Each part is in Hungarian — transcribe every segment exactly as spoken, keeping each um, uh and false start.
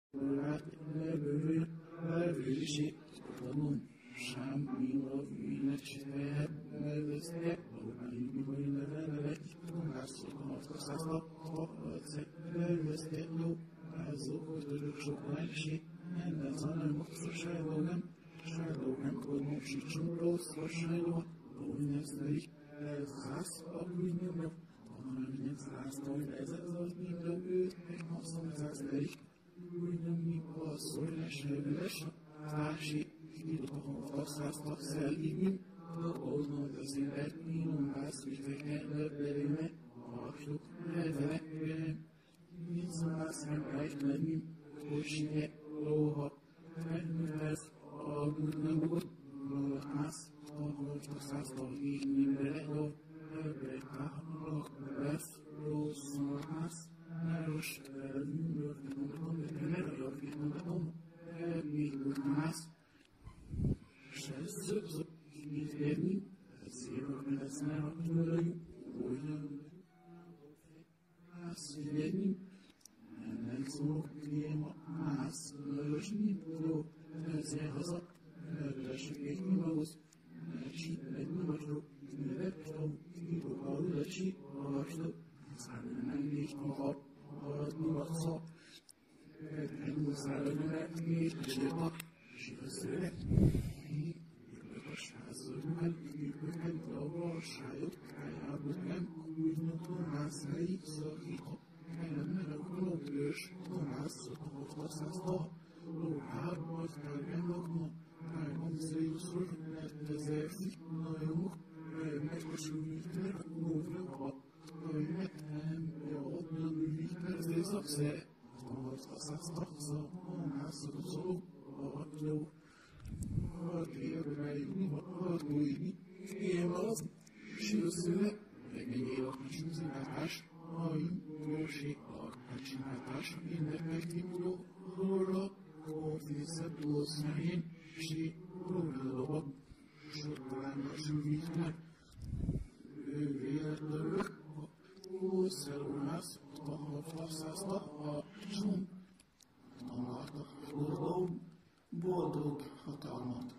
Boldog hatalmat.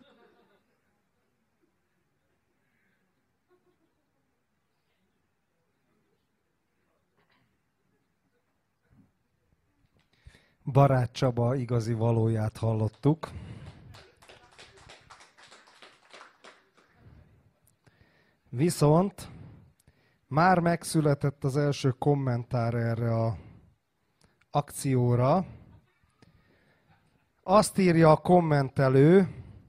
Barát Csaba igazi valóját hallottuk. Viszont már megszületett az első kommentár erre az akcióra. Azt írja a kommentelő,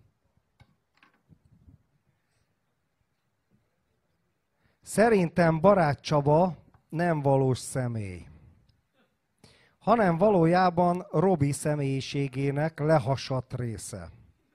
szerintem Barát Csaba nem valós személy, hanem valójában Robi személyiségének lehasadt része.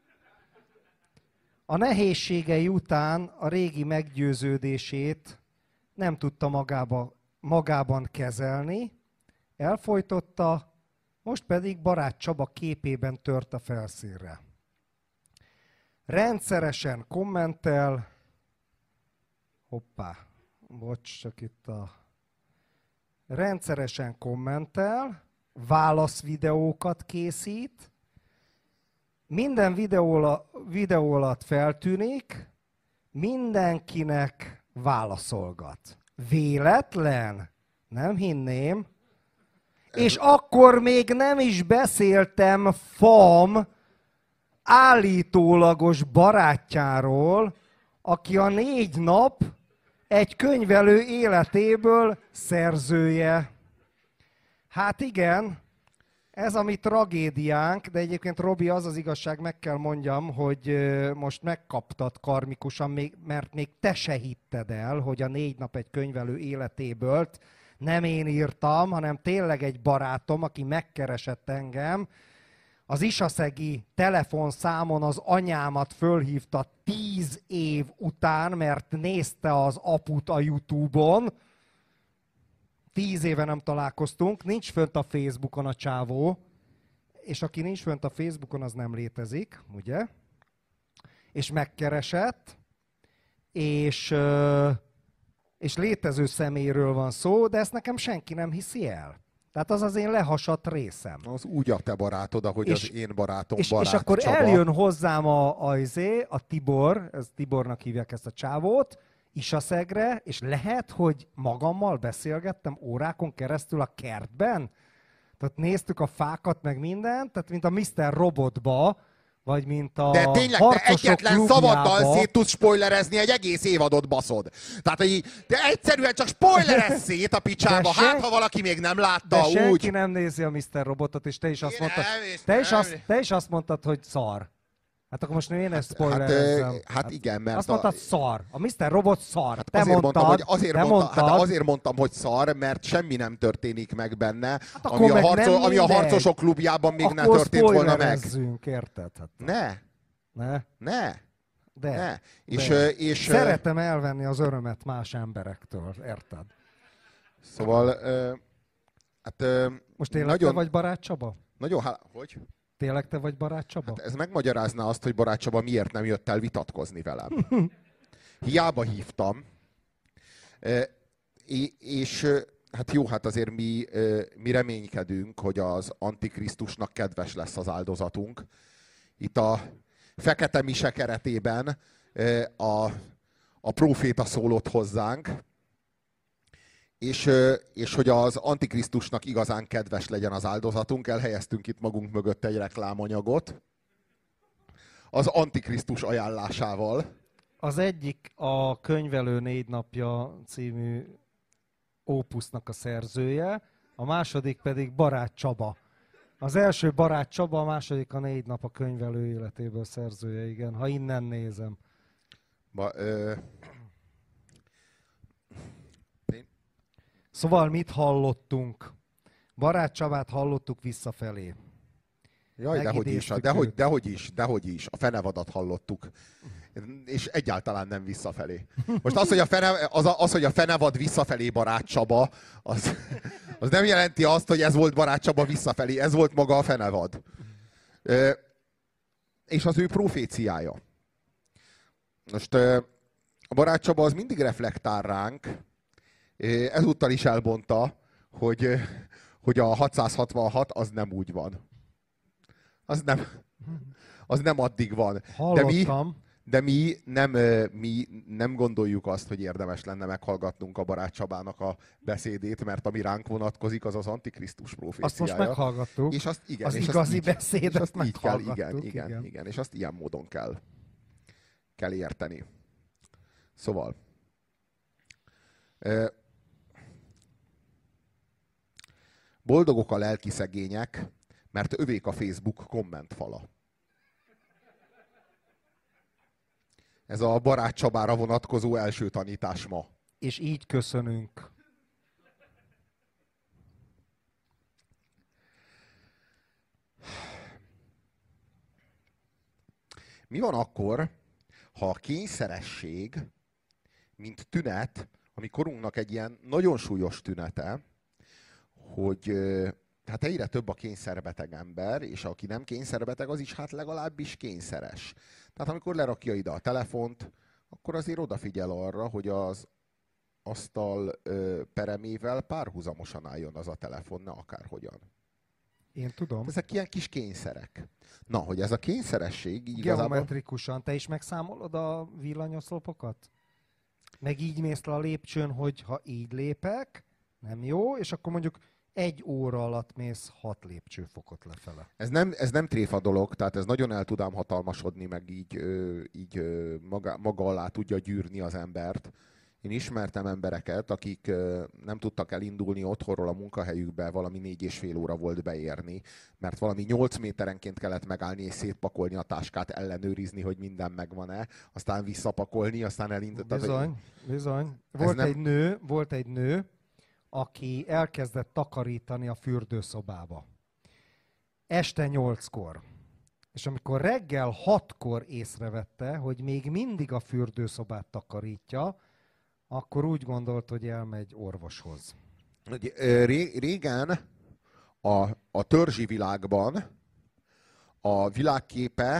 A nehézségei után a régi meggyőződését nem tudta magába, magában kezelni, elfojtotta, most pedig Barát Csaba képében tört a felszínre. Rendszeresen kommentel, hoppá, bocs, csak itt a... Rendszeresen kommentel, válaszvideókat készít, minden videó, videó alatt feltűnik, mindenkinek válaszolgat. Véletlen? Nem hinném. És akkor még nem is beszéltem Fam állítólagos barátjáról, aki a négy nap egy könyvelő életéből szerzője. Hát igen, ez a mi tragédiánk, de egyébként Robi, az az igazság, meg kell mondjam, hogy most megkaptad karmikusan, mert még te se hitted el, hogy a négy nap egy könyvelő életéből nem én írtam, hanem tényleg egy barátom, aki megkeresett engem, az isaszegi telefonszámon az anyámat fölhívta tíz év után, mert nézte az aput a YouTube-on. Tíz éve nem találkoztunk, nincs fönt a Facebookon a csávó, és aki nincs fönt a Facebookon, az nem létezik, ugye? És megkeresett, és, és létező személyről van szó, de ezt nekem senki nem hiszi el. Tehát az az én lehasadt részem. Az úgy a te barátod, ahogy és, az én barátom és, barát És akkor Csaba. eljön hozzám a, a, a Tibor, ez Tibornak hívják ezt a csávót, Isaszegre, és lehet, hogy magammal beszélgettem órákon keresztül a kertben? Tehát néztük a fákat, meg mindent, tehát mint a miszter Robotba, vagy mint a De tényleg, te egyetlen klubjába. szavaddal szét tudsz spoilerezni egy egész évadot, baszod. Tehát, hogy te egyszerűen csak spoilerezz szét a picsába, sen... hát ha valaki még nem látta, de úgy. De senki nem nézi a miszter Robotot, és te is azt, mondtad, te is azt, te is azt mondtad, hogy szar. Hát akkor most én ezt spoilerezzem. Hát, hát igen, mert... Azt mondtad, a... szar. A miszter Robot szar. Hát te azért, mondtad, mondtam, hogy azért, te mondta, mondtad. hát azért mondtam, hogy szar, mert semmi nem történik meg benne, hát ami, a harco, ami a mindegy. harcosok klubjában még akkor ne történt volna meg. Érted? Hát. Ne. Ne. Ne. De. Ne. És, De. és, Szeretem elvenni az örömet más emberektől, érted? Szóval, hát... Most tényleg nagyon, te vagy barát Csaba? Nagyon hál... Hogy? Tényleg te vagy barát Csaba? Hát ez megmagyarázná azt, hogy barát Csaba miért nem jött el vitatkozni velem. Hiába hívtam. És hát jó, hát azért mi, mi reménykedünk, hogy az Antikrisztusnak kedves lesz az áldozatunk. Itt a Fekete Mise keretében a, a próféta szólott hozzánk, és, és hogy az Antikrisztusnak igazán kedves legyen az áldozatunk, elhelyeztünk itt magunk mögött egy reklámanyagot az Antikrisztus ajánlásával. Az egyik a Könyvelő négy napja című ópusznak a szerzője, a második pedig Barát Csaba. Az első Barát Csaba, a második a Négy nap a Könyvelő életéből szerzője, igen, ha innen nézem. Ba, ö... Szóval mit hallottunk? Barát Csabát hallottuk visszafelé. Jaj, dehogy is, dehogy, dehogy is, dehogy is. A fenevadat hallottuk. És egyáltalán nem visszafelé. Most az, hogy a, fene, az, az, hogy a fenevad visszafelé Barát Csaba, az, az nem jelenti azt, hogy ez volt Barát Csaba visszafelé, ez volt maga a fenevad. És az ő proféciája. Most a Barát Csaba az mindig reflektál ránk, ezúttal is elmondta, hogy, hogy a hatszázhatvanhat az nem úgy van. Az nem, az nem addig van. De mi, de mi nem, mi nem gondoljuk azt, hogy érdemes lenne meghallgatnunk a Barát Csabának a beszédét, mert ami ránk vonatkozik, az az Antikrisztus proféciája. Azt most meghallgattuk. És azt, igen, az és igazi azt beszédet és azt meghallgattuk. Így kell, igen, igen, igen. igen, és azt ilyen módon kell, kell érteni. Szóval... Boldogok a lelki szegények, mert övék a Facebook kommentfala. Ez a Barát Csabára vonatkozó első tanítás ma. És így köszönünk. Mi van akkor, ha a kényszeresség, mint tünet, ami korunknak egy ilyen nagyon súlyos tünete, hogy hát egyre több a kényszerbeteg ember, és aki nem kényszerbeteg, az is hát legalábbis kényszeres. Tehát amikor lerakja ide a telefont, akkor azért odafigyel arra, hogy az asztal ö, peremével párhuzamosan álljon az a telefon, ne akárhogyan. Én tudom. Ezek ilyen kis kényszerek. Na, hogy ez a kényszeresség így igazából... Geometrikusan. Te is megszámolod a villanyoszlopokat? Meg így mész le a lépcsőn, hogy ha így lépek, nem jó, és akkor mondjuk egy óra alatt mész hat lépcsőfokot lefele. Ez nem, ez nem tréfa dolog, tehát ez nagyon el tud ám hatalmasodni, meg így, ö, így ö, maga, maga alá tudja gyűrni az embert. Én ismertem embereket, akik ö, nem tudtak elindulni otthonról a munkahelyükbe, valami négy és fél óra volt beérni, mert valami nyolc méterenként kellett megállni és szétpakolni a táskát, ellenőrizni, hogy minden megvan-e, aztán visszapakolni, aztán elindulni. Bizony, bizony. Volt nem... egy nő, volt egy nő, aki elkezdett takarítani a fürdőszobába. Este nyolckor. És amikor reggel hatkor észrevette, hogy még mindig a fürdőszobát takarítja, akkor úgy gondolt, hogy elmegy orvoshoz. Régen a, a törzsi világban a világképe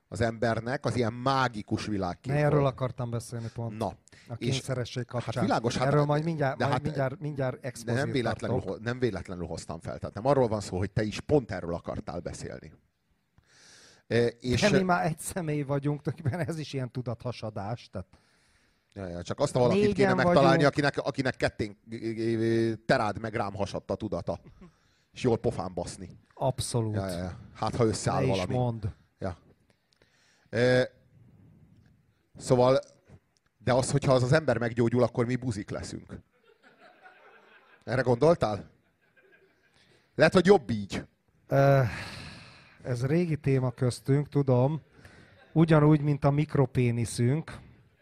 az embernek az ilyen mágikus világkép. Ne, erről akartam beszélni pont. Na. A kényszeresség kapcsán. Hát világos, hát, erről majd mindjárt, de majd hát, mindjárt, mindjárt de expozírt nem véletlenül, tartok. nem véletlenül hoztam fel. Tehát nem arról van szó, hogy te is pont erről akartál beszélni. E, és... De mi már egy személy vagyunk, tulajdonképpen ez is ilyen tudathasadás. Tehát... Ja, ja, csak azt a valakit Négyen kéne megtalálni, vagyunk. akinek, akinek kettén terád meg rám hasadt a tudata. És jól pofán baszni. Abszolút. Ja, ja, ja. Hát, ha összeáll Ne is valami. mondd. Ja. E, szóval, de az, hogyha az az ember meggyógyul, akkor mi buzik leszünk. Erre gondoltál? Lehet, hogy jobb így. Ez régi téma köztünk, tudom. Ugyanúgy, mint a mikropéniszünk.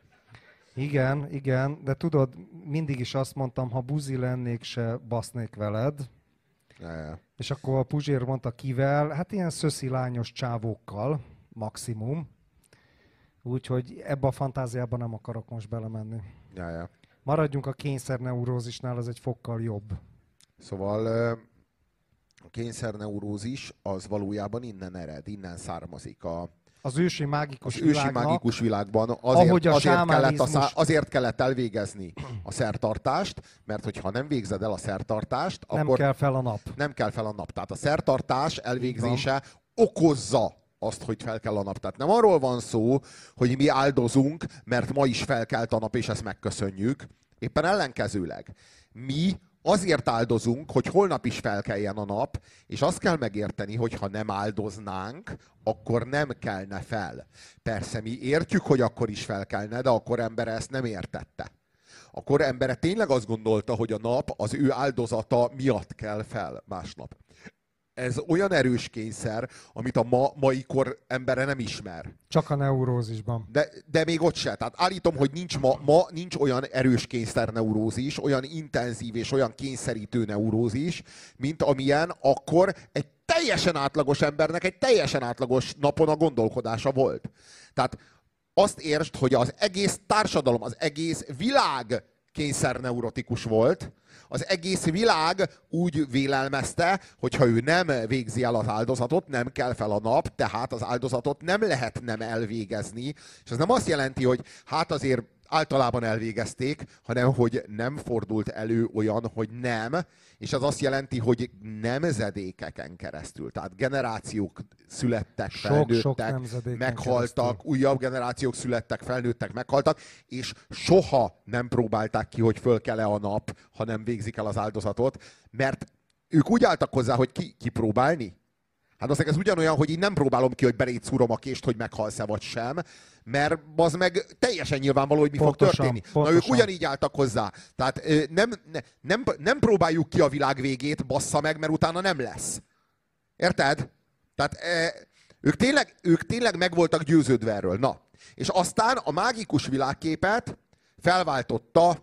Igen, igen, de tudod, mindig is azt mondtam, ha buzi lennék, se basznék veled. Ja, ja. És akkor a Puzsér mondta kivel, hát ilyen szöszi lányos csávókkal, maximum. Úgyhogy ebbe a fantáziába nem akarok most belemenni. Ja, ja. Maradjunk a kényszerneurózisnál, az egy fokkal jobb. Szóval a kényszerneurózis az valójában innen ered, innen származik. A, Az ősi mágikus az ősi világnak, mágikus világban azért, ahogy a azért, kellett a szá, sámánizmus- azért kellett elvégezni a szertartást, mert hogyha nem végzed el a szertartást, nem akkor kell fel a nap. nem kell fel a nap. Tehát a szertartás elvégzése okozza azt, hogy fel kell a nap. Tehát nem arról van szó, hogy mi áldozunk, mert ma is felkelt a nap, és ezt megköszönjük. Éppen ellenkezőleg. Mi azért áldozunk, hogy holnap is felkeljen a nap, és azt kell megérteni, hogy ha nem áldoznánk, akkor nem kelne fel. Persze mi értjük, hogy akkor is felkelne, de akkor ember ezt nem értette. Akkor embere tényleg azt gondolta, hogy a nap az ő áldozata miatt kell fel másnap. Ez olyan erős kényszer, amit a ma, mai kor embere nem ismer. Csak a neurózisban. De, de még ott se. Tehát állítom, hogy nincs ma, ma nincs olyan erős kényszerneurózis, olyan intenzív és olyan kényszerítő neurózis, mint amilyen akkor egy teljesen átlagos embernek egy teljesen átlagos napon a gondolkodása volt. Tehát azt értsd, hogy az egész társadalom, az egész világ kényszerneurotikus volt, az egész világ úgy vélelmezte, hogy ha ő nem végzi el az áldozatot, nem kell fel a nap, tehát az áldozatot nem lehet nem elvégezni. És ez nem azt jelenti, hogy hát azért általában elvégezték, hanem hogy nem fordult elő olyan, hogy nem. És ez azt jelenti, hogy nemzedékeken keresztül, tehát generációk születtek, Sok-sok felnőttek, nemzedéken meghaltak, keresztül. újabb generációk születtek, felnőttek, meghaltak, és soha nem próbálták ki, hogy föl kell-e a nap, ha nem végzik el az áldozatot, mert ők úgy álltak hozzá, hogy ki, kipróbálni. Hát azért ez ugyanolyan, hogy így nem próbálom ki, hogy beléd szúrom a kést, hogy meghalsz-e vagy sem, mert az meg teljesen nyilvánvaló, hogy mi Pontosan, fog történni. pontosan. Na ők ugyanígy álltak hozzá. Tehát ö, nem, ne, nem, nem próbáljuk ki a világ végét, bassza meg, mert utána nem lesz. Érted? Tehát e, ők, tényleg, ők tényleg meg voltak győződve erről. Na, és aztán a mágikus világképet felváltotta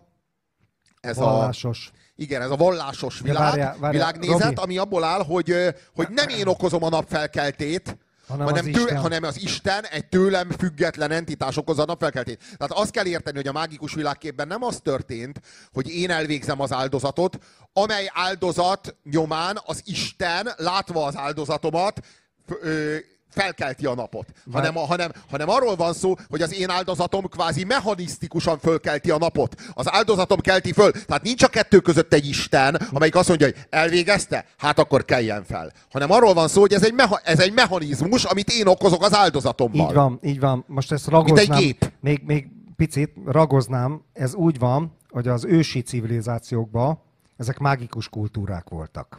ez Vallásos. a... Igen, ez a vallásos világ, várjál, várjál, világnézet, Robi. ami abból áll, hogy, hogy nem én okozom a napfelkeltét, Hanem hanem, az tő, Isten. hanem az Isten, egy tőlem független entitás okozza a napfelkeltét. Tehát azt kell érteni, hogy a mágikus világképben nem az történt, hogy én elvégzem az áldozatot, amely áldozat nyomán az Isten, látva az áldozatomat, f- ö, felkelti a napot. Hanem, hanem, hanem arról van szó, hogy az én áldozatom kvázi mechanisztikusan fölkelti a napot. Az áldozatom kelti föl. Tehát nincs a kettő között egy Isten, amelyik azt mondja, hogy elvégezte? Hát akkor keljen fel. Hanem arról van szó, hogy ez egy, meha, ez egy mechanizmus, amit én okozok az áldozatommal. Így van, így van. Most ezt ragoznám. Mint egy gép. Még, még picit ragoznám. Ez úgy van, hogy az ősi civilizációkban ezek mágikus kultúrák voltak.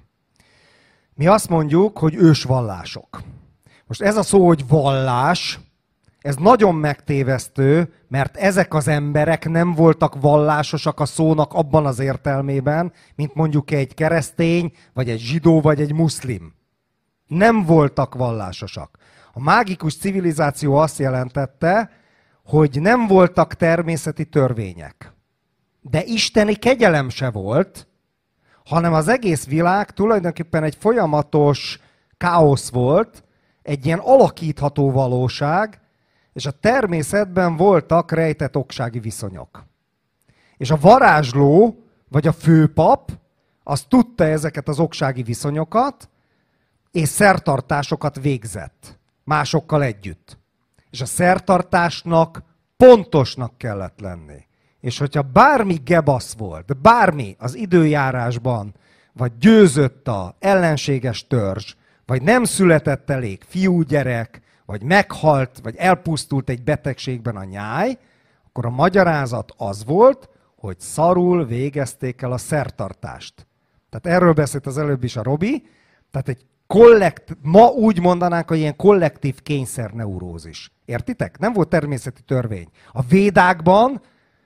Mi azt mondjuk, hogy ősvallások. Most ez a szó, hogy vallás, ez nagyon megtévesztő, mert ezek az emberek nem voltak vallásosak a szónak abban az értelmében, mint mondjuk egy keresztény, vagy egy zsidó, vagy egy muszlim. Nem voltak vallásosak. A mágikus civilizáció azt jelentette, hogy nem voltak természeti törvények. De isteni kegyelem se volt, hanem az egész világ tulajdonképpen egy folyamatos káosz volt, egy ilyen alakítható valóság, és a természetben voltak rejtett oksági viszonyok. És a varázsló, vagy a főpap, az tudta ezeket az oksági viszonyokat, és szertartásokat végzett másokkal együtt. és a szertartásnak pontosnak kellett lenni. És hogyha bármi gebasz volt, bármi az időjárásban, vagy győzött a ellenséges törzs, vagy nem született elég fiúgyerek, vagy meghalt, vagy elpusztult egy betegségben a nyáj, akkor a magyarázat az volt, hogy szarul végezték el a szertartást. Tehát erről beszélt az előbb is a Robi, tehát egy kollekt, ma úgy mondanánk, hogy ilyen kollektív kényszerneurózis. Értitek? Nem volt természeti törvény. A védákban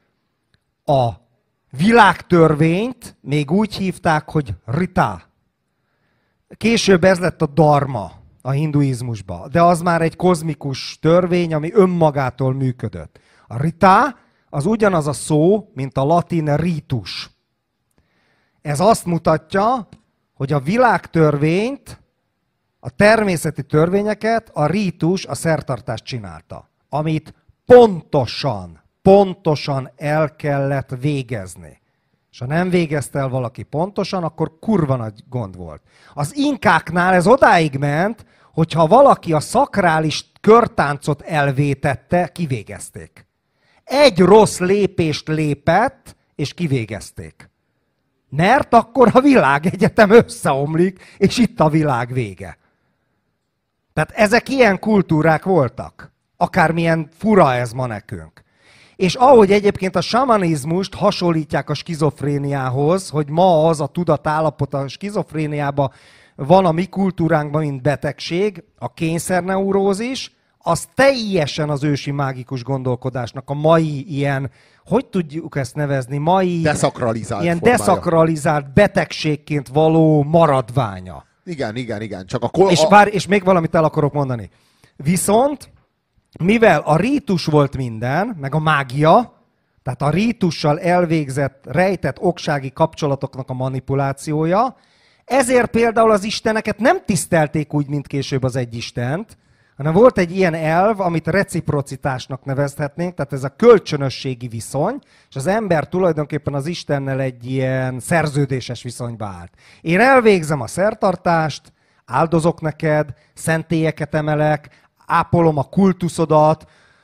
a világtörvényt még úgy hívták, hogy rita. Később ez lett a dharma a hinduizmusban, de az már egy kozmikus törvény, ami önmagától működött. A rita az ugyanaz a szó, mint a latin ritus. Ez azt mutatja, hogy a világtörvényt, a természeti törvényeket a ritus, a szertartást csinálta, amit pontosan, pontosan el kellett végezni. És ha nem végezte el valaki pontosan, akkor kurva nagy gond volt. Az inkáknál ez odáig ment, hogyha valaki a szakrális körtáncot elvétette, kivégezték. Egy rossz lépést lépett, és kivégezték. Mert akkor a világegyetem összeomlik, és itt a világ vége. Tehát ezek ilyen kultúrák voltak. Akármilyen fura ez ma nekünk. És ahogy egyébként a samanizmust hasonlítják a skizofréniához, hogy ma az a tudatállapot a skizofréniában van a mi kultúránkban, mint betegség, a kényszerneurózis, az teljesen az ősi mágikus gondolkodásnak a mai ilyen, hogy tudjuk ezt nevezni, mai deszakralizált ilyen formája. deszakralizált betegségként való maradványa. Igen, igen, igen. Csak a kol- És, a... bár, és még valamit el akarok mondani. Viszont, mivel a rítus volt minden, meg a mágia, tehát a rítussal elvégzett, rejtett oksági kapcsolatoknak a manipulációja, ezért például az isteneket nem tisztelték úgy, mint később az egyistent, hanem volt egy ilyen elv, amit reciprocitásnak nevezhetnénk, tehát ez a kölcsönösségi viszony, és az ember tulajdonképpen az Istennel egy ilyen szerződéses viszonyba állt. Én elvégzem a szertartást, áldozok neked, szentélyeket emelek, ápolom a kultuszodat,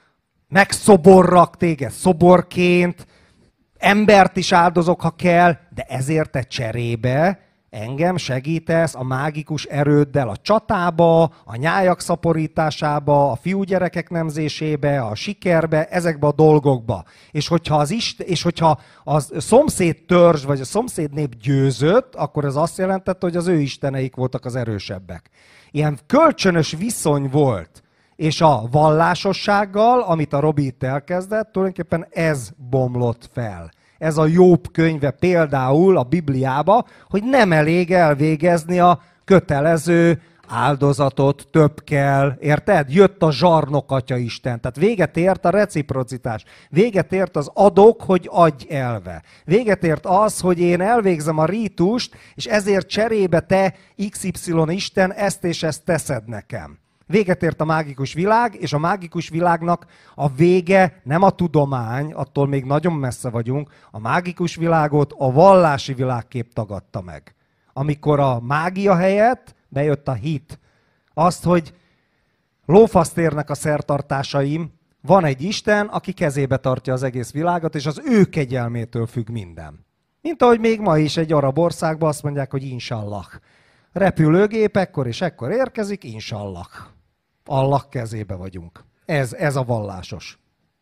megszoborrak téged szoborként, embert is áldozok, ha kell, de ezért te cserébe engem segítesz a mágikus erőddel a csatába, a nyájak szaporításába, a fiúgyerekek nemzésébe, a sikerbe, ezekbe a dolgokba. És hogyha az, ist- és hogyha az szomszéd törzs vagy a szomszéd nép győzött, akkor ez azt jelentette, hogy az ő isteneik voltak az erősebbek. Ilyen kölcsönös viszony volt. És a vallásossággal, amit a Robi itt elkezdett, tulajdonképpen ez bomlott fel. Ez a Jobb könyve például a Bibliába, hogy nem elég elvégezni a kötelező áldozatot, több kell, érted? Jött a zsarnok atyaisten, tehát véget ért a reciprocitás, véget ért az adok, hogy adj elve. Véget ért az, hogy én elvégzem a rítust, és ezért cserébe te iksz ipszilon Isten ezt és ezt teszed nekem. Véget ért a mágikus világ, és a mágikus világnak a vége nem a tudomány, attól még nagyon messze vagyunk, a mágikus világot a vallási világkép tagadta meg. Amikor a mágia helyett bejött a hit. Azt, hogy lófaszt érnek a szertartásaim, van egy Isten, aki kezébe tartja az egész világot, és az ő kegyelmétől függ minden. Mint ahogy még ma is egy arab országban azt mondják, hogy inshallah. Repülőgép ekkor és ekkor érkezik, inshallah. Allah kezébe vagyunk. Ez, ez a vallásos.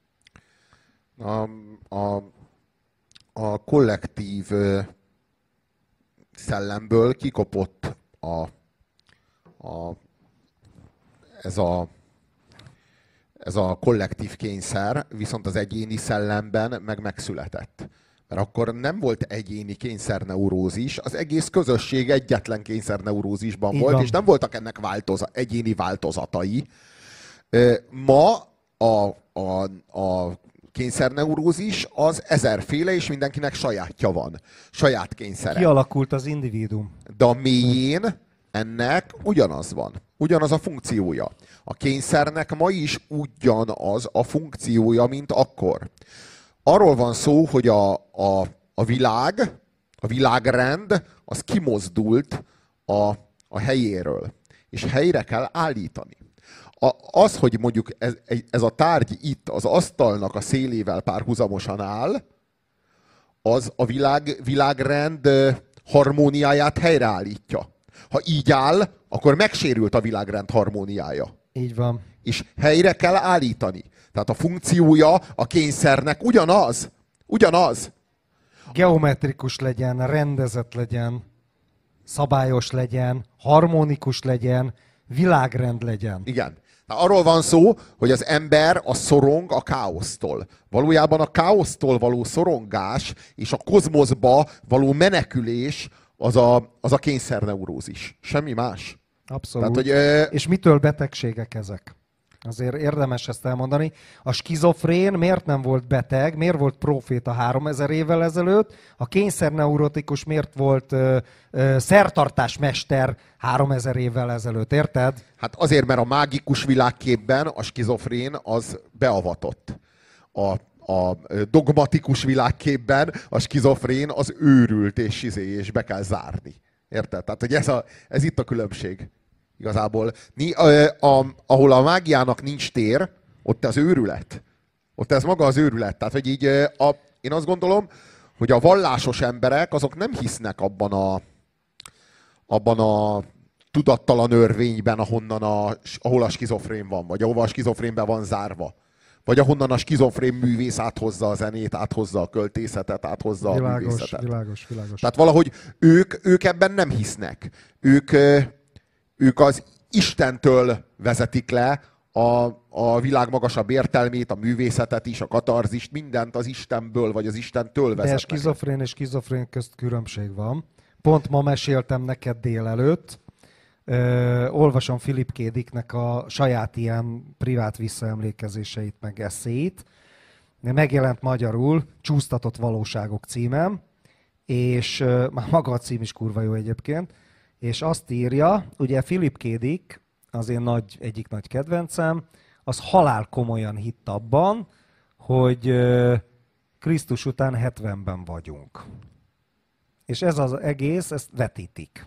A, a, a kollektív szellemből kikopott a, a, ez, a, ez a kollektív kényszer, viszont az egyéni szellemben meg megszületett. Mert akkor nem volt egyéni kényszerneurózis, az egész közösség egyetlen kényszerneurózisban volt, és nem voltak ennek változa, egyéni változatai. Ma a, a, a kényszerneurózis az ezerféle, és mindenkinek sajátja van. Saját kényszere. Kialakult az individuum. De a mélyén ennek ugyanaz van. Ugyanaz a funkciója. A kényszernek ma is ugyanaz a funkciója, mint akkor. Arról van szó, hogy a, a, a világ, a világrend, az kimozdult a, a helyéről. És helyre kell állítani. a, az, hogy mondjuk ez, ez a tárgy itt az asztalnak a szélével párhuzamosan áll, az a világ, világrend harmóniáját helyreállítja. Ha így áll, akkor megsérült a világrend harmóniája. Így van. És helyre kell állítani. Tehát a funkciója a kényszernek ugyanaz. Ugyanaz. Geometrikus legyen, rendezett legyen, szabályos legyen, harmonikus legyen, világrend legyen. Igen. Tehát arról van szó, hogy az ember a szorong a káosztól. Valójában a káosztól való szorongás és a kozmoszba való menekülés az a, az a kényszerneurózis. Semmi más. Abszolút. Tehát, hogy, ö... És mitől betegségek ezek? Azért érdemes ezt elmondani. A skizofrén miért nem volt beteg, miért volt proféta háromezer évvel ezelőtt, a kényszerneurotikus miért volt ö, ö, szertartásmester háromezer évvel ezelőtt, érted? Hát azért, mert a mágikus világképben a skizofrén az beavatott. A, a dogmatikus világképben a skizofrén az őrült, és, és be kell zárni. Érted? Tehát, hogy ez, a, ez itt a különbség. Igazából, a, a, ahol a mágiának nincs tér, ott az őrület. Ott ez maga az őrület. Tehát, hogy így a, én azt gondolom, hogy a vallásos emberek azok nem hisznek abban a, abban a tudattalan örvényben, ahonnan a, ahol a skizofrén van, vagy ahova a skizofrénbe van zárva. Vagy ahonnan a skizofrén művész áthozza a zenét, áthozza a költészetet, áthozza világos, a művészetet. Világos, világos. Tehát valahogy ők, ők ebben nem hisznek. Ők... Ők az Istentől vezetik le a, a világ magasabb értelmét, a művészetet is, a katarzist, mindent az Istenből, vagy az Istentől vezetnek. De skizofrén és skizofrén közt különbség van. Pont ma meséltem neked délelőtt. Ö, olvasom Philip K. Dicknek a saját ilyen privát visszaemlékezéseit, meg eszéit. Megjelent magyarul, Csúsztatott valóságok címem, és ö, már maga a cím is kurva jó egyébként. És azt írja, ugye Philip K. Dick, az én nagy, egyik nagy kedvencem, az halál komolyan hitt abban, hogy Krisztus után hetvenben vagyunk. És ez az egész, ezt vetítik.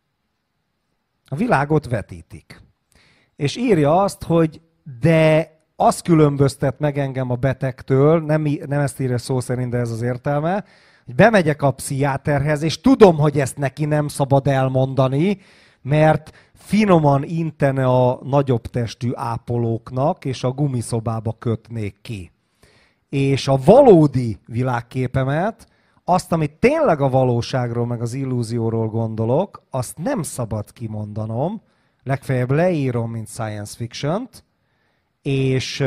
A világot vetítik. És írja azt, hogy de azt különböztet meg engem a betegtől, nem, nem ezt írja szó szerint, de ez az értelme, hogy bemegyek a pszichiáterhez, és tudom, hogy ezt neki nem szabad elmondani, mert finoman intene a nagyobb testű ápolóknak, és a gumiszobába kötnék ki. És a valódi világképemet, azt, amit tényleg a valóságról, meg az illúzióról gondolok, azt nem szabad kimondanom, legfeljebb leírom, mint science fiction-t, és...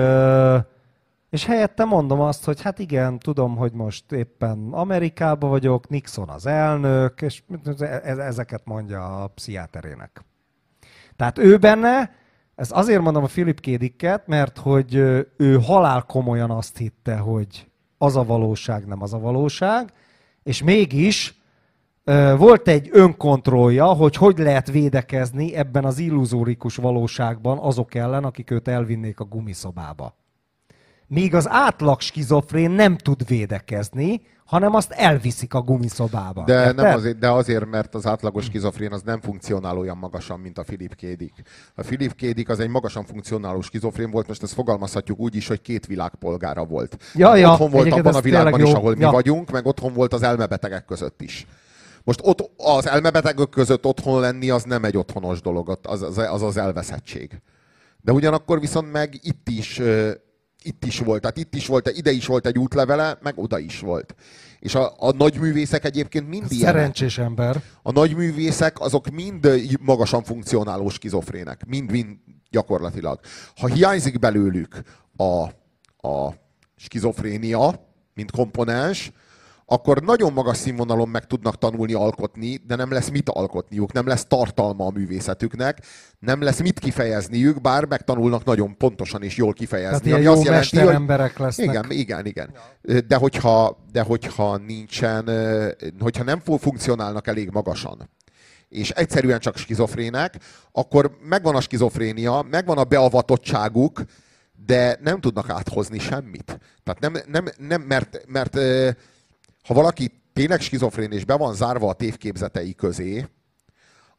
És helyette mondom azt, hogy hát igen, tudom, hogy most éppen Amerikában vagyok, Nixon az elnök, és ezeket mondja a pszichiáterének. Tehát ő benne, ezt azért mondom a Philip K. Dicket, mert hogy ő halál komolyan azt hitte, hogy az a valóság, nem az a valóság, és mégis volt egy önkontrollja, hogy hogy lehet védekezni ebben az illuzórikus valóságban azok ellen, akik őt elvinnék a gumiszobába. Míg az átlag skizofrén nem tud védekezni, hanem azt elviszik a gumiszobába. De, nem azért, de azért, mert az átlagos skizofrén az nem funkcionál olyan magasan, mint a Philip K. Dick. A Philip K. Dick az egy magasan funkcionáló skizofrén volt, most ezt fogalmazhatjuk úgy is, hogy két világpolgára volt. Ja, ja, otthon volt abban a világban is, ahol ja. mi vagyunk, meg otthon volt az elmebetegek között is. Most ott az elmebetegek között otthon lenni, az nem egy otthonos dolog, az az, az, az elveszettség. De ugyanakkor viszont meg itt is... Itt is volt, tehát itt is volt, ide is volt egy útlevele, meg oda is volt. És a, a nagyművészek egyébként mind ilyenek. Szerencsés ember. A nagyművészek azok mind magasan funkcionáló skizofrének. Mind-mind gyakorlatilag. Ha hiányzik belőlük a, a skizofrénia, mint komponens, akkor nagyon magas színvonalon meg tudnak tanulni alkotni, de nem lesz mit alkotniuk, nem lesz tartalma a művészetüknek, nem lesz mit kifejezniük, bár megtanulnak nagyon pontosan és jól kifejezni. Tehát ilyen jó mesteremberek lesznek. Igen, igen, igen. De hogyha, de hogyha nincsen, hogyha nem funkcionálnak elég magasan, és egyszerűen csak skizofrének, akkor megvan a skizofrénia, megvan a beavatottságuk, de nem tudnak áthozni semmit. Tehát nem, nem, nem mert, mert ha valaki tényleg skizofrén és be van zárva a tévképzetei közé,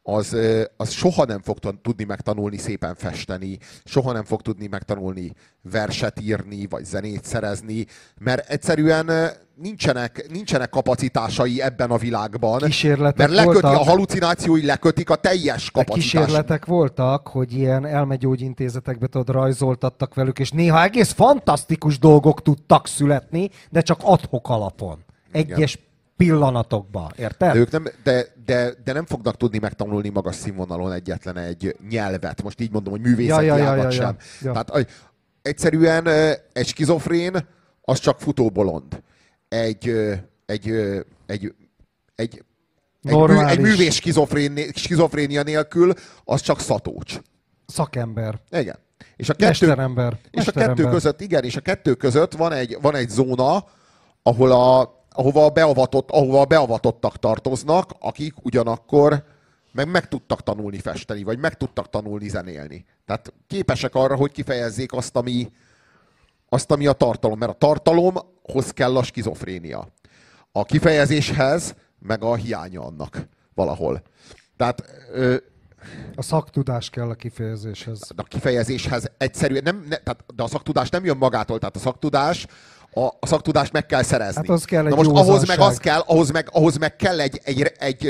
az, az soha nem fog tudni megtanulni szépen festeni, soha nem fog tudni megtanulni verset írni, vagy zenét szerezni, mert egyszerűen nincsenek, nincsenek kapacitásai ebben a világban. Kísérletek mert leköti, voltak, a halucinációi lekötik a teljes kapacitást. Kísérletek voltak, hogy ilyen elmegyógyintézetekbe tudod, rajzoltattak velük, és néha egész fantasztikus dolgok tudtak születni, de csak ad-hoc alapon. Egyes Igen. pillanatokban, érted? De, ők nem, de, de, de nem fognak tudni megtanulni magas színvonalon egyetlen egy nyelvet. Most így mondom, hogy művészeti ja, ja, ja, ja, ja, sem. Ja. Tehát egyszerűen egy skizofrén, az csak futóbolond. Egy, egy, egy, egy, egy, mű, egy művész skizofrénia nélkül, az csak szatócs. Szakember. Igen. És a kettő, Mesterember. És Mesterember. a kettő között, igen, és a kettő között van egy, van egy zóna, ahol a ahova a, beavatott, ahova a beavatottak tartoznak, akik ugyanakkor meg, meg tudtak tanulni festeni, vagy meg tudtak tanulni zenélni. Tehát képesek arra, hogy kifejezzék azt, ami, azt, ami a tartalom. Mert a tartalomhoz kell a skizofrénia. A kifejezéshez meg a hiánya annak valahol. Tehát... Ö, a szaktudás kell a kifejezéshez. A kifejezéshez egyszerűen nem... Ne, tehát, de a szaktudás nem jön magától. Tehát a szaktudás... A, a szaktudást meg kell szerezni. Hát az kell egy Na most józanság. ahhoz meg, az kell, ahhoz, meg, ahhoz meg kell egy, egy, egy,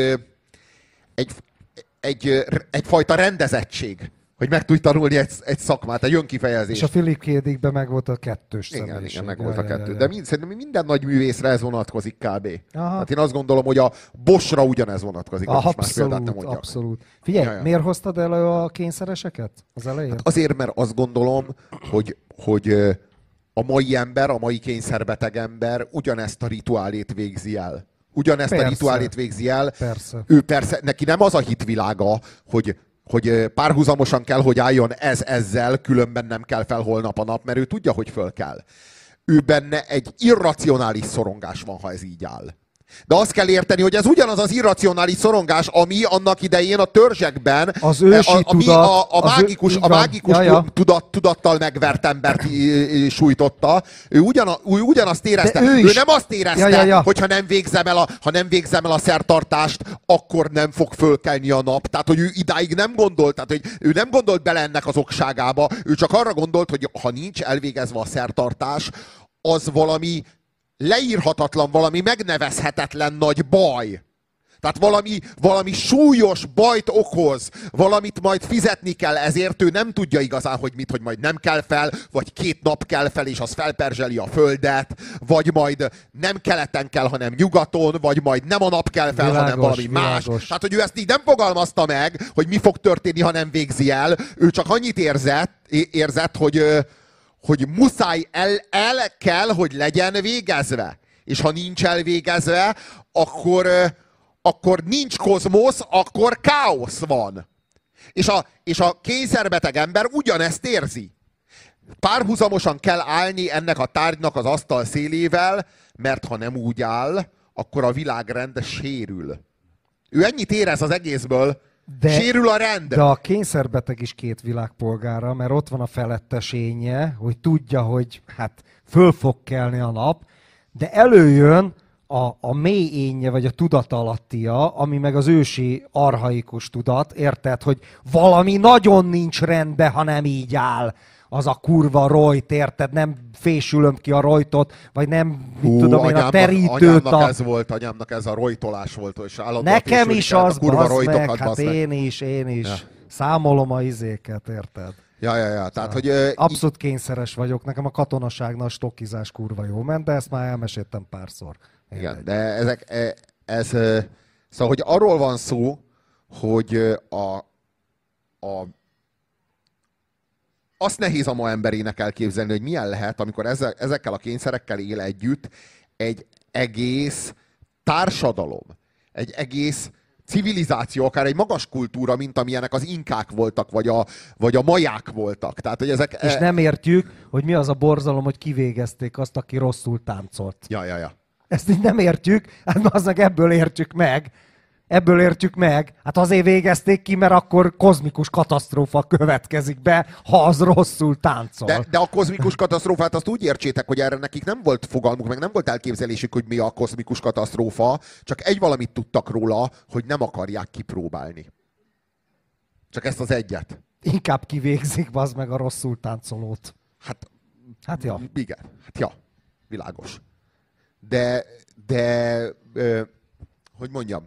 egy, egy, egyfajta rendezettség, hogy meg tudj tanulni egy, egy szakmát, egy önkifejezést. És a Philip K. Dickben meg volt a kettős igen, személyiség. igen, meg volt ja, a kettő. Ja, ja. De mind, szerintem minden nagy művészre ez vonatkozik kb. Hát én azt gondolom, hogy a Boschra ugyanez vonatkozik. Abszolút, abszolút. Figyelj, ja, ja. miért hoztad elő a kényszereseket az elején? Hát azért, mert azt gondolom, hogy, hogy a mai ember, a mai kényszerbeteg ember ugyanezt a rituálét végzi el. Ugyanezt persze. a rituálét végzi el. Persze. Ő persze, neki nem az a hitvilága, hogy, hogy párhuzamosan kell, hogy álljon ez ezzel, különben nem kell fel holnap a nap, mert ő tudja, hogy föl kell. Ő benne egy irracionális szorongás van, ha ez így áll. De azt kell érteni, hogy ez ugyanaz az irracionális szorongás, ami annak idején a törzsekben az ősi a, tudat, a, a mágikus, a mágikus ja, ja. Tudat, tudattal megvert embert sújtotta. Ő, ugyan, ő ugyanazt érezte. Ő, ő nem azt érezte, ja, ja, ja. hogy ha nem, végzem el a, ha nem végzem el a szertartást, akkor nem fog fölkelni a nap. Tehát, hogy ő idáig nem gondolt, tehát, hogy ő nem gondolt bele ennek az okságába. Ő csak arra gondolt, hogy ha nincs elvégezve a szertartás, az valami leírhatatlan, valami megnevezhetetlen nagy baj. Tehát valami, valami súlyos bajt okoz, valamit majd fizetni kell, ezért ő nem tudja igazán, hogy mit, hogy majd nem kell fel, vagy két nap kell fel, és az felperzseli a földet, vagy majd nem keleten kell, hanem nyugaton, vagy majd nem a nap kell fel, világos, hanem valami világos. más. Tehát, hogy ő ezt így nem fogalmazta meg, hogy mi fog történni, ha nem végzi el. Ő csak annyit érzett, érzett hogy... hogy muszáj el, el kell, hogy legyen végezve. És ha nincs elvégezve, akkor, akkor nincs kozmosz, akkor káosz van. És a, és a kényszerbeteg ember ugyanezt érzi. Párhuzamosan kell állni ennek a tárgynak az asztal szélével, mert ha nem úgy áll, akkor a világrend sérül. Ő ennyit érez az egészből, De, sérül a rend. De a kényszerbeteg is két világpolgára, mert ott van a felettesénye, hogy tudja, hogy hát föl fog kelni a nap, de előjön a, a mély énje, vagy a tudatalattia, ami meg az ősi archaikus tudat, érted, hogy valami nagyon nincs rendben, ha nem így áll. Az a kurva rojt, érted? Nem fésülöm ki a rojtot, vagy nem, mit Hú, tudom én, anyámnak, a terítőt. Anyámnak a... ez volt, anyámnak ez a rojtolás volt, és állandóan nekem is az, bazd meg, hát én is, én is. Ja. Számolom a izéket, érted? Ja, ja, ja. Tehát, hogy, abszolút kényszeres vagyok, nekem a katonaságnál a stokkizás kurva jó ment, de ezt már elmeséltem párszor. Én igen, egy. De ezek, ez, szóval, hogy arról van szó, hogy a, a azt nehéz a ma emberének elképzelni, hogy milyen lehet, amikor ezekkel a kényszerekkel él együtt egy egész társadalom, egy egész civilizáció, akár egy magas kultúra, mint amilyenek az inkák voltak, vagy a, vagy a maják voltak. Tehát, hogy ezek, és nem értjük, hogy mi az a borzalom, hogy kivégezték azt, aki rosszul táncolt. Ja, ja, ja. Ezt így nem értjük, hát aznak ebből értjük meg. Ebből értjük meg, hát azért végezték ki, mert akkor kozmikus katasztrófa következik be, ha az rosszul táncol. De, de a kozmikus katasztrófát azt úgy értsétek, hogy erre nekik nem volt fogalmuk, meg nem volt elképzelésük, hogy mi a kozmikus katasztrófa, csak egy valamit tudtak róla, hogy nem akarják kipróbálni. Csak ezt az egyet. Inkább kivégzik, bazd meg a rosszul táncolót. Hát, Hát ja. igen. Hát ja, világos. De, de, ö, hogy mondjam,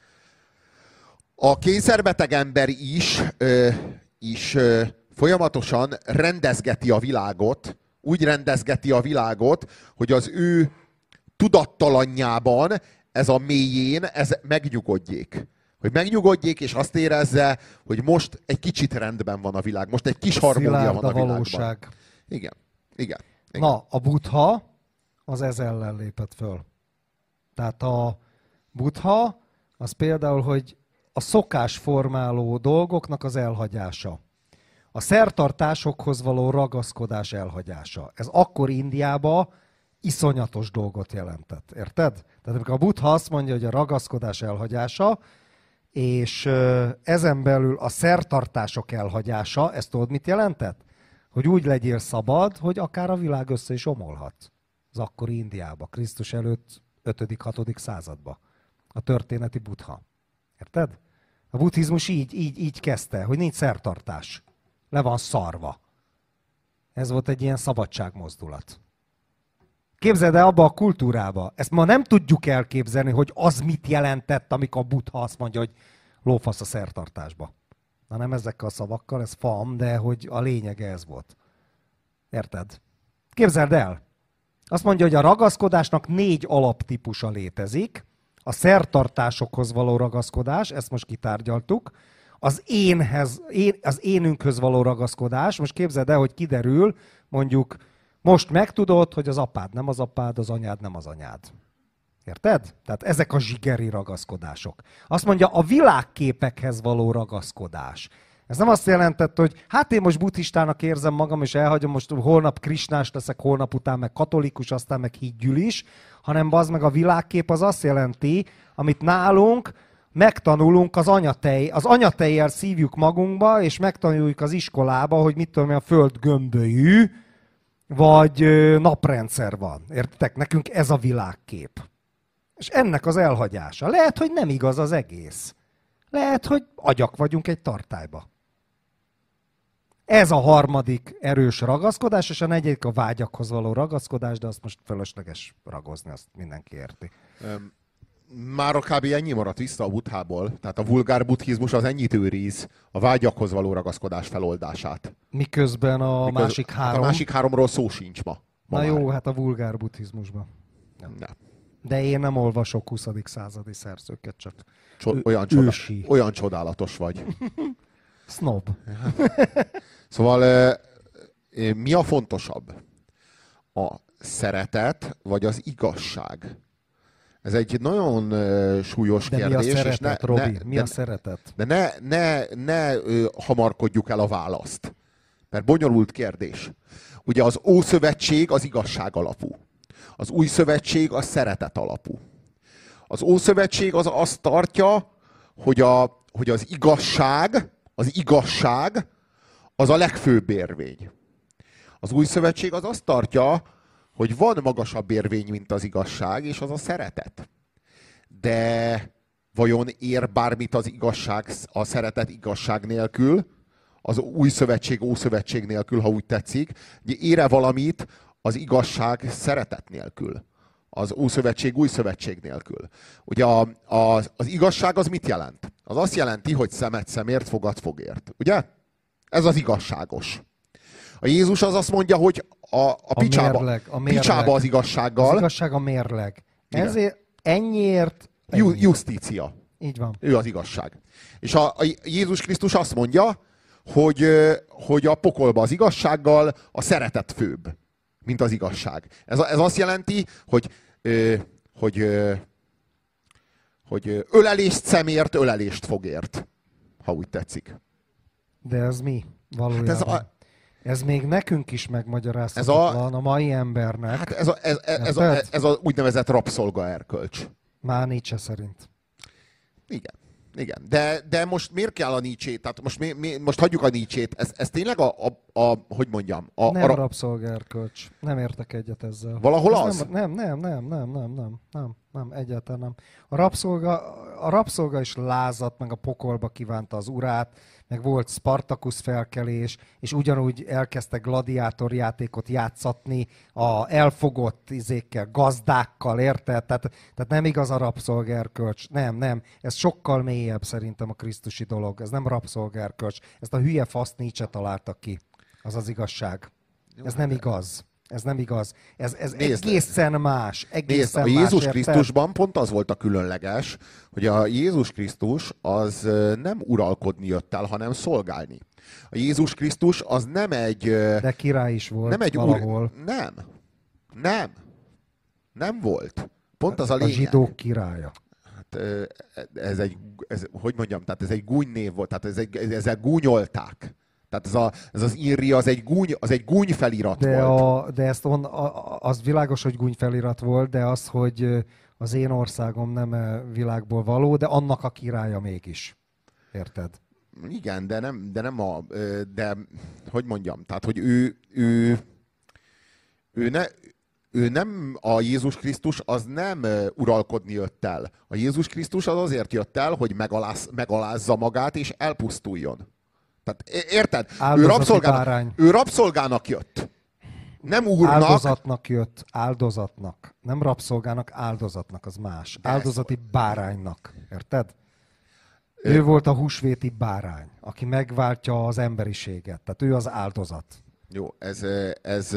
a kényszerbeteg ember is, ö, is ö, folyamatosan rendezgeti a világot, úgy rendezgeti a világot, hogy az ő tudattalanjában ez a mélyén, ez megnyugodjék. Hogy megnyugodjék, és azt érezze, hogy most egy kicsit rendben van a világ, most egy kis harmónia Szilárd van a a világban. valóság. Igen, igen. igen. Na, a Buddha az ez ellen lépett föl. Tehát a Buddha az például, hogy a szokásformáló dolgoknak az elhagyása. A szertartásokhoz való ragaszkodás elhagyása. Ez akkor Indiában iszonyatos dolgot jelentett. Érted? Tehát amikor a Buddha azt mondja, hogy a ragaszkodás elhagyása, és ezen belül a szertartások elhagyása, ezt tudod, mit jelentett? Hogy úgy legyél szabad, hogy akár a világ össze is omolhat. Az akkori Indiába, Krisztus előtt ötödik-hatodik századba. A történeti Buddha. Érted? A buddhizmus így, így, így kezdte, hogy nincs szertartás. Le van szarva. Ez volt egy ilyen szabadságmozdulat. Képzeld el abba a kultúrába. Ezt ma nem tudjuk elképzelni, hogy az mit jelentett, amikor a Buddha azt mondja, hogy lófasz a szertartásba. Na nem ezekkel a szavakkal, ez fam, de hogy a lényege ez volt. Érted? Képzeld el. Azt mondja, hogy a ragaszkodásnak négy alaptípusa létezik. A szertartásokhoz való ragaszkodás, ezt most kitárgyaltuk. Az énhez, én, az énünkhöz való ragaszkodás, most képzeld el, hogy kiderül, mondjuk, most megtudod, hogy az apád nem az apád, az anyád nem az anyád. Érted? Tehát ezek a zsigeri ragaszkodások. Azt mondja, a világképekhez való ragaszkodás. Ez nem azt jelentett, hogy hát én most buddhistának érzem magam, és elhagyom, most holnap krisnás leszek, holnap után meg katolikus, aztán meg hídgyűlis, hanem bazd meg a világkép az azt jelenti, amit nálunk megtanulunk az anyatej, az anyatejjel szívjuk magunkba, és megtanuljuk az iskolába, hogy mit tudom én, a föld gömbölyű, vagy naprendszer van. Értitek? Nekünk ez a világkép. És ennek az elhagyása. Lehet, hogy nem igaz az egész. Lehet, hogy agyak vagyunk egy tartályba. Ez a harmadik erős ragaszkodás, és a negyedik a vágyakhoz való ragaszkodás, de azt most fölösleges ragozni, azt mindenki érti. Um. Már kb. Ennyi maradt vissza a buddhából, tehát a vulgár buddhizmus az ennyit őriz, a vágyakhoz való ragaszkodás feloldását. Miközben a Miköz, másik három... Hát a másik háromról szó sincs ma. ma Na már. jó, hát a vulgár buddhizmusban. Ja. Ne. De én nem olvasok huszadik századi szerzőket, csak Cso- olyan, csoda- ősi. olyan csodálatos vagy. Snob. Szóval mi a fontosabb? A szeretet vagy az igazság? Ez egy nagyon uh, súlyos de kérdés. mi a szeretet, és ne, Robi? ne, Mi de, a szeretet? De ne, ne, ne uh, hamarkodjuk el a választ. Mert bonyolult kérdés. Ugye az Ószövetség az igazság alapú. Az Új Szövetség a szeretet alapú. Az Ószövetség az azt tartja, hogy, a, hogy az igazság, az igazság az a legfőbb érvény. Az Új Szövetség az azt tartja, hogy van magasabb érvény, mint az igazság, és az a szeretet. De vajon ér bármit az igazság, a szeretet igazság nélkül, az Új Szövetség, Ószövetség nélkül, ha úgy tetszik, ér-e valamit az igazság szeretet nélkül? Az Ószövetség, Új Szövetség nélkül. Ugye a, a, az igazság az mit jelent? Az azt jelenti, hogy szemet szemért, fogad fogért. Ugye? Ez az igazságos. A Jézus az azt mondja, hogy a, a, A picsába, mérleg, a mérleg. picsába az igazsággal. Az igazság a mérleg. Igen. Ezért ennyiért... Ju, ennyi. justícia. Így van. Ő az igazság. És a, a Jézus Krisztus azt mondja, hogy, hogy a pokolba az igazsággal a szeretet főbb, mint az igazság. Ez, ez azt jelenti, hogy, hogy, hogy ölelést szemért, ölelést fogért, ha úgy tetszik. De ez mi? Valójában. Hát ez, a, ez még nekünk is megmagyarázhatatlan, a, a mai embernek. Hát ez, a, ez, ez, ez, a, ez a úgynevezett rabszolga erkölcs. Már Nietzsche szerint. Igen. Igen. De, de most miért kell a Nietzsét? Tehát most, mi, mi, most hagyjuk a Nietzsét. Ez, ez tényleg a, a, a, hogy mondjam? A, nem a, rabszolgaerkölcs. Nem értek egyet ezzel. Valahol ez az? Nem, nem, nem, nem, nem, nem, nem, nem, nem, egyáltalán nem. A rabszolga, a rabszolga is lázadt, meg a pokolba kívánta az urát, meg volt Spartacus felkelés, és ugyanúgy elkezdtek gladiátorjátékot játszatni a elfogott izékkel, gazdákkal, érted? Tehát, tehát nem igaz a rabszolgaerkölcs. Nem, nem. Ez sokkal mélyebb szerintem a krisztusi dolog. Ez nem rabszolgaerkölcs. Ezt a hülye faszt Nietzsche találtak ki. Az az igazság. Ez nem igaz. Ez nem igaz. Ez, ez Nézd, egészen más. Egészen Nézd, a Jézus más, Krisztusban pont az volt a különleges, hogy a Jézus Krisztus az nem uralkodni jött el, hanem szolgálni. A Jézus Krisztus az nem egy... De király is volt nem egy valahol. Úr, nem. Nem. Nem volt. Pont az a A lényeg. zsidók királya. Hát, ez egy, ez, hogy mondjam, tehát ez egy gúnynév volt, tehát ez egy, ezzel gúnyolták. Tehát ez, a, ez az írri, az egy gúny, az egy gúny felirat de volt. A, de ezt on, a, az világos, hogy gúny felirat volt, de az, hogy az én országom nem e világból való, de annak a királya mégis. Érted? Igen, de nem, de nem a, de hogy mondjam, tehát, hogy ő, ő, ő, ne, ő nem, a Jézus Krisztus az nem uralkodni jött el. A Jézus Krisztus az azért jött el, hogy megaláz, megalázza magát és elpusztuljon. Tehát érted? Ő rabszolgának, ő rabszolgának jött. Nem úrnak. Áldozatnak jött. Áldozatnak. Nem rabszolgának, áldozatnak, az más. De áldozati báránynak. Érted? Ő, ő volt a húsvéti bárány, aki megváltja az emberiséget. Tehát ő az áldozat. Jó, ez... ez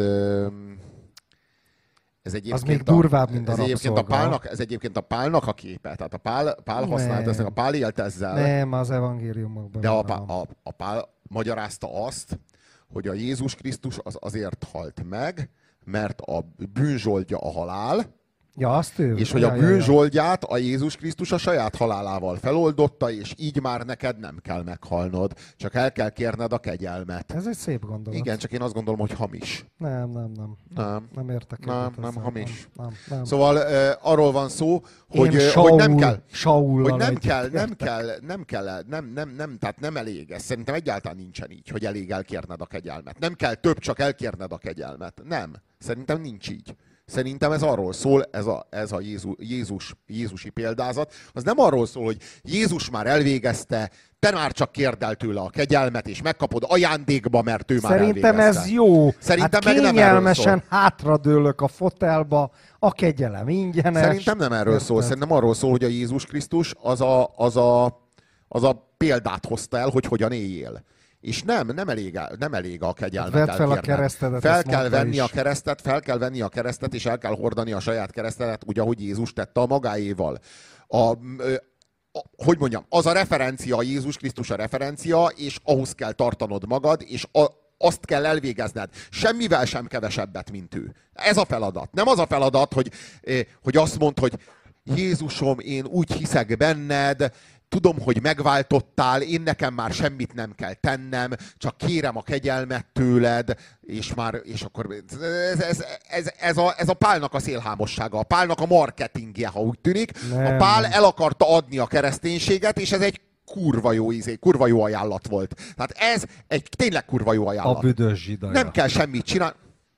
Ez az még durvább, mint a ez egyébként a Pálnak, ez egyébként a Pálnak a képe. Tehát a Pál, Pál használt ezt, a Pál élt ezzel. Nem, az evangéliumokban. De a, a, a Pál magyarázta azt, hogy a Jézus Krisztus az azért halt meg, mert a bűnzsoldja a halál, ja, azt ő. És hogy ja, a bűnzsoldját a Jézus Krisztus a saját halálával feloldotta, és így már neked nem kell meghalnod, csak el kell kérned a kegyelmet. Ez egy szép gondolat. Igen, csak én azt gondolom, hogy hamis. Nem, nem, nem. Nem, nem értek Nem, nem hamis. Nem, nem, nem. Szóval uh, arról van szó, hogy, uh, Saul, hogy nem kell, Saullal hogy nem együtt kell, nem értek. kell, nem kell, nem, nem, nem, tehát nem elég. Ez szerintem egyáltalán nincsen így, hogy elég elkérned a kegyelmet. Nem kell több, csak elkérned a kegyelmet. Nem. Szerintem nincs így. Szerintem ez arról szól, ez a, ez a Jézus, Jézus, Jézusi példázat, az nem arról szól, hogy Jézus már elvégezte, te már csak kérd el tőle a kegyelmet, és megkapod ajándékba, mert ő már Szerintem elvégezte. ez jó. Szerintem hát meg nem kényelmesen hátradőlök a fotelba, a kegyelem ingyenes. Szerintem nem erről szól. Szerintem arról szól, hogy a Jézus Krisztus az a, az a, az a példát hozta el, hogy hogyan éljél. És nem, nem elég, nem elég a kegyelmet Vedd fel elkérned. a keresztedet, Fel ezt kell mondta venni is. a keresztet, fel kell venni a keresztet, és el kell hordani a saját keresztedet, úgy, ahogy Jézus tette a magáéval. A, ö, a, hogy mondjam, az a referencia, Jézus Krisztus a referencia, és ahhoz kell tartanod magad, és a, azt kell elvégezned. Semmivel sem kevesebbet, mint ő. Ez a feladat. Nem az a feladat, hogy, hogy azt mondd, hogy Jézusom, én úgy hiszek benned, tudom, hogy megváltottál, én nekem már semmit nem kell tennem, csak kérem a kegyelmet tőled, és már, és akkor ez, ez, ez, ez, a, ez a Pálnak a szélhámossága, a Pálnak a marketingje, ha úgy tűnik. Nem. A Pál el akarta adni a kereszténységet, és ez egy kurva jó izé, kurva jó ajánlat volt. Tehát ez egy tényleg kurva jó ajánlat. A büdös zsidaja. Nem kell semmit csinálni.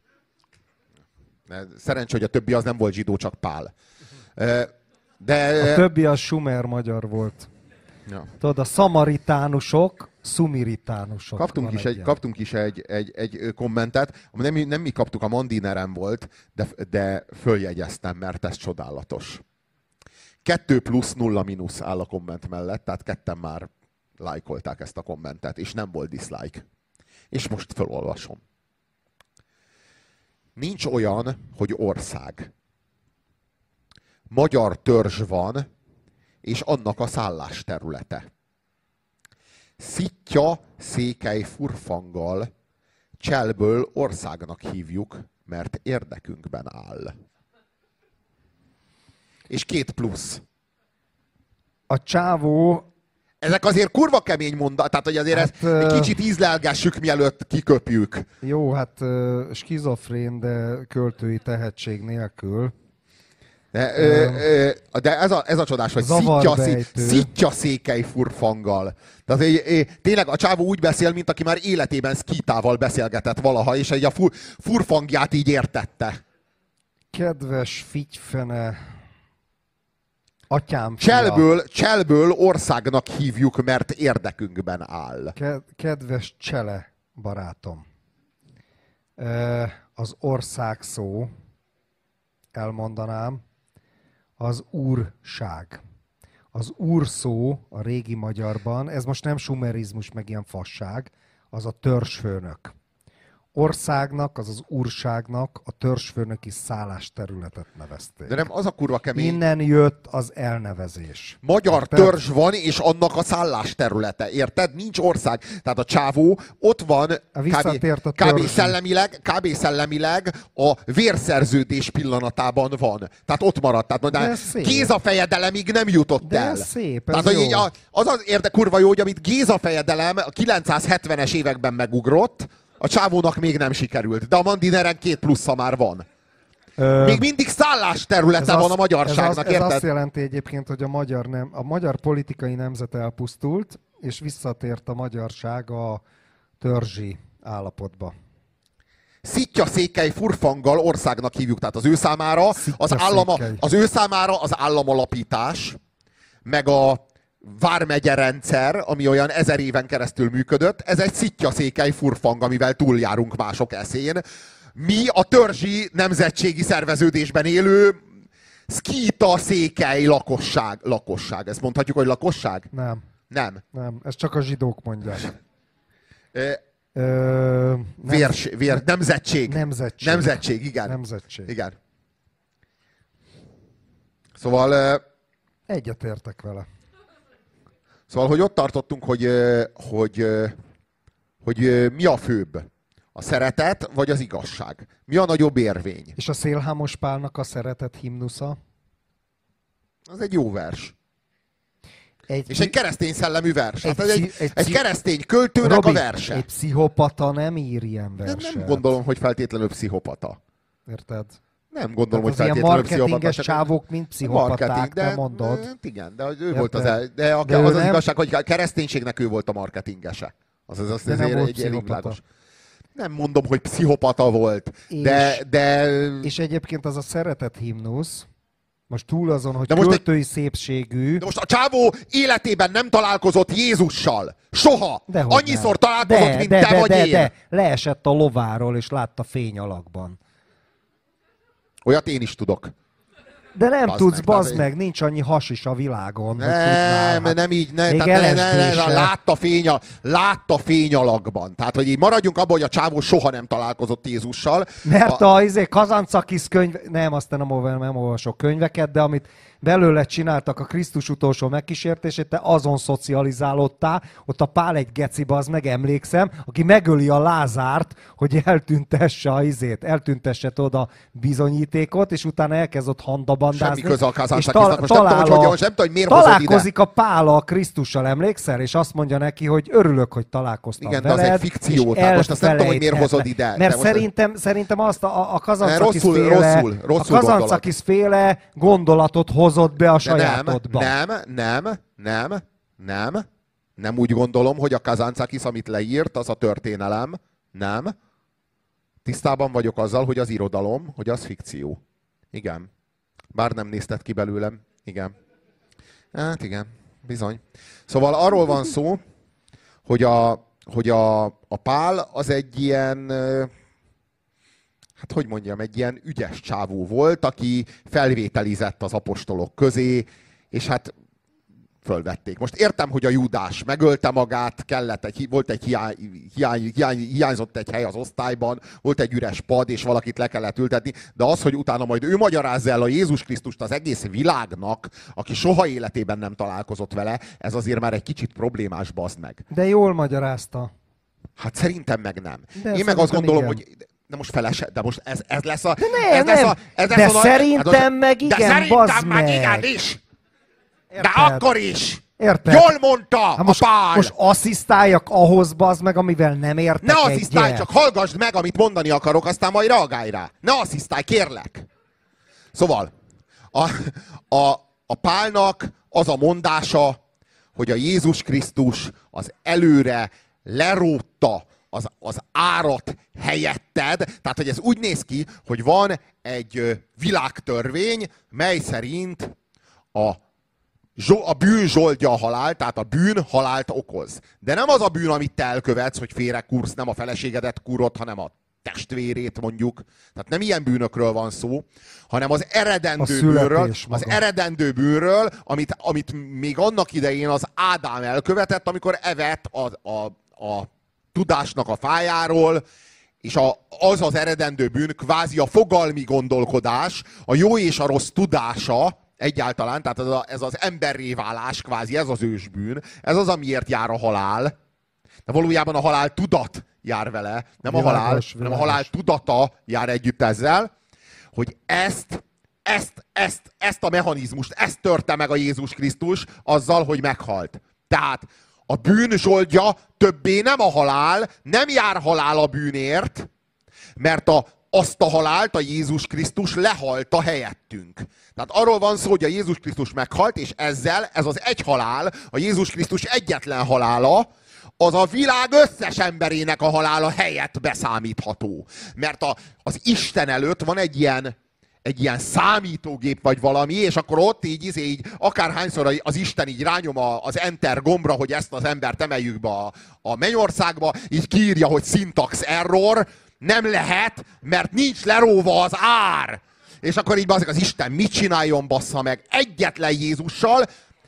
Szerencsé, hogy a többi az nem volt zsidó, csak Pál. De... A többi az sumer magyar volt. Ja. Tudod, a szamaritánusok, szumiritánusok. Kaptunk is, egy, kaptunk is egy, egy, egy kommentet, nem, nem mi kaptuk, a Mandineren volt, de, de följegyeztem, mert ez csodálatos. Kettő plusz nulla mínusz áll a komment mellett, tehát ketten már lájkolták ezt a kommentet, és nem volt dislike. És most felolvasom. Nincs olyan, hogy ország. Magyar törzs van, és annak a szállásterülete. Szitja székely furfanggal, Cselből országnak hívjuk, mert érdekünkben áll. És két plusz. A csávó... Ezek azért kurva kemény mondat, tehát hogy azért hát, ezt uh... egy kicsit ízlelgessük, mielőtt kiköpjük. Jó, hát uh, skizofrén, de költői tehetség nélkül. De, ö, ö, de ez, a, ez a csodás, hogy szitja, szé, szitja székely furfanggal. Tehát é, é, tényleg a csávó úgy beszél, mint aki már életében szkítával beszélgetett valaha, és egy a fur, furfangját így értette. Kedves figyfene, Atyám fia. Cselből, cselből országnak hívjuk, mert érdekünkben áll. Kedves Csele barátom, az ország szó, elmondanám, az úrság. Az úr szó a régi magyarban, ez most nem sumerizmus, meg ilyen fasság, az a törzsfőnök. Országnak, azaz úrságnak a törzsfőnöki szállásterületet nevezték. De nem, az a kurva kemény. Innen jött az elnevezés. Magyar Érted? törzs van, és annak a szállásterülete. Érted? Nincs ország. Tehát a csávó ott van kb, a kb, szellemileg, kb. szellemileg a vérszerződés pillanatában van. Tehát ott maradt. Tehát Géza fejedelemig nem jutott De el. szép, ez Tehát jó. így a, az az érde kurva jó, hogy amit Géza fejedelem a kilencszázhetvenes években megugrott, a csávónak még nem sikerült. De a Mandineren két plusza már van. Ö... Még mindig szállásterülete van a magyarságnak, ez, az, ez érted? azt jelenti egyébként, hogy a magyar, nem, a magyar politikai nemzet elpusztult, és visszatért a magyarság a törzsi állapotba. Szittyaszékely furfanggal országnak hívjuk, tehát az ő számára az, állama, az ő számára az államalapítás, meg a vármegye rendszer, ami olyan ezer éven keresztül működött, ez egy szittyaszékely furfang, amivel túljárunk mások eszén. Mi a törzsi nemzetségi szerveződésben élő szkíta székely lakosság. Lakosság. Ezt mondhatjuk, hogy lakosság? Nem. Nem. Nem. Ezt csak a zsidók mondják. Ö, Ö, nem, Vérs, vér, nemzetség. Nemzetség. Nemzetség, igen. Nemzetség. Igen. Szóval... Egyetértek vele. Szóval, hogy ott tartottunk, hogy, hogy, hogy mi a főbb? A szeretet, vagy az igazság? Mi a nagyobb érvény? És a Szélhámos Pálnak a szeretet himnusza? Az egy jó vers. Egy És egy keresztény szellemű vers. Egy, hát egy, egy, egy, egy keresztény költőnek Robi, a verse. egy pszichopata nem ír ilyen verset. Nem gondolom, hogy feltétlenül pszichopata. Érted? Nem gondolom, hogy ilyen feltétlenül pszichopata. marketinges csávók, mint pszichopaták, te mondod. De, igen, de ő Érted? volt az, el, de, a, de az, az nem... igazság, hogy a kereszténységnek ő volt a marketingese. Az az, az de nem volt egy világos. Nem mondom, hogy pszichopata volt, és, de, de... És egyébként az a szeretet himnusz, most túl azon, hogy most költői egy... szépségű... De most a csávó életében nem találkozott Jézussal. Soha. Dehogy Annyiszor nem. találkozott, de, mint de, te de, vagy de, én. De, leesett a lováról, és látta fény alakban. Olyat én is tudok. De nem bazd tudsz, meg, bazd bazd meg, nincs annyi hasis a világon. Nem, hogy nem így, ne, Még tehát ne, ne, ne, el es dé se. látta, fény a, látta fény alakban. Tehát, hogy így maradjunk abban, hogy a csávó soha nem találkozott Jézussal. Mert a, a, izé, Kazancakis könyv, nem, aztán nem, nem olvasok könyveket, de amit belőle csináltak a Krisztus utolsó megkísértését, te azon szocializálódtál, ott a Pál egy geci, az meg emlékszem, aki megöli a Lázárt, hogy eltüntesse a izét, eltüntesse oda bizonyítékot, és utána elkezd ott handabandázni. Semmi köze a és Kazancakisnak. Most talál nem tudom, hogy, hogy, nem tudom, hogy miért hozod ide. Találkozik a Pál a Krisztussal, emlékszel? És azt mondja neki, hogy örülök, hogy találkoztam igen, veled. Igen, de az egy fikció, tehát most azt nem tudom, hogy miért hozod ide. Mert most szerintem, szerintem azt a, a Kazancakis rosszul, féle, rosszul, rosszul a Kazancakis féle gondolatot hozott be a sajátodba. Nem, nem, nem, nem, nem, nem úgy gondolom, hogy a Kazancakis, amit leírt, az a történelem. Nem. Tisztában vagyok azzal, hogy az irodalom, hogy az fikció. Igen. Bár nem nézted ki belőlem. Igen. Hát igen, bizony. Szóval arról van szó, hogy a, hogy a, a Pál az egy ilyen, hát hogy mondjam, egy ilyen ügyes csávó volt, aki felvételizett az apostolok közé, és hát fölvették. Most értem, hogy a Júdás megölte magát, kellett egy, volt egy hiány, hiány, hiány, hiányzott egy hely az osztályban, volt egy üres pad, és valakit le kellett ültetni, de az, hogy utána majd ő magyarázza el a Jézus Krisztust az egész világnak, aki soha életében nem találkozott vele, ez azért már egy kicsit problémás, bazd meg. De jól magyarázta. Hát szerintem meg nem. De Én meg azt gondolom, igen. hogy de most felese, de most ez, ez lesz a... De nem, ez lesz nem. A, ez de lesz a, szerintem hát meg igen, de szerintem bazd meg meg. igen is. Érted? De akkor is. Érted? Jól mondta hát most, a Pál. Most asszisztáljak ahhoz, bazd meg, amivel nem értek Ne asszisztálj, egyet. csak hallgassd meg, amit mondani akarok, aztán majd reagálj rá. Ne asszisztálj, kérlek. Szóval, a, a, a Pálnak az a mondása, hogy a Jézus Krisztus az előre lerótta az, az árat helyetted. Tehát, hogy ez úgy néz ki, hogy van egy világtörvény, mely szerint a a bűn zsoldja a halál, tehát a bűn halált okoz. De nem az a bűn, amit te elkövetsz, hogy félrekursz, nem a feleségedet kurod, hanem a testvérét mondjuk. Tehát nem ilyen bűnökről van szó, hanem az eredendő bűnről, az eredendő bűnről, amit, amit még annak idején az Ádám elkövetett, amikor evett a, a, a tudásnak a fájáról, és a, az az eredendő bűn, kvázi a fogalmi gondolkodás, a jó és a rossz tudása egyáltalán, tehát ez, a, ez az emberré válás, kvázi ez az ősbűn, ez az, amiért jár a halál. De valójában a halál tudat jár vele, nem a halál, világos, hanem a halál tudata jár együtt ezzel, hogy ezt, ezt, ezt, ezt a mechanizmust, ezt törte meg a Jézus Krisztus azzal, hogy meghalt. Tehát a bűn zsoldja többé nem a halál, nem jár halál a bűnért, mert a, azt a halált a Jézus Krisztus lehalta helyettünk. Tehát arról van szó, hogy a Jézus Krisztus meghalt, és ezzel ez az egy halál, a Jézus Krisztus egyetlen halála, az a világ összes emberének a halála helyett beszámítható. Mert a, az Isten előtt van egy ilyen, egy ilyen számítógép vagy valami, és akkor ott így, így, így akárhányszor az Isten így rányom az Enter gombra, hogy ezt az embert emeljük be a, a mennyországba, így kiírja, hogy syntax error, nem lehet, mert nincs leróva az ár. És akkor így az Isten mit csináljon, bassza meg? Egyetlen Jézussal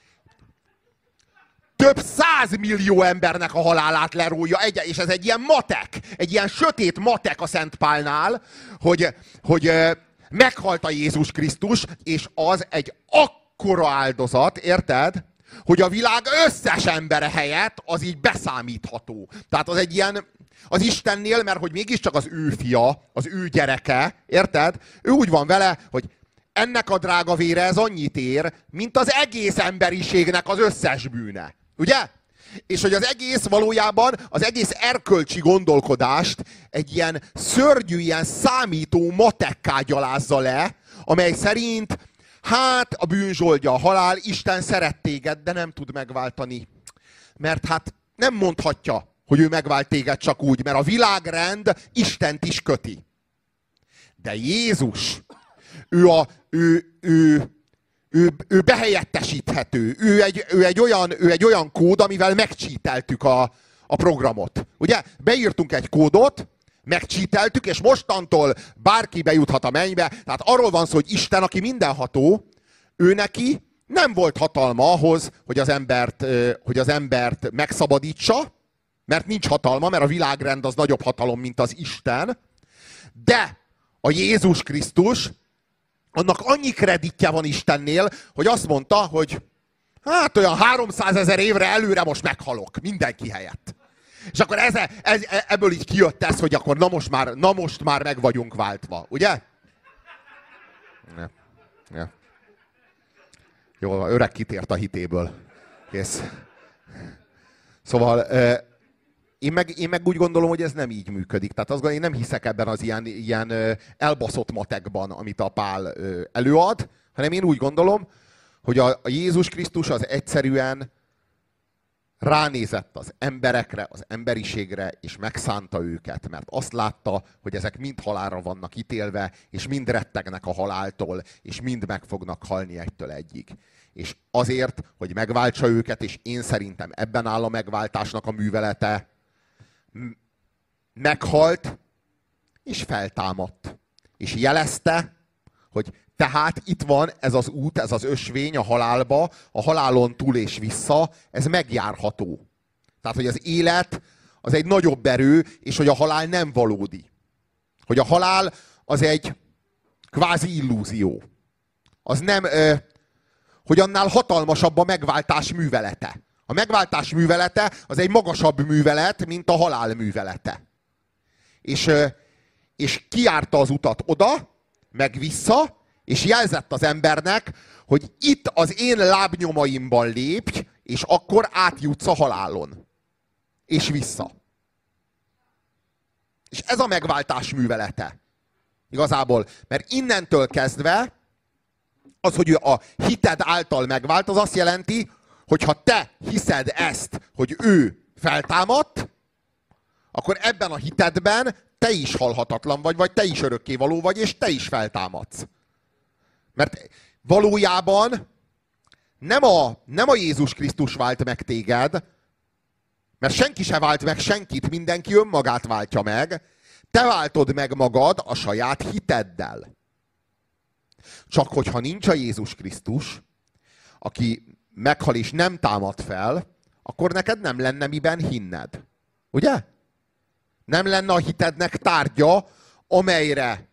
több százmillió embernek a halálát lerója, egy, és ez egy ilyen matek, egy ilyen sötét matek a Szent Pálnál, hogy, hogy meghalt a Jézus Krisztus, és az egy akkora áldozat, érted? Hogy a világ összes embere helyett az így beszámítható. Tehát az egy ilyen, az Istennél, mert hogy mégiscsak az ő fia, az ő gyereke, érted? Ő úgy van vele, hogy ennek a drága vére ez annyit ér, mint az egész emberiségnek az összes bűne. Ugye? És hogy az egész valójában, az egész erkölcsi gondolkodást egy ilyen szörnyű, ilyen számító matekká gyalázza le, amely szerint hát a bűn zsoldja a halál, Isten szeret téged, de nem tud megváltani. Mert hát nem mondhatja, hogy ő megvált téged csak úgy, mert a világrend Istent is köti. De Jézus, ő, a, ő, ő, ő, ő behelyettesíthető. Ő egy, ő, egy olyan, ő egy olyan kód, amivel megcsíteltük a, a programot. Ugye? Beírtunk egy kódot, megcsíteltük, és mostantól bárki bejuthat a mennybe. Tehát arról van szó, hogy Isten, aki mindenható, ő neki nem volt hatalma ahhoz, hogy az embert, hogy az embert megszabadítsa, mert nincs hatalma, mert a világrend az nagyobb hatalom, mint az Isten. De a Jézus Krisztus, annak annyi kreditje van Istennél, hogy azt mondta, hogy hát olyan háromszázezer évre előre most meghalok mindenki helyett. És akkor ez, ez, ebből így kijött ez, hogy akkor na most már, na most már meg vagyunk váltva, ugye? Ja. Ja. Jól van, öreg kitért a hitéből. Kész. Szóval én meg, én meg úgy gondolom, hogy ez nem így működik. Tehát azt gondolom, én nem hiszek ebben az ilyen, ilyen elbaszott matekban, amit a Pál előad, hanem én úgy gondolom, hogy a, a Jézus Krisztus az egyszerűen ránézett az emberekre, az emberiségre, és megszánta őket, mert azt látta, hogy ezek mind halálra vannak ítélve, és mind rettegnek a haláltól, és mind meg fognak halni egytől egyig. És azért, hogy megváltsa őket, és én szerintem ebben áll a megváltásnak a művelete, meghalt, és feltámadt. És jelezte, hogy tehát itt van ez az út, ez az ösvény a halálba, a halálon túl és vissza, ez megjárható. Tehát, hogy az élet az egy nagyobb erő, és hogy a halál nem valódi. Hogy a halál az egy kvázi illúzió. Az nem, hogy annál hatalmasabb a megváltás művelete. A megváltás művelete az egy magasabb művelet, mint a halál művelete. És, és kijárta az utat oda, meg vissza, és jelzett az embernek, hogy itt az én lábnyomaimban lépj, és akkor átjutsz a halálon. És vissza. És ez a megváltás művelete. Igazából. Mert innentől kezdve az, hogy a hited által megvált, az azt jelenti, hogy ha te hiszed ezt, hogy ő feltámadt, akkor ebben a hitedben te is halhatatlan vagy, vagy te is örökkévaló vagy, és te is feltámadsz. Mert valójában nem a, nem a Jézus Krisztus vált meg téged, mert senki se vált meg senkit, mindenki önmagát váltja meg. Te váltod meg magad a saját hiteddel. Csak hogyha nincs a Jézus Krisztus, aki meghal és nem támad fel, akkor neked nem lenne miben hinned. Ugye? Nem lenne a hitednek tárgya, amelyre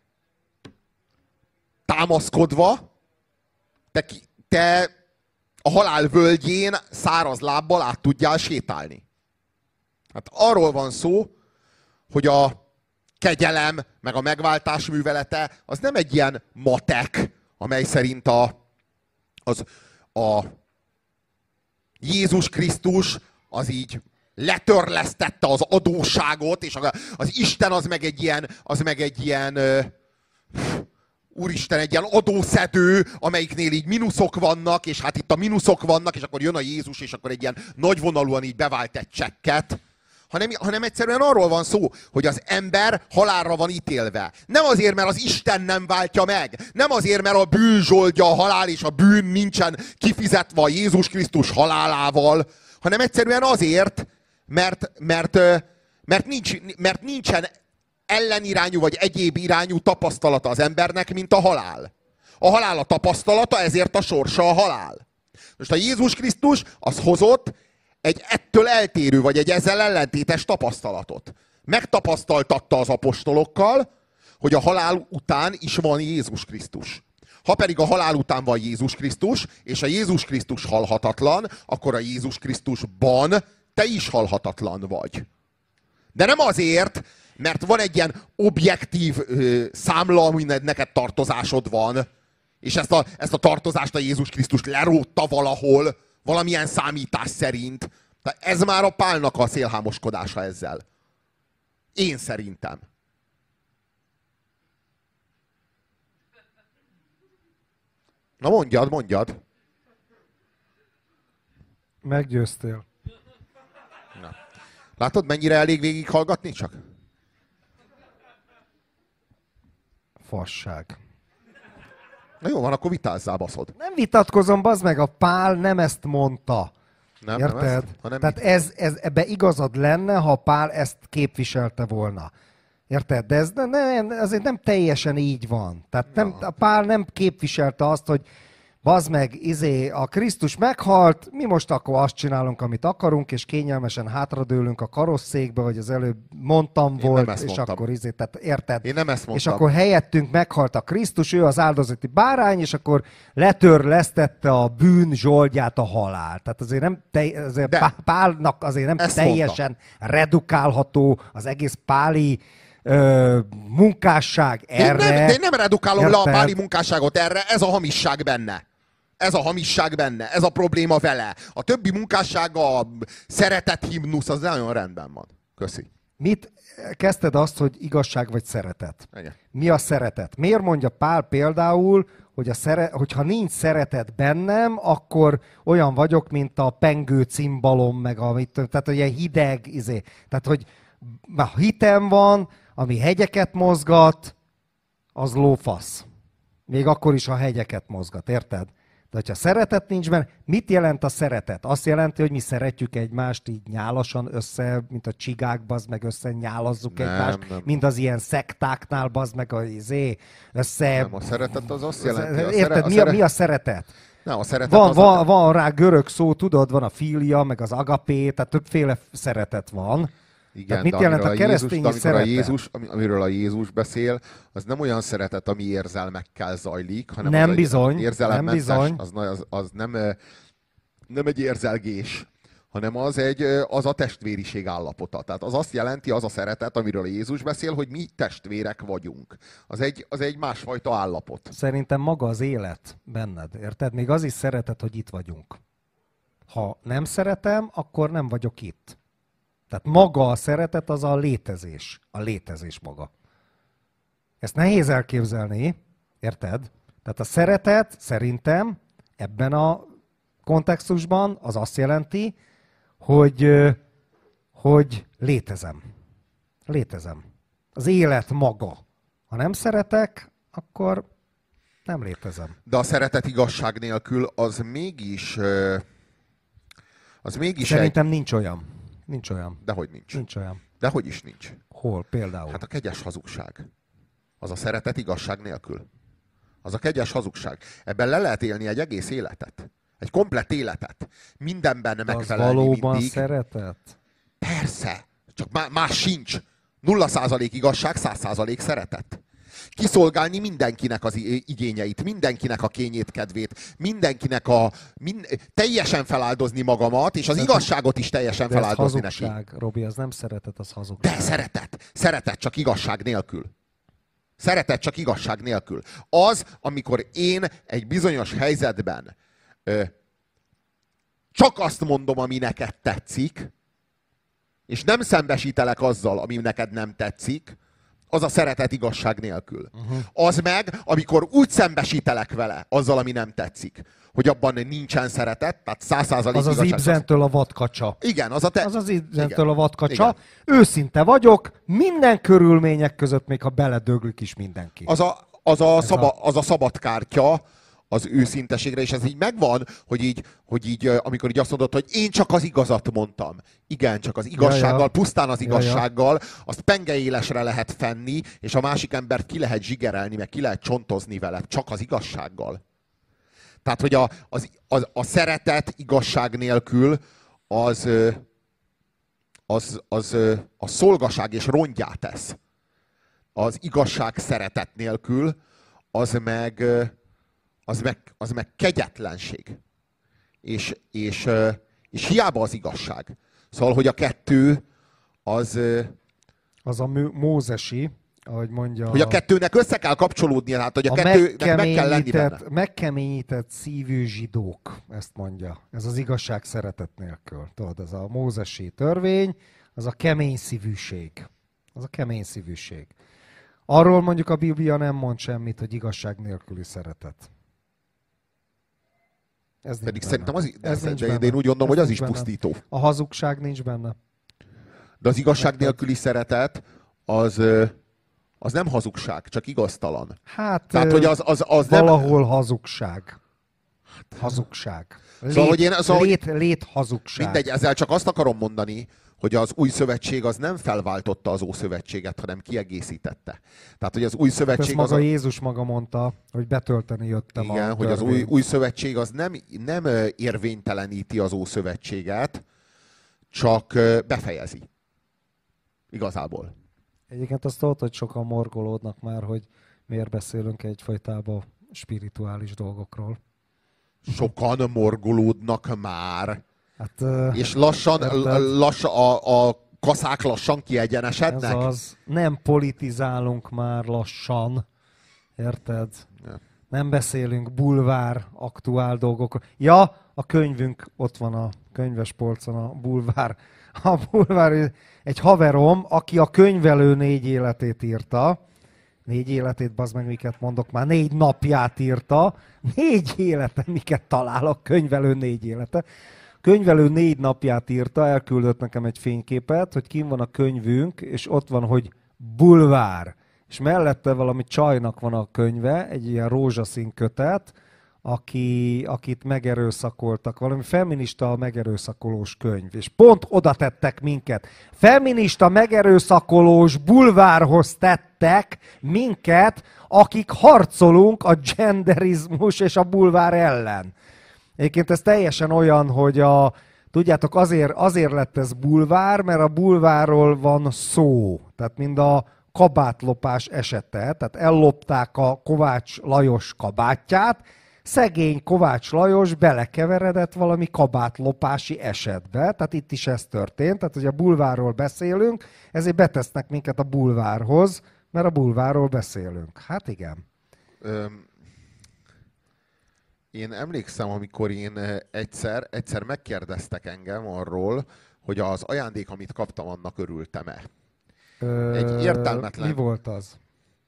támaszkodva te, te a halál völgyén száraz lábbal át tudjál sétálni. Hát arról van szó, hogy a kegyelem, meg a megváltás művelete, az nem egy ilyen matek, amely szerint a, az, a Jézus Krisztus az így letörlesztette az adósságot, és az Isten az meg egy ilyen, az meg egy ilyen uh, Úristen, egy ilyen adószedő, amelyiknél így mínuszok vannak, és hát itt a mínuszok vannak, és akkor jön a Jézus, és akkor egy ilyen nagyvonalúan így bevált egy csekket. Hanem, hanem egyszerűen arról van szó, hogy az ember halálra van ítélve. Nem azért, mert az Isten nem váltja meg. Nem azért, mert a bűn zsoldja a halál, és a bűn nincsen kifizetve a Jézus Krisztus halálával, hanem egyszerűen azért, mert, mert, mert, nincs, mert nincsen ellenirányú vagy egyéb irányú tapasztalata az embernek, mint a halál. A halál a tapasztalata, ezért a sorsa a halál. Most a Jézus Krisztus az hozott egy ettől eltérő, vagy egy ezzel ellentétes tapasztalatot. Megtapasztaltatta az apostolokkal, hogy a halál után is van Jézus Krisztus. Ha pedig a halál után van Jézus Krisztus, és a Jézus Krisztus halhatatlan, akkor a Jézus Krisztusban te is halhatatlan vagy. De nem azért, mert van egy ilyen objektív ö, számla, amin neked tartozásod van, és ezt a, ezt a tartozást a Jézus Krisztus lerótta valahol, valamilyen számítás szerint. Tehát ez már a Pálnak a szélhámoskodása ezzel. Én szerintem. Na mondjad, mondjad. Meggyőztél. Na. Látod, mennyire elég végighallgatni csak? Fasság. Na jó van, akkor vitázzál, baszod. Nem vitatkozom, bazd meg, a Pál nem ezt mondta. Nem, Érted? nem ezt, hanem Tehát ez, ez, ebbe igazad lenne, ha Pál ezt képviselte volna. Érted? De ez nem, nem, azért nem teljesen így van. Tehát nem, a Pál nem képviselte azt, hogy bazd meg, izé, a Krisztus meghalt, mi most akkor azt csinálunk, amit akarunk, és kényelmesen hátradőlünk a karosszékbe, hogy az előbb mondtam Én volt, nem ezt és mondtam. akkor izé, tehát érted? Én nem ezt mondtam. És akkor helyettünk meghalt a Krisztus, ő az áldozati bárány, és akkor letörlesztette a bűn zsoldját a halál. Tehát azért nem te, azért De, Pálnak azért nem ezt teljesen mondta. Redukálható az egész páli ö, munkásság erre. Én nem, de én nem redukálom Érted? le a páli munkásságot erre, ez a hamisság benne. Ez a hamisság benne, ez a probléma vele. A többi munkássága, a szeretet himnusz, az nagyon rendben van. Köszi. Mit kezdted azt, hogy igazság vagy szeretet? Igen. Mi a szeretet? Miért mondja Pál például, hogy a szere- hogyha nincs szeretet bennem, akkor olyan vagyok, mint a pengő cimbalom, meg a, tehát olyan hideg, izé. Tehát, hogy ha hitem van, ami hegyeket mozgat, az lófasz. Még akkor is, ha hegyeket mozgat, érted? De hogyha szeretet nincs benne, mit jelent a szeretet? Azt jelenti, hogy mi szeretjük egymást így nyálasan össze, mint a csigák, bazd meg össze nyálazzuk Nem, egymást, nem. mint az ilyen szektáknál, bazd meg a izé, össze... Nem, a szeretet az azt jelenti. A Érted, szere- a mi, a, szere- mi a szeretet? Nem, a szeretet Van, az van, a... van rá görög szó, tudod, van a filia, meg az agapé, tehát többféle szeretet van. Igen, Tehát mit de jelent a amiről keresztény Jézus, szeretet? a Jézus, ami- amiről a Jézus beszél, az nem olyan szeretet, ami érzelmekkel zajlik, hanem Nem az bizony, egy érzelemmentes, nem bizony. Az, az, az nem, ö, nem egy érzelgés, hanem az, egy, ö, az a testvériség állapota. Tehát az azt jelenti, az a szeretet, amiről a Jézus beszél, hogy mi testvérek vagyunk. Az egy, az egy másfajta állapot. Szerintem maga az élet benned, érted? Még az is szeretet, hogy itt vagyunk. Ha nem szeretem, akkor nem vagyok itt. Tehát maga a szeretet az a létezés. A létezés maga. Ezt nehéz elképzelni, érted? Tehát a szeretet szerintem ebben a kontextusban az azt jelenti, hogy, ö, hogy létezem. Létezem. Az élet maga. Ha nem szeretek, akkor Nem létezem. De a szeretet igazság nélkül az mégis... ö, Az mégis Szerintem egy... nincs olyan. Nincs olyan. Dehogy nincs. Nincs olyan. Dehogy is nincs. Hol például? Hát a kegyes hazugság. Az a szeretet igazság nélkül. Az a kegyes hazugság. Ebben le lehet élni egy egész életet. Egy komplett életet. Mindenben De az megfelelni valóban mindig. szeretet? Persze. Csak má- más sincs. Nulla százalék igazság, száz százalék szeretet. Kiszolgálni mindenkinek az igényeit, mindenkinek a kényét, kedvét, mindenkinek a... Mind, teljesen feláldozni magamat, és az De igazságot is teljesen De ez feláldozni hazugság, neki. Robi, az nem szeretet, az hazugság. De szeretet. Szeretet, csak igazság nélkül. Szeretet, csak igazság nélkül. Az, amikor én egy bizonyos helyzetben ö, csak azt mondom, ami neked tetszik, és nem szembesítelek azzal, ami neked nem tetszik, az a szeretet igazság nélkül. Uh-huh. Az meg, amikor úgy szembesítelek vele azzal, ami nem tetszik, hogy abban nincsen szeretet, tehát száz százalék Az az igazság. Ibzentől a vadkacsa. Igen, az a te... Az az Ibzentől Igen. a vadkacsa. Igen. Őszinte vagyok, minden körülmények között, még ha beledöglik is mindenki. Az a, az, a Ez szaba, a- az a szabad kártya az őszinteségre, és ez így megvan, hogy így, hogy így, amikor így azt mondod, hogy én csak az igazat mondtam. Igen, csak az igazsággal, Ja, ja. pusztán az Ja, ja. igazsággal, azt pengeélesre lehet fenni, és a másik embert ki lehet zsigerelni, meg ki lehet csontozni vele, csak az igazsággal. Tehát, hogy a, az, az, a szeretet igazság nélkül az, ö, az, az, ö, a szolgaság és rongyá tesz. Az igazság szeretet nélkül, az meg, ö, az meg, az meg kegyetlenség. És, és, ö, és hiába az igazság. Szóval, hogy a kettő az... ö, Az a mű- mózesi, ahogy mondja... hogy a kettőnek össze kell kapcsolódnia, tehát hogy a, a kettőnek meg kell lenni benne. megkeményített, megkeményített szívű zsidók, ezt mondja. Ez az igazság szeretet nélkül. Tudod, ez a mózesi törvény, az a kemény szívűség. Az a kemény szívűség. Arról mondjuk a Biblia nem mond semmit, hogy igazság nélküli szeretet. Ez nincs Pedig benne. szerintem az, de, Ez de, nincs de benne. én úgy gondolom, Ez hogy az nincs is benne. pusztító. A hazugság nincs benne. De az igazság nélküli szeretet, az, ö, az nem hazugság, csak igaztalan. Hát Tehát, hogy az, az, az nem... valahol hazugság. Hazugság. Lét, Szóval, hogy én- szóval, hogy- lét, lét hazugság. Mindegy, ezzel csak azt akarom mondani, hogy az új szövetség az nem felváltotta az ószövetséget, hanem kiegészítette. Tehát, hogy az új Ezt szövetség maga az... A... Jézus maga mondta, hogy betölteni jöttem Igen, a hogy az új, törvényt. új szövetség az nem, nem ö, érvényteleníti az ószövetséget, csak ö, befejezi. Igazából. Egyébként azt tudod, hogy sokan morgolódnak már, hogy miért beszélünk egyfajtában spirituális dolgokról. Sokan morgolódnak már. Hát, ö, És lassan, érted? lassan a, a kaszák lassan ez kiegyenesednek. az. Nem politizálunk már lassan. Érted? Ja. Nem beszélünk bulvár, aktuál dolgokról. Ja, a könyvünk ott van a könyves polcon, a bulvár. A bulvár egy haverom, aki a könyvelő négy életét írta. Négy életét, bazd meg, miket mondok már, négy napját írta. Négy élete, miket találok, könyvelő négy élete. Könyvelő négy napját írta, elküldött nekem egy fényképet, hogy kim van a könyvünk, és ott van, hogy bulvár. És mellette valami csajnak van a könyve, egy ilyen rózsaszín kötet, aki, akit megerőszakoltak, valami feminista megerőszakolós könyv. És pont oda tettek minket. Feminista megerőszakolós bulvárhoz tettek minket, akik harcolunk a genderizmus és a bulvár ellen. Egyébként ez teljesen olyan, hogy a, tudjátok, azért, azért lett ez bulvár, mert a bulvárról van szó. Tehát mind a kabátlopás esete. Tehát ellopták a Kovács Lajos kabátját, szegény Kovács Lajos belekeveredett valami kabátlopási esetbe. Tehát itt is ez történt. Tehát, hogy a bulvárról beszélünk, ezért betesznek minket a bulvárhoz, mert a bulvárról beszélünk. Hát igen. Öm, én emlékszem, amikor én eh, egyszer, egyszer megkérdeztek engem arról, hogy az ajándék, amit kaptam, annak örültem-e. Ö, Egy értelmetlen- Mi volt az?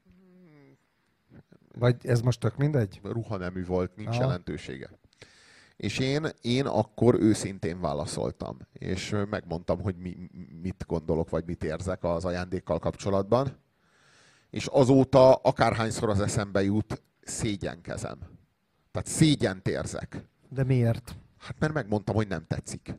Vagy ez most tök mindegy? Ruhanemű volt, nincs Aha. jelentősége. És én, én akkor őszintén válaszoltam, és ö, megmondtam, hogy mi, mit gondolok, vagy mit érzek az ajándékkal kapcsolatban. És azóta akárhányszor az eszembe jut, szégyenkezem. Tehát szégyent érzek. De miért? Hát mert megmondtam, hogy nem tetszik.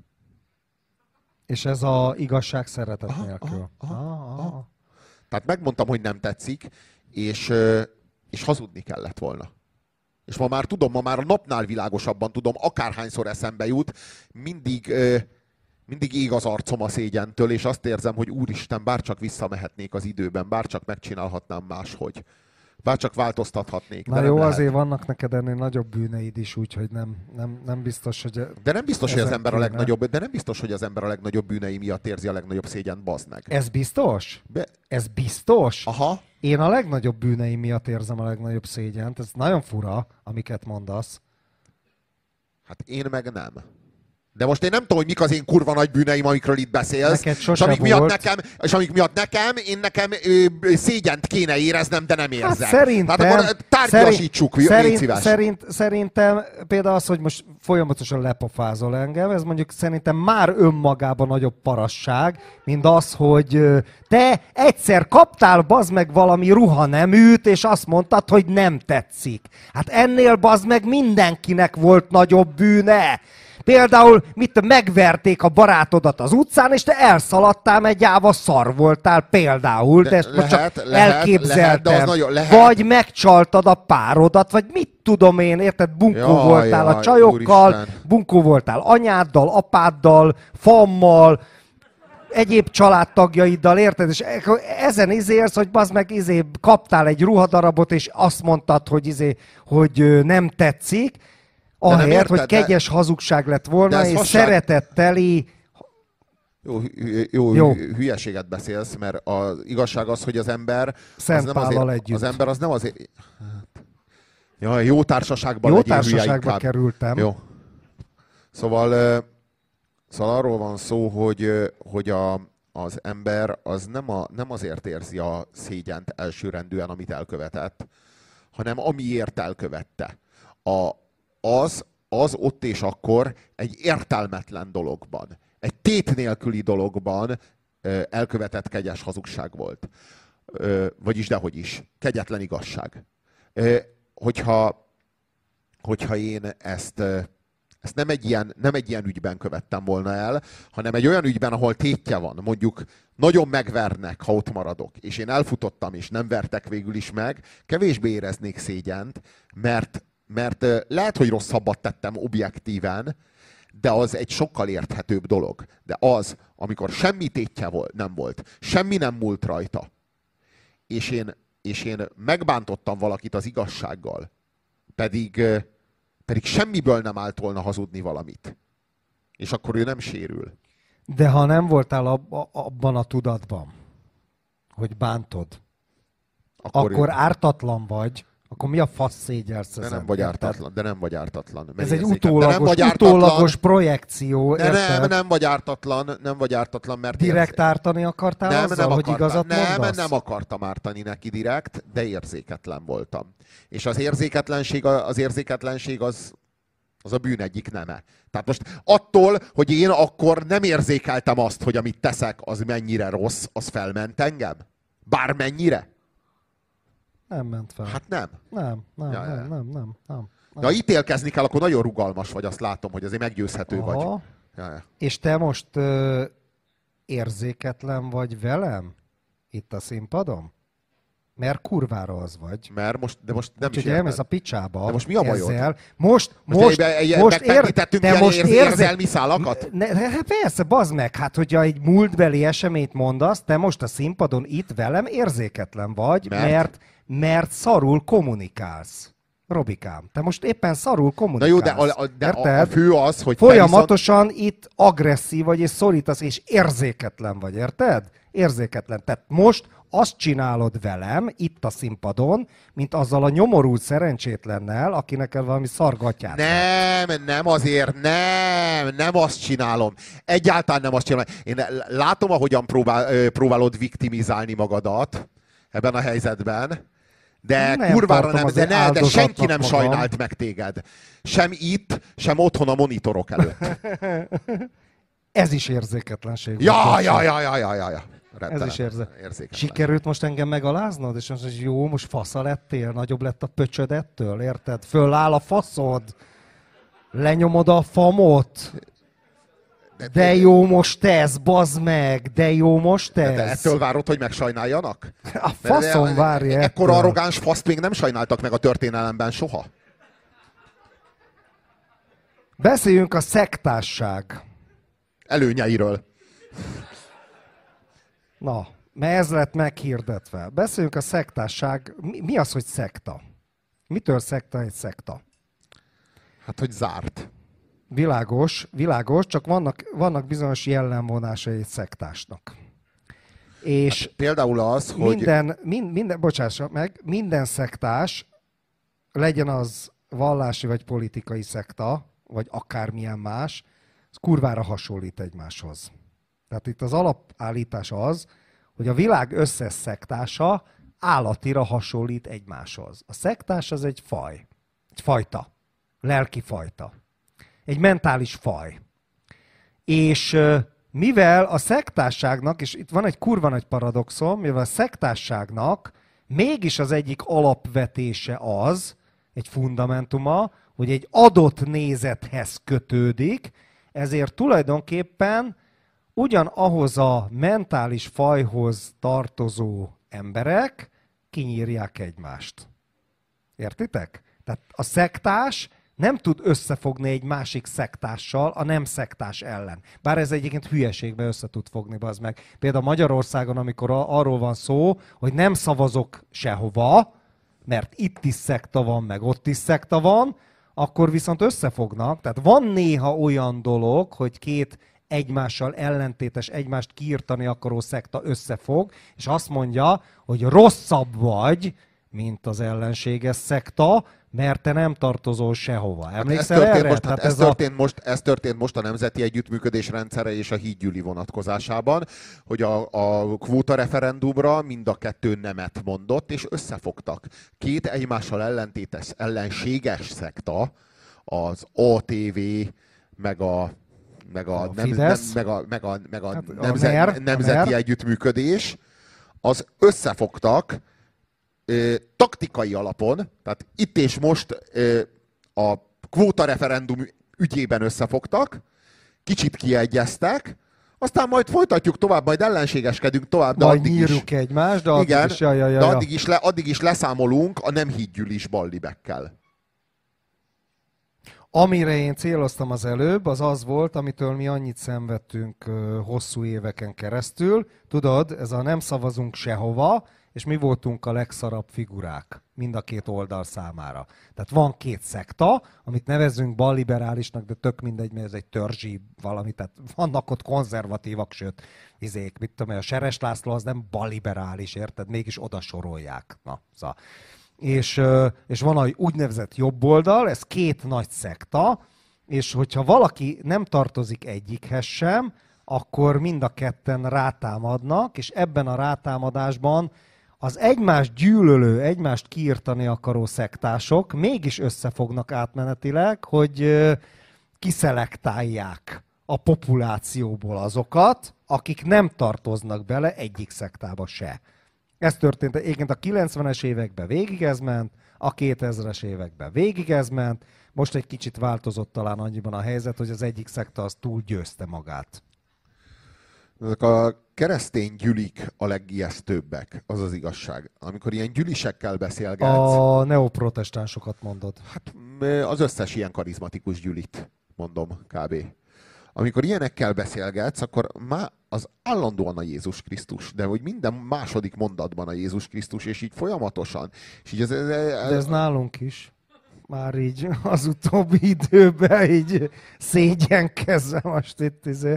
És ez a igazság szeretet Aha, nélkül. aha, aha, Ah, aha. ah. Tehát megmondtam, hogy nem tetszik, és, és hazudni kellett volna. És ma már tudom, ma már a napnál világosabban tudom, akárhányszor eszembe jut, mindig, mindig ég az arcom a szégyentől, és azt érzem, hogy úristen, bárcsak visszamehetnék az időben, bárcsak megcsinálhatnám máshogy. Bárcsak változtathatnék. Na de jó, nem lehet. azért vannak neked ennél nagyobb bűneid is, úgyhogy nem, nem, nem biztos, hogy... De nem biztos, hogy az ezek ember a kéne. legnagyobb, de nem biztos, hogy az ember a legnagyobb bűnei miatt érzi a legnagyobb szégyent, bazd meg. Ez biztos? Be... Ez biztos? Aha. Én a legnagyobb bűneim miatt érzem a legnagyobb szégyent. Ez nagyon fura, amiket mondasz. Hát én meg nem. De most én nem tudom, hogy mik az én kurva nagy bűneim, amikről itt beszélsz. Neked És sose amik, volt. miatt nekem, és amik miatt nekem, én nekem ö, szégyent kéne éreznem, de nem érzem. Hát szerintem... Tehát akkor tárgyasítsuk, légy szerint, szíves. szerint, szerintem például az, hogy most folyamatosan lepofázol engem, ez mondjuk szerintem már önmagában nagyobb parasság, mint az, hogy ö, te egyszer kaptál bazd meg valami ruhaneműt, és azt mondtad, hogy nem tetszik. Hát ennél bazd meg mindenkinek volt nagyobb bűne. Például, mit megverték a barátodat az utcán, és te elszaladtál, egy gyáva szar voltál például, de ezt most Lehet, csak lehet, elképzeltem. lehet, de az nagyon- lehet. Vagy megcsaltad a párodat, vagy mit tudom én, érted? Bunkó Jaj, voltál a jaj, csajokkal, úristen. bunkó voltál anyáddal, apáddal, fammal, egyéb családtagjaiddal, érted? És ezen izélsz, hogy bazd meg izé, kaptál egy ruhadarabot, és azt mondtad, hogy, izé, hogy ö, nem tetszik, nem ahelyett, érted, hogy de- kegyes hazugság lett de volna, ez és fasság. szeretetteli... Jó, hü- jó, Jó. jó. hülyeséget beszélsz, mert az igazság az, hogy az ember... Az Szent nem Pállal azért, együtt. az ember az nem azért... Hát, jaj, jó társaságban Jó legyél hülye társaságba inkább. kerültem. Jó. Szóval, ö, szóval arról van szó, hogy, ö, hogy a, az ember az nem, a, nem azért érzi a szégyent elsőrendűen, amit elkövetett, hanem amiért elkövette. A, az, az ott és akkor egy értelmetlen dologban, egy tét nélküli dologban ö, elkövetett kegyes hazugság volt. Ö, vagyis dehogy is. Kegyetlen igazság. Ö, hogyha, hogyha én ezt, ö, ezt nem, egy ilyen, nem egy ilyen ügyben követtem volna el, hanem egy olyan ügyben, ahol tétje van, mondjuk nagyon megvernek, ha ott maradok, és én elfutottam, és nem vertek végül is meg, kevésbé éreznék szégyent, mert, mert ö, lehet, hogy rosszabbat tettem objektíven, de az egy sokkal érthetőbb dolog. De az, amikor semmi tétje volt, nem volt, semmi nem múlt rajta, és én, és én megbántottam valakit az igazsággal, pedig, pedig semmiből nem állt volna hazudni valamit. És akkor ő nem sérül. De ha nem voltál ab, abban a tudatban, hogy bántod, Akkor, akkor ő, ártatlan vagy, akkor mi a fasz szégyelsz de ezen? nem vagy érted? ártatlan, de nem vagy ártatlan. mert Ez egy érzéket- de utólagos, nem vagy ártatlan, utólagos projekció, de érted? nem, nem vagy ártatlan, nem vagy ártatlan, mert Direkt érzé- ártani akartál nem, azzal, nem hogy akartam, igazat nem, mondasz? nem akartam ártani neki direkt, de érzéketlen voltam. És az érzéketlenség, az érzéketlenség az, az a bűn egyik neme. Tehát most attól, hogy én akkor nem érzékeltem azt, hogy amit teszek, az mennyire rossz, az felment engem? Bármennyire? Nem ment fel. Hát nem. Nem, nem, Ja, ja. nem, nem, nem, nem. De ha ítélkezni kell, akkor nagyon rugalmas vagy, azt látom, hogy azért meggyőzhető vagy. Aha. Ja, ja. És te most ö, érzéketlen vagy velem? Itt a színpadon? Mert kurvára az vagy. Mert most, de most nem is Úgyhogy elmész a érted. picsába. De most mi a bajod? ezzel. Most, Most, most, egy- egy- most, megfekítettünk te ilyen most érz- érze- érzelmi szálakat? Ne, ne, hát persze, bazd meg, hát hogyha egy múltbeli eseményt mondasz, te most a színpadon itt velem érzéketlen vagy, Mert? mert, mert, mert szarul kommunikálsz. Robikám, te most éppen szarul Na kommunikálsz. jó, de a, a, de a, a érted? fő az, hogy te Folyamatosan itt agresszív vagy, és szorítasz, és érzéketlen vagy, érted? Érzéketlen. Tehát most azt csinálod velem, itt a színpadon, mint azzal a nyomorult szerencsétlennel, aki neked valami szargatját. Nem, nem azért, nem, nem azt csinálom. Egyáltalán nem azt csinálom. Én látom, ahogyan próbál, ö, próbálod viktimizálni magadat ebben a helyzetben, de Nem kurvára tartom nem, de, azért ne, de áldozatnak senki nem magam. sajnált meg téged. Sem itt, sem otthon a monitorok előtt. Ez is érzéketlenség. Ja, volt, ja, bocsánat. ja, ja, ja, ja, ja. Ez is érze. érzéketlen. Sikerült most engem megaláznod, és most jó, most fasza lettél, nagyobb lett a pöcsöd ettől, érted? Föláll a faszod, lenyomod a famot, de jó most ez, bazd meg, de jó most ez. De ettől várod, hogy megsajnáljanak? A faszom várja ettől. Ekkora arrogáns faszt még nem sajnáltak meg a történelemben soha. Beszéljünk a szektásság Előnyeiről. Na, mert ez lett meghirdetve. Beszéljünk a szektásság. Mi, mi az, hogy szekta? Mitől szekta egy szekta? Hát, hogy zárt. Világos, világos, csak vannak, vannak bizonyos jellemvonásai egy szektásnak. És hát, például az, hogy... Minden, mind, minden, bocsássa meg, minden szektás, legyen az vallási vagy politikai szekta, vagy akármilyen más, az kurvára hasonlít egymáshoz. Tehát itt az alapállítás az, hogy a világ összes szektása állatira hasonlít egymáshoz. A szektás az egy faj, egy fajta, lelki fajta, egy mentális faj. És mivel a szektásságnak, és itt van egy kurva nagy paradoxon, mivel a szektásságnak mégis az egyik alapvetése az, egy fundamentuma, hogy egy adott nézethez kötődik, ezért tulajdonképpen ugyanahhoz a mentális fajhoz tartozó emberek kinyírják egymást. Értitek? Tehát a szektás nem tud összefogni egy másik szektással a nem szektás ellen. Bár ez egyébként hülyeségben össze tud fogni, bazd meg. Például Magyarországon, amikor arról van szó, hogy nem szavazok sehova, mert itt is szekta van, meg ott is szekta van, akkor viszont összefognak. Tehát van néha olyan dolog, hogy két egymással ellentétes, egymást kiirtani akaró szekta összefog, és azt mondja, hogy rosszabb vagy, mint az ellenséges szekta, mert te nem tartozol sehova. Emlékszel hát ez erre? Most, hát ez, ez, történt a... most, ez történt most a Nemzeti Együttműködés rendszere és a hídgyűli vonatkozásában, hogy a, a kvóta referendumra mind a kettő nemet mondott, és összefogtak. Két egymással ellentétes, ellenséges szekta, az á té vé, meg a meg a, a, nem, nem, meg a, meg a, meg a, hát nemzet, a NER, Nemzeti NER. Együttműködés, az összefogtak ö, taktikai alapon, tehát itt és most ö, a kvóta referendum ügyében összefogtak, kicsit kiegyeztek, aztán majd folytatjuk tovább, majd ellenségeskedünk tovább, de majd addig nyírjuk is, egymást, de addig igen, is, ja, ja, ja, de ja. addig is, le, addig is leszámolunk a nem hídgyűlis ballibekkel. Amire én céloztam az előbb, az az volt, amitől mi annyit szenvedtünk hosszú éveken keresztül. Tudod, ez a nem szavazunk sehova, és mi voltunk a legszarabb figurák mind a két oldal számára. Tehát van két szekta, amit nevezünk balliberálisnak, de tök mindegy, mert ez egy törzsi valami, tehát vannak ott konzervatívak, sőt, izék, mit tudom, a Seres László az nem balliberális, érted? Mégis oda sorolják. Na, szóval. És, és van egy úgynevezett jobb oldal, ez két nagy szekta, és hogyha valaki nem tartozik egyikhez sem, akkor mind a ketten rátámadnak, és ebben a rátámadásban az egymást gyűlölő, egymást kiirtani akaró szektások mégis összefognak átmenetileg, hogy kiszelektálják a populációból azokat, akik nem tartoznak bele egyik szektába se. Ez történt egyébként a kilencvenes években végig ez ment, a kétezres években végig ez ment, most egy kicsit változott talán annyiban a helyzet, hogy az egyik szekta az túl győzte magát. Ezek a keresztény gyülik a legijesztőbbek, az az igazság. Amikor ilyen gyülisekkel beszélgetsz... A neoprotestánsokat mondod. Hát az összes ilyen karizmatikus gyülit, mondom kb. Amikor ilyenekkel beszélgetsz, akkor már az állandóan a Jézus Krisztus, de hogy minden második mondatban a Jézus Krisztus, és így folyamatosan. És így ez, ez, ez... De ez nálunk is. Már így az utóbbi időben így szégyenkezve most itt izé.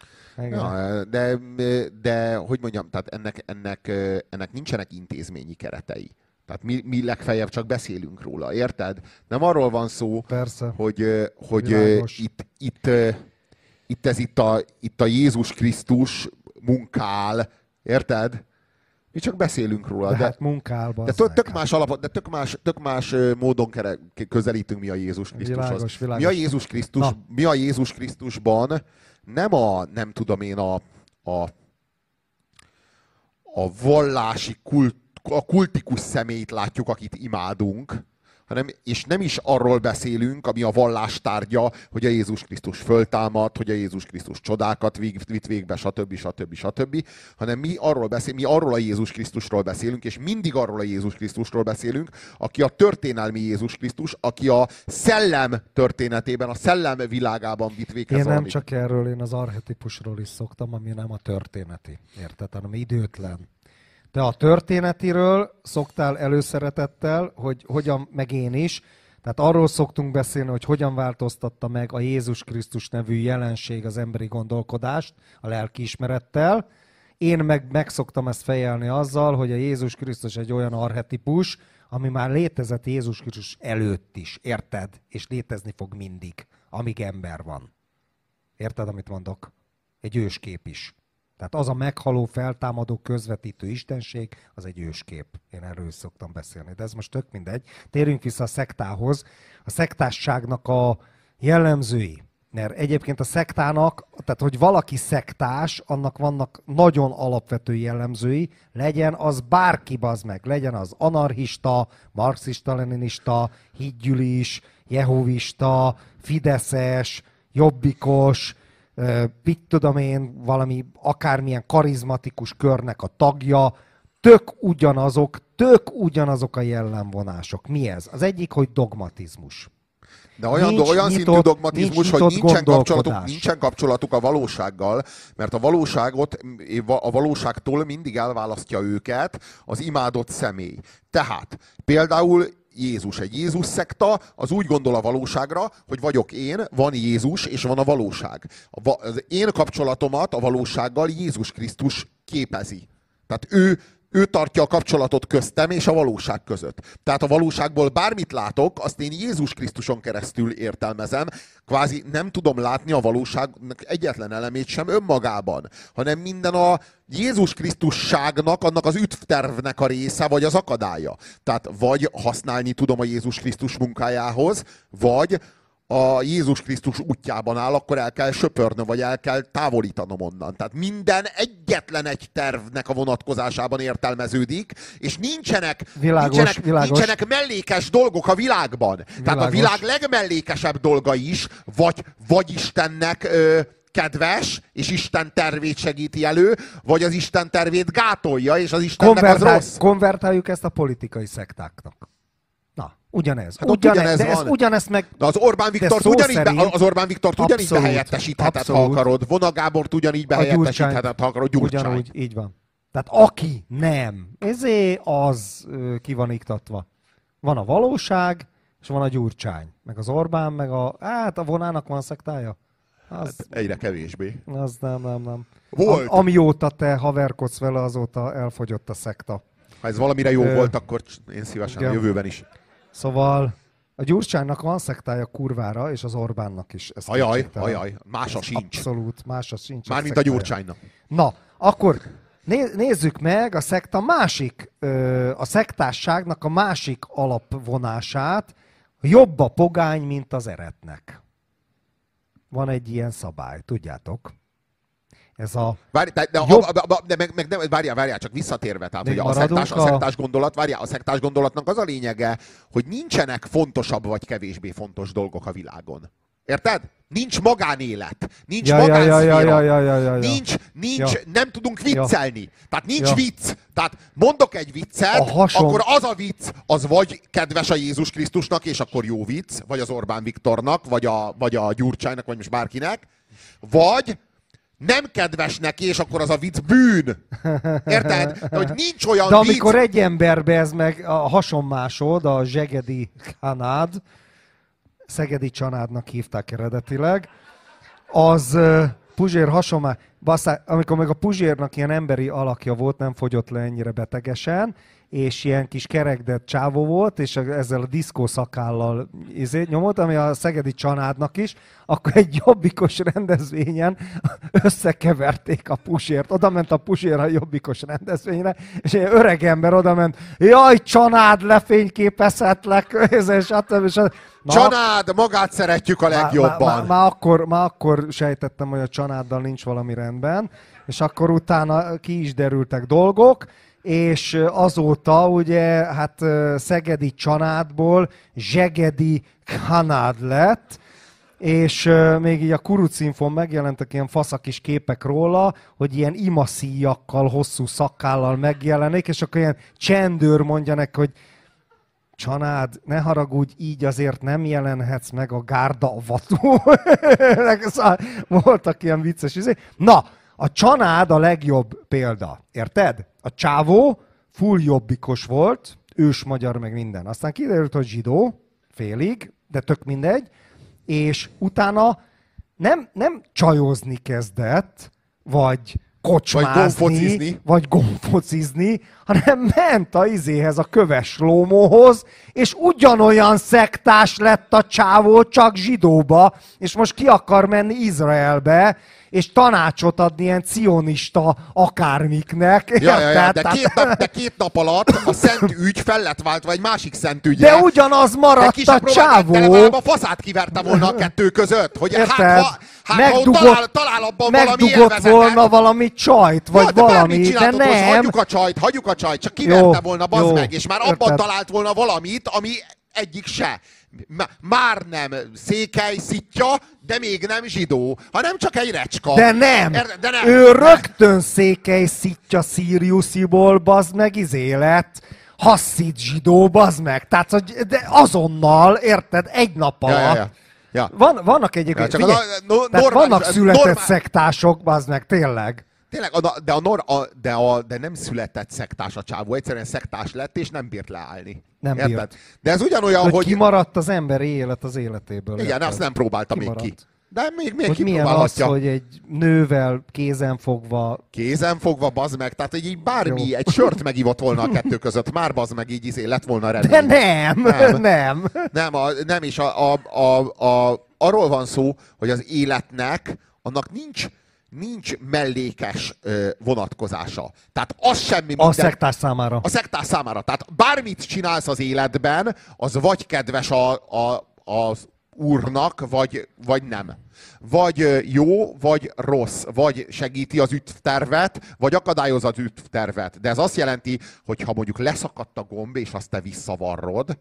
Ja, de, de, hogy mondjam, tehát ennek, ennek, ennek nincsenek intézményi keretei. Tehát mi, mi legfeljebb csak beszélünk róla, érted? Nem arról van szó, persze, hogy, hogy itt, itt, itt ez itt a, itt a Jézus Krisztus munkál, érted? Mi csak beszélünk róla. De, de hát munkál, de tök, tök más alapot, de tök más, tök más módon kere, közelítünk mi a Jézus Krisztushoz. Világos, világos. Mi a Jézus Krisztus, mi a Jézus Krisztusban nem a, nem tudom én, a, a a vallási kult, a kultikus személyt látjuk, akit imádunk, hanem, és nem is arról beszélünk, ami a vallás tárgya, hogy a Jézus Krisztus föltámad, hogy a Jézus Krisztus csodákat vitt végbe, stb. stb. stb. Hanem mi arról beszélünk, mi arról a Jézus Krisztusról beszélünk, és mindig arról a Jézus Krisztusról beszélünk, aki a történelmi Jézus Krisztus, aki a szellem történetében, a szellem világában vitt véghez. Én nem csak erről, én az archetipusról is szoktam, ami nem a történeti, érted, hanem időtlen. Te a történetiről szoktál előszeretettel, hogy hogyan, meg én is, tehát arról szoktunk beszélni, hogy hogyan változtatta meg a Jézus Krisztus nevű jelenség az emberi gondolkodást a lelkiismerettel. Én meg, meg szoktam ezt fejelni azzal, hogy a Jézus Krisztus egy olyan archetipus, ami már létezett Jézus Krisztus előtt is, érted? És létezni fog mindig, amíg ember van. Érted, amit mondok? Egy őskép is. Tehát az a meghaló, feltámadó, közvetítő istenség, az egy őskép. Én erről is szoktam beszélni, de ez most tök mindegy. Térjünk vissza a szektához. A szektásságnak a jellemzői. Mert egyébként a szektának, tehát hogy valaki szektás, annak vannak nagyon alapvető jellemzői, legyen az bárki, bazd meg, legyen az anarchista, marxista-leninista, hídgyűlis, jehovista, fideszes, jobbikos, mit tudom én, valami akármilyen karizmatikus körnek a tagja, tök ugyanazok, tök ugyanazok a jellemvonások. Mi ez? Az egyik, hogy dogmatizmus. De olyan, nincs olyan nyitott, szintű dogmatizmus, nincs hogy nincsen kapcsolatuk, gondolkodás. nincsen kapcsolatuk a valósággal, mert a valóságot, a valóságtól mindig elválasztja őket az imádott személy. Tehát például Jézus, egy Jézus szekta, az úgy gondol a valóságra, hogy vagyok én, van Jézus, és van a valóság. Az én kapcsolatomat a valósággal Jézus Krisztus képezi. Tehát ő, ő tartja a kapcsolatot köztem és a valóság között. Tehát a valóságból bármit látok, azt én Jézus Krisztuson keresztül értelmezem. Kvázi nem tudom látni a valóságnak egyetlen elemét sem önmagában, hanem minden a Jézus Krisztusságnak, annak az üdvtervnek a része, vagy az akadálya. Tehát vagy használni tudom a Jézus Krisztus munkájához, vagy a Jézus Krisztus útjában áll, akkor el kell söpörnöm, vagy el kell távolítanom onnan. Tehát minden egyetlen egy tervnek a vonatkozásában értelmeződik, és nincsenek, Világos, nincsenek, világos. nincsenek mellékes dolgok a világban. Világos. Tehát a világ legmellékesebb dolga is, vagy, vagy Istennek ö, kedves, és Isten tervét segíti elő, vagy az Isten tervét gátolja, és az Istennek Konvertál, az rossz. konvertáljuk ezt a politikai szektáknak. Na, ugyanez. Hát ott ugyanez, ugyanez de ez van. ugyanezt meg... De az Orbán Viktort szó ugyanígy, szerint- be, az Orbán Viktort ugyanígy Abszolút, behelyettesítheted, ha abszolút. akarod. Vona Gábort ugyanígy behelyettesítheted, ha akarod. Gyurcsány. Ugyanúgy, így van. Tehát aki nem, ezért az ö, ki van iktatva. Van a valóság, és van a Gyurcsány. Meg az Orbán, meg a... Hát a Vonának van szektája? Az, Egyre kevésbé. az nem, nem, nem. Volt. Am, amióta te haverkodsz vele, azóta elfogyott a szekta. Ha ez valamire jó Ö, volt, akkor én szívesen igen. a jövőben is. Szóval a Gyurcsánynak van szektája kurvára, és az Orbánnak is. Ez Ajaj, kétségtelen. ajaj, mása sincs. Abszolút, mása sincs. Mármint a szektája. Gyurcsánynak. Na, akkor né- nézzük meg a szekta másik, ö, a szektásságnak a másik alapvonását. Jobb a pogány, mint az eretnek. Van egy ilyen szabály, tudjátok? Ez a... Várj, de, de, Jobb- a, a, a, de meg, meg nem, várjál, várjál, csak visszatérve. Tehát, Még hogy a maradunk szektás, a a- szektás gondolat, várjál, a szektás gondolatnak az a lényege, hogy nincsenek fontosabb vagy kevésbé fontos dolgok a világon. Érted? Nincs magánélet, nincs Ja, ja, ja, magánszféra, ja, ja, ja, ja, ja. nincs, nincs Ja. nem tudunk viccelni. Tehát nincs Ja. vicc. Tehát mondok egy viccet, A hason- akkor az a vicc, az vagy kedves a Jézus Krisztusnak, és akkor jó vicc, vagy az Orbán Viktornak, vagy a, vagy a Gyurcsánynak, vagy most bárkinek, vagy nem kedves neki, és akkor az a vicc bűn. Érted? De hogy nincs olyan De vicc... amikor egy emberbe ez meg a hasonmásod, a zsegedi kanád, szegedi csanádnak hívták eredetileg, az uh, Puzsér hasonmá... Basszá, amikor meg a Puzsérnak ilyen emberi alakja volt, nem fogyott le ennyire betegesen, és ilyen kis kerekdett csávó volt, és ezzel a diszkó szakállal izé, nyomott, ami a szegedi csanádnak is, akkor egy jobbikos rendezvényen összekeverték a Puzsért. Oda ment a Puzsér a jobbikos rendezvényre, és egy öreg ember oda ment, jaj, csanád, lefényképezhetlek, és stb. stb. Na, Csanád, magát szeretjük a Már, legjobban. már, már, akkor, már akkor sejtettem, hogy a csanáddal nincs valami rendben, És akkor utána ki is derültek dolgok, és azóta ugye hát Szegedi Csanádból Zsegedi Kanád lett, és uh, még így a Kurucinfon megjelentek ilyen faszakis képek róla, hogy ilyen imaszíjakkal, hosszú szakállal megjelenik, és akkor ilyen csendőr mondja neki, hogy Csanád, ne haragudj, így azért nem jelenhetsz meg a gárdavató. Voltak ilyen vicces izé. Na, a Csanád a legjobb példa, érted? A csávó full jobbikos volt, ős magyar meg minden. Aztán kiderült, hogy zsidó, félig, de tök mindegy, és utána nem, nem csajozni kezdett, vagy kocsmázni, vagy gomfocizni, vagy gomfocizni, hanem ment a izéhez, a köves lómóhoz, és ugyanolyan szektás lett a csávó, csak zsidóba, és most ki akar menni Izraelbe, és tanácsot adni ilyen cionista akármiknek. Ja, ja, ja, de, két nap, de két nap alatt a szent ügy fel lett váltva egy másik szent ügyre. De ugyanaz maradt a csávó. De legalább a faszát kiverte volna a kettő között. Hogy érted? hát, ha, hát megdugott, ha talál, talál abban valami megdugott volna valami csajt, vagy ja, de valami, de nem. Hagyjuk a csajt, hagyjuk a csajt, csak kiverte jó, volna, bazd jó, meg, és már érted? abban talált volna valamit, ami egyik se. Már nem székely szitja, de még nem zsidó, hanem csak egy recska. De nem! Er, de nem. Ő rögtön székely szitja Szíriusziból, bazd meg, izé lett. Hasszid zsidó, bazd meg. Tehát, hogy de azonnal, érted, egy nap alatt. Ja, ja, ja. Ja. Van, vannak egyébként, ja, figyelj, a, no, normális, vannak született normál... szektások, bazd meg, tényleg. Tényleg, de, a nor, a, de, a, de nem született szektás a csávó, egyszerűen szektás lett, és nem bírt leállni. Nem érted? bírt. De ez ugyanolyan, hogy... hogy... kimaradt az emberi élet az életéből. Igen, érted? Azt nem próbálta kimaradt. még ki. De még, még hogy milyen az, hogy egy nővel kézenfogva... Kézenfogva, bazd meg, tehát hogy így bármi, jó. Egy sört megivott volna a kettő között, már bazd meg így izé lett volna remény. De nem, nem. Nem, nem, a, nem és a, a, a, a, arról van szó, hogy az életnek, annak nincs nincs mellékes ö, vonatkozása. Tehát az semmi minden... A szektás számára. A szektás számára. Tehát bármit csinálsz az életben, az vagy kedves a, a, az úrnak, vagy, vagy nem. Vagy jó, vagy rossz. Vagy segíti az ütvtervet, vagy akadályoz az ütvtervet. De ez azt jelenti, hogy ha mondjuk leszakadt a gomb, és azt te visszavarrod,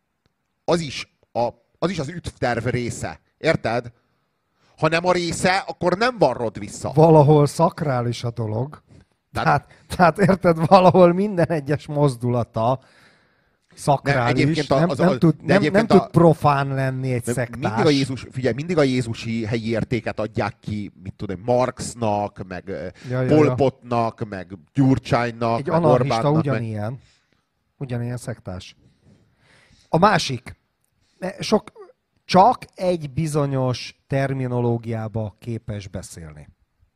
az is, a, az is az ütvterv része. Érted? Ha nem a része, akkor nem varrod vissza. Valahol szakrális a dolog. Tehát, tehát érted, valahol minden egyes mozdulata szakrális. Nem, az, nem, tud, nem, nem tud profán lenni egy szektás. Mindig a Jézus, figyelj, mindig a jézusi helyi értéket adják ki, mit tudom, Marxnak, meg ja, ja, Pol Potnak, ja. meg Gyurcsánynak, egy meg anarchista Orbánnak. ugyanilyen. Meg... Ugyanilyen szektás. A másik. Sok... Csak egy bizonyos terminológiába képes beszélni.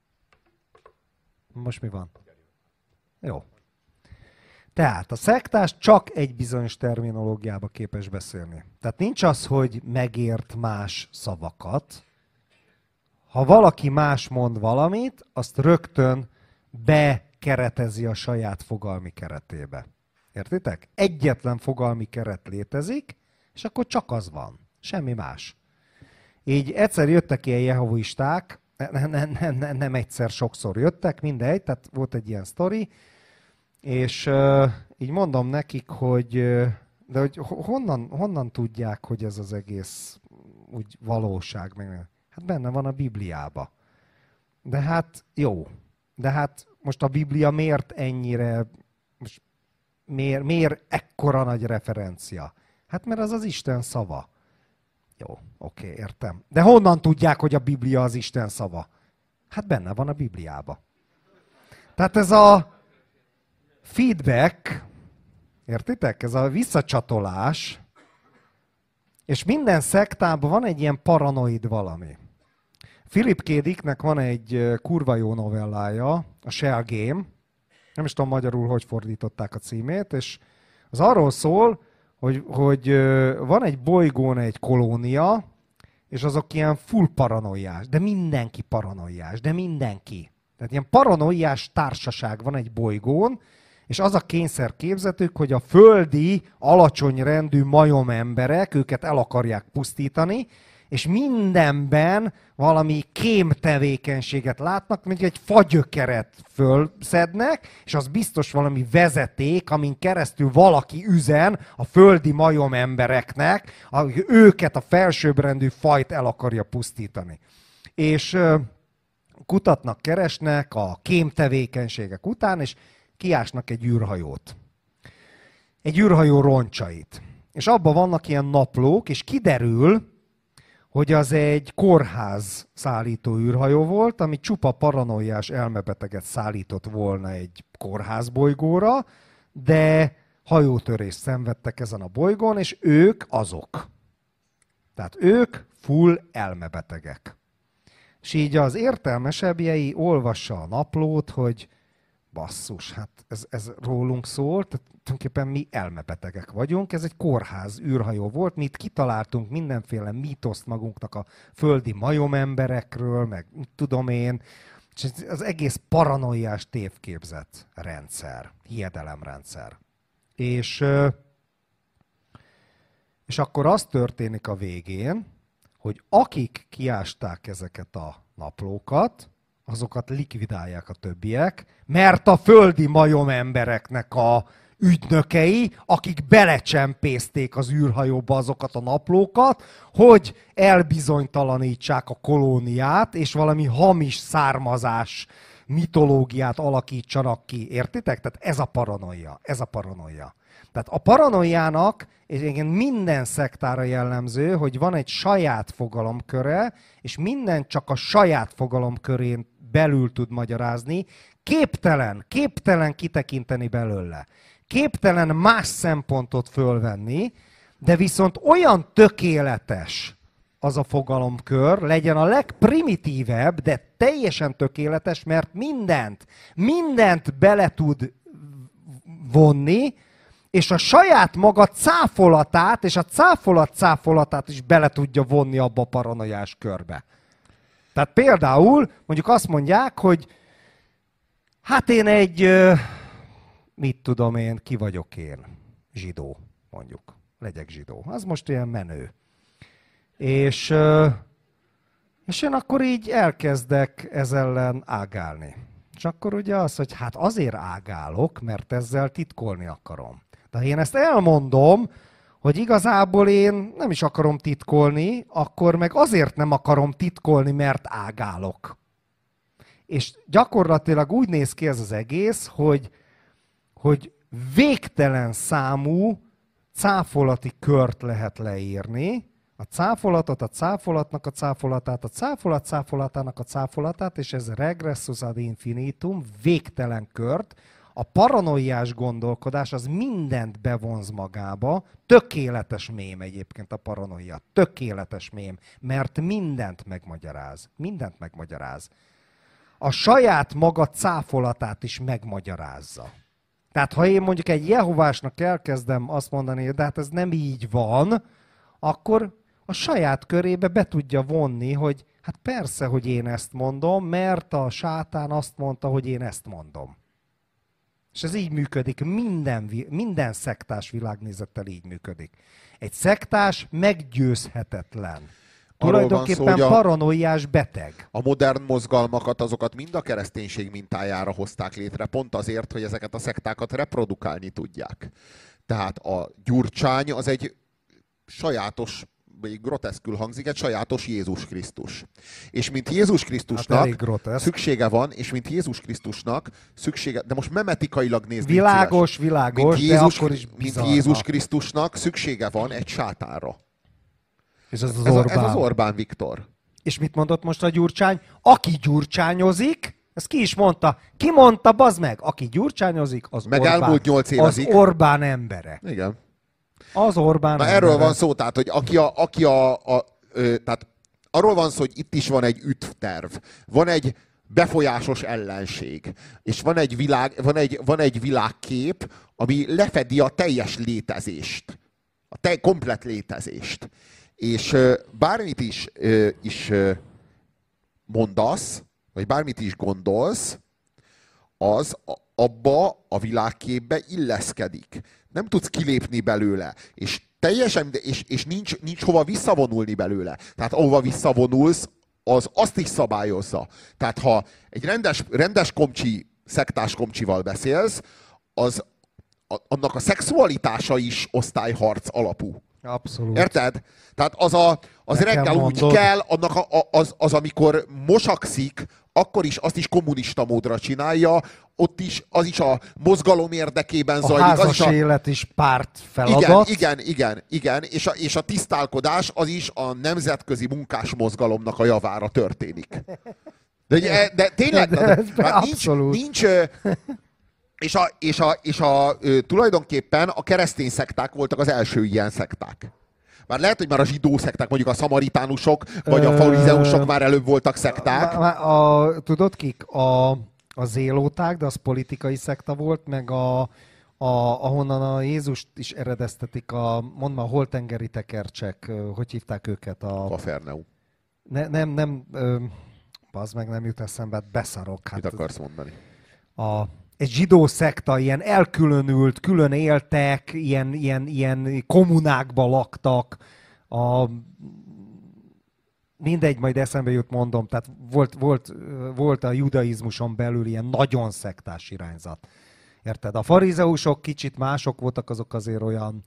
Most mi van? Jó. Tehát a szektás csak egy bizonyos terminológiába képes beszélni. Tehát nincs az, hogy megért más szavakat. Ha valaki más mond valamit, azt rögtön bekeretezi a saját fogalmi keretébe. Értitek? Egyetlen fogalmi keret létezik, és akkor csak az van. Semmi más. Így egyszer jöttek ilyen jehovisták, nem, nem, nem, nem egyszer, sokszor jöttek, mindegy, tehát volt egy ilyen sztori, és uh, így mondom nekik, hogy, uh, de hogy honnan, honnan tudják, hogy ez az egész úgy valóság? Meg, hát benne van a Bibliába. De hát jó. De hát most a Biblia miért ennyire, most miért, miért ekkora nagy referencia? Hát mert az az Isten szava. Jó, oké, értem. De honnan tudják, hogy a Biblia az Isten szava? Hát benne van a Bibliába. Tehát ez a feedback, értitek? Ez a visszacsatolás, és minden szektában van egy ilyen paranoid valami. Philip K. Dicknek van egy kurva jó novellája, a Shell Game, nem is tudom magyarul, hogy fordították a címét, és az arról szól, Hogy, hogy van egy bolygón egy kolónia, és azok ilyen full paranoiás, de mindenki paranoiás, de mindenki. Tehát ilyen paranoiás társaság van egy bolygón, és az a kényszer képzetük, hogy a földi, alacsony rendű majom emberek őket el akarják pusztítani, és mindenben valami kém tevékenységet látnak, mint egy fagyökeret fölszednek, és az biztos valami vezeték, amin keresztül valaki üzen a földi majom embereknek, hogy őket, a felsőbbrendű fajt el akarja pusztítani. És kutatnak, keresnek a kém tevékenységek után, és kiásnak egy űrhajót. Egy űrhajó roncsait. És abban vannak ilyen naplók, és kiderül, hogy az egy kórház szállító űrhajó volt, ami csupa paranoiás elmebeteget szállított volna egy kórházbolygóra, de hajótörést szenvedtek ezen a bolygón, és ők azok. Tehát ők full elmebetegek. És így az értelmesebbjei olvassa a naplót, hogy basszus, hát ez, ez rólunk szól, tehát tulajdonképpen mi elmebetegek vagyunk, ez egy kórház űrhajó volt, mi itt kitaláltunk mindenféle mítoszt magunknak a földi majomemberekről, meg tudom én, és az egész paranoiás tévképzett rendszer, hiedelemrendszer. És, és akkor az történik a végén, hogy akik kiásták ezeket a naplókat, azokat likvidálják a többiek, mert a földi majomembereknek a ügynökei, akik belecsempészték az űrhajóba azokat a naplókat, hogy elbizonytalanítsák a kolóniát, és valami hamis származás mitológiát alakítsanak ki. Értitek? Tehát ez a paranoia. Ez a paranoia. Tehát a paranoiának, és igen, minden szektára jellemző, hogy van egy saját fogalomköre, és minden csak a saját fogalomkörén belül tud magyarázni, képtelen, képtelen kitekinteni belőle. Képtelen más szempontot fölvenni, de viszont olyan tökéletes az a fogalomkör, legyen a legprimitívebb, de teljesen tökéletes, mert mindent, mindent bele tud vonni, és a saját maga cáfolatát, és a cáfolat cáfolatát is bele tudja vonni abba a paranoiás körbe. Tehát például mondjuk azt mondják, hogy hát én egy, mit tudom én, ki vagyok én, zsidó, mondjuk, legyek zsidó. Az most ilyen menő. És, és én akkor így elkezdek ez ellen ágálni. És akkor ugye az, hogy hát azért ágálok, mert ezzel titkolni akarom. De ha én ezt elmondom, hogy igazából én nem is akarom titkolni, akkor meg azért nem akarom titkolni, mert ágálok. És gyakorlatilag úgy néz ki ez az egész, hogy, hogy végtelen számú cáfolati kört lehet leírni, a cáfolatot, a cáfolatnak a cáfolatát, a cáfolat cáfolatának a cáfolatát, és ez regressus ad infinitum, végtelen kört. A paranoiás gondolkodás az mindent bevonz magába, tökéletes mém egyébként a paranoia, tökéletes mém, mert mindent megmagyaráz, mindent megmagyaráz. A saját maga cáfolatát is megmagyarázza. Tehát ha én mondjuk egy jehovásnak elkezdem azt mondani, de hát ez nem így van, akkor a saját körébe be tudja vonni, hogy hát persze, hogy én ezt mondom, mert a sátán azt mondta, hogy én ezt mondom. És ez így működik, minden, minden szektás világnézettel így működik. Egy szektás meggyőzhetetlen. Tulajdonképpen szó, paranoiás beteg. A modern mozgalmakat, azokat mind a kereszténység mintájára hozták létre, pont azért, hogy ezeket a szektákat reprodukálni tudják. Tehát a Gyurcsány az egy sajátos, vagy groteszkül hangzik, egy sajátos Jézus Krisztus. És mint Jézus Krisztusnak hát szüksége van, és mint Jézus Krisztusnak szüksége, de most memetikailag nézni. Világos, világos, mint Jézus, de akkor is bizarra. Mint Jézus Krisztusnak szüksége van egy sátánra. És ez az ez, Orbán. A, ez az Orbán Viktor. És mit mondott most a Gyurcsány? Aki gyurcsányozik, ezt ki is mondta. Ki mondta, bazd meg? Aki gyurcsányozik, az meg Orbán. elmúlt nyolc az Orbán embere. Igen. Az Orbán Na embere. erről van szó, tehát, hogy aki a, aki a, a ö, tehát arról van szó, hogy itt is van egy ütvterv. Van egy befolyásos ellenség. És van egy, világ, van egy, van egy világkép, ami lefedi a teljes létezést. A te, komplet létezést. És ö, bármit is, ö, is ö, mondasz, vagy bármit is gondolsz, az a, abba a világképbe illeszkedik. nem tudsz kilépni belőle, és teljesen, és, és nincs, nincs hova visszavonulni belőle. Tehát ahova visszavonulsz, az azt is szabályozza. Tehát ha egy rendes, rendes komcsi, szektás komcsival beszélsz, az, a, annak a szexualitása is osztályharc alapú. Abszolút. Érted? Tehát az, a, az reggel úgy mondod. kell, annak a, a, az, az, amikor mosakszik, akkor is azt is kommunista módra csinálja, ott is, az is a mozgalom érdekében A zajlik. Az házas is a, élet is párt igen, feladat. igen, igen, igen. És a, és a tisztálkodás az is a nemzetközi munkásmozgalomnak a javára történik. De, de tényleg, De, de, de, hát nincs, abszolút. nincs, és, a, és, a, és a, tulajdonképpen a keresztény szekták voltak az első ilyen szekták. Már lehet, hogy már a zsidó szekták, mondjuk a szamaritánusok, vagy a farizeusok már előbb voltak szekták. A, a, tudod kik? A, a zélóták, de az politikai szekta volt, meg a, a, ahonnan a Jézust is eredeztetik, a, mondd már, a holtengeri tekercsek, hogy hívták őket? A, Kaferneum. ne, nem, nem, az meg nem jut eszembe, hát beszarok. Hát, Mit akarsz mondani? A, egy zsidó szekta, ilyen elkülönült, külön éltek, ilyen, ilyen, ilyen kommunákba laktak. A, mindegy, majd eszembe jut, mondom. Tehát volt, volt, volt a judaizmuson belül ilyen nagyon szektás irányzat. Érted? A farizeusok kicsit mások voltak, azok azért olyan...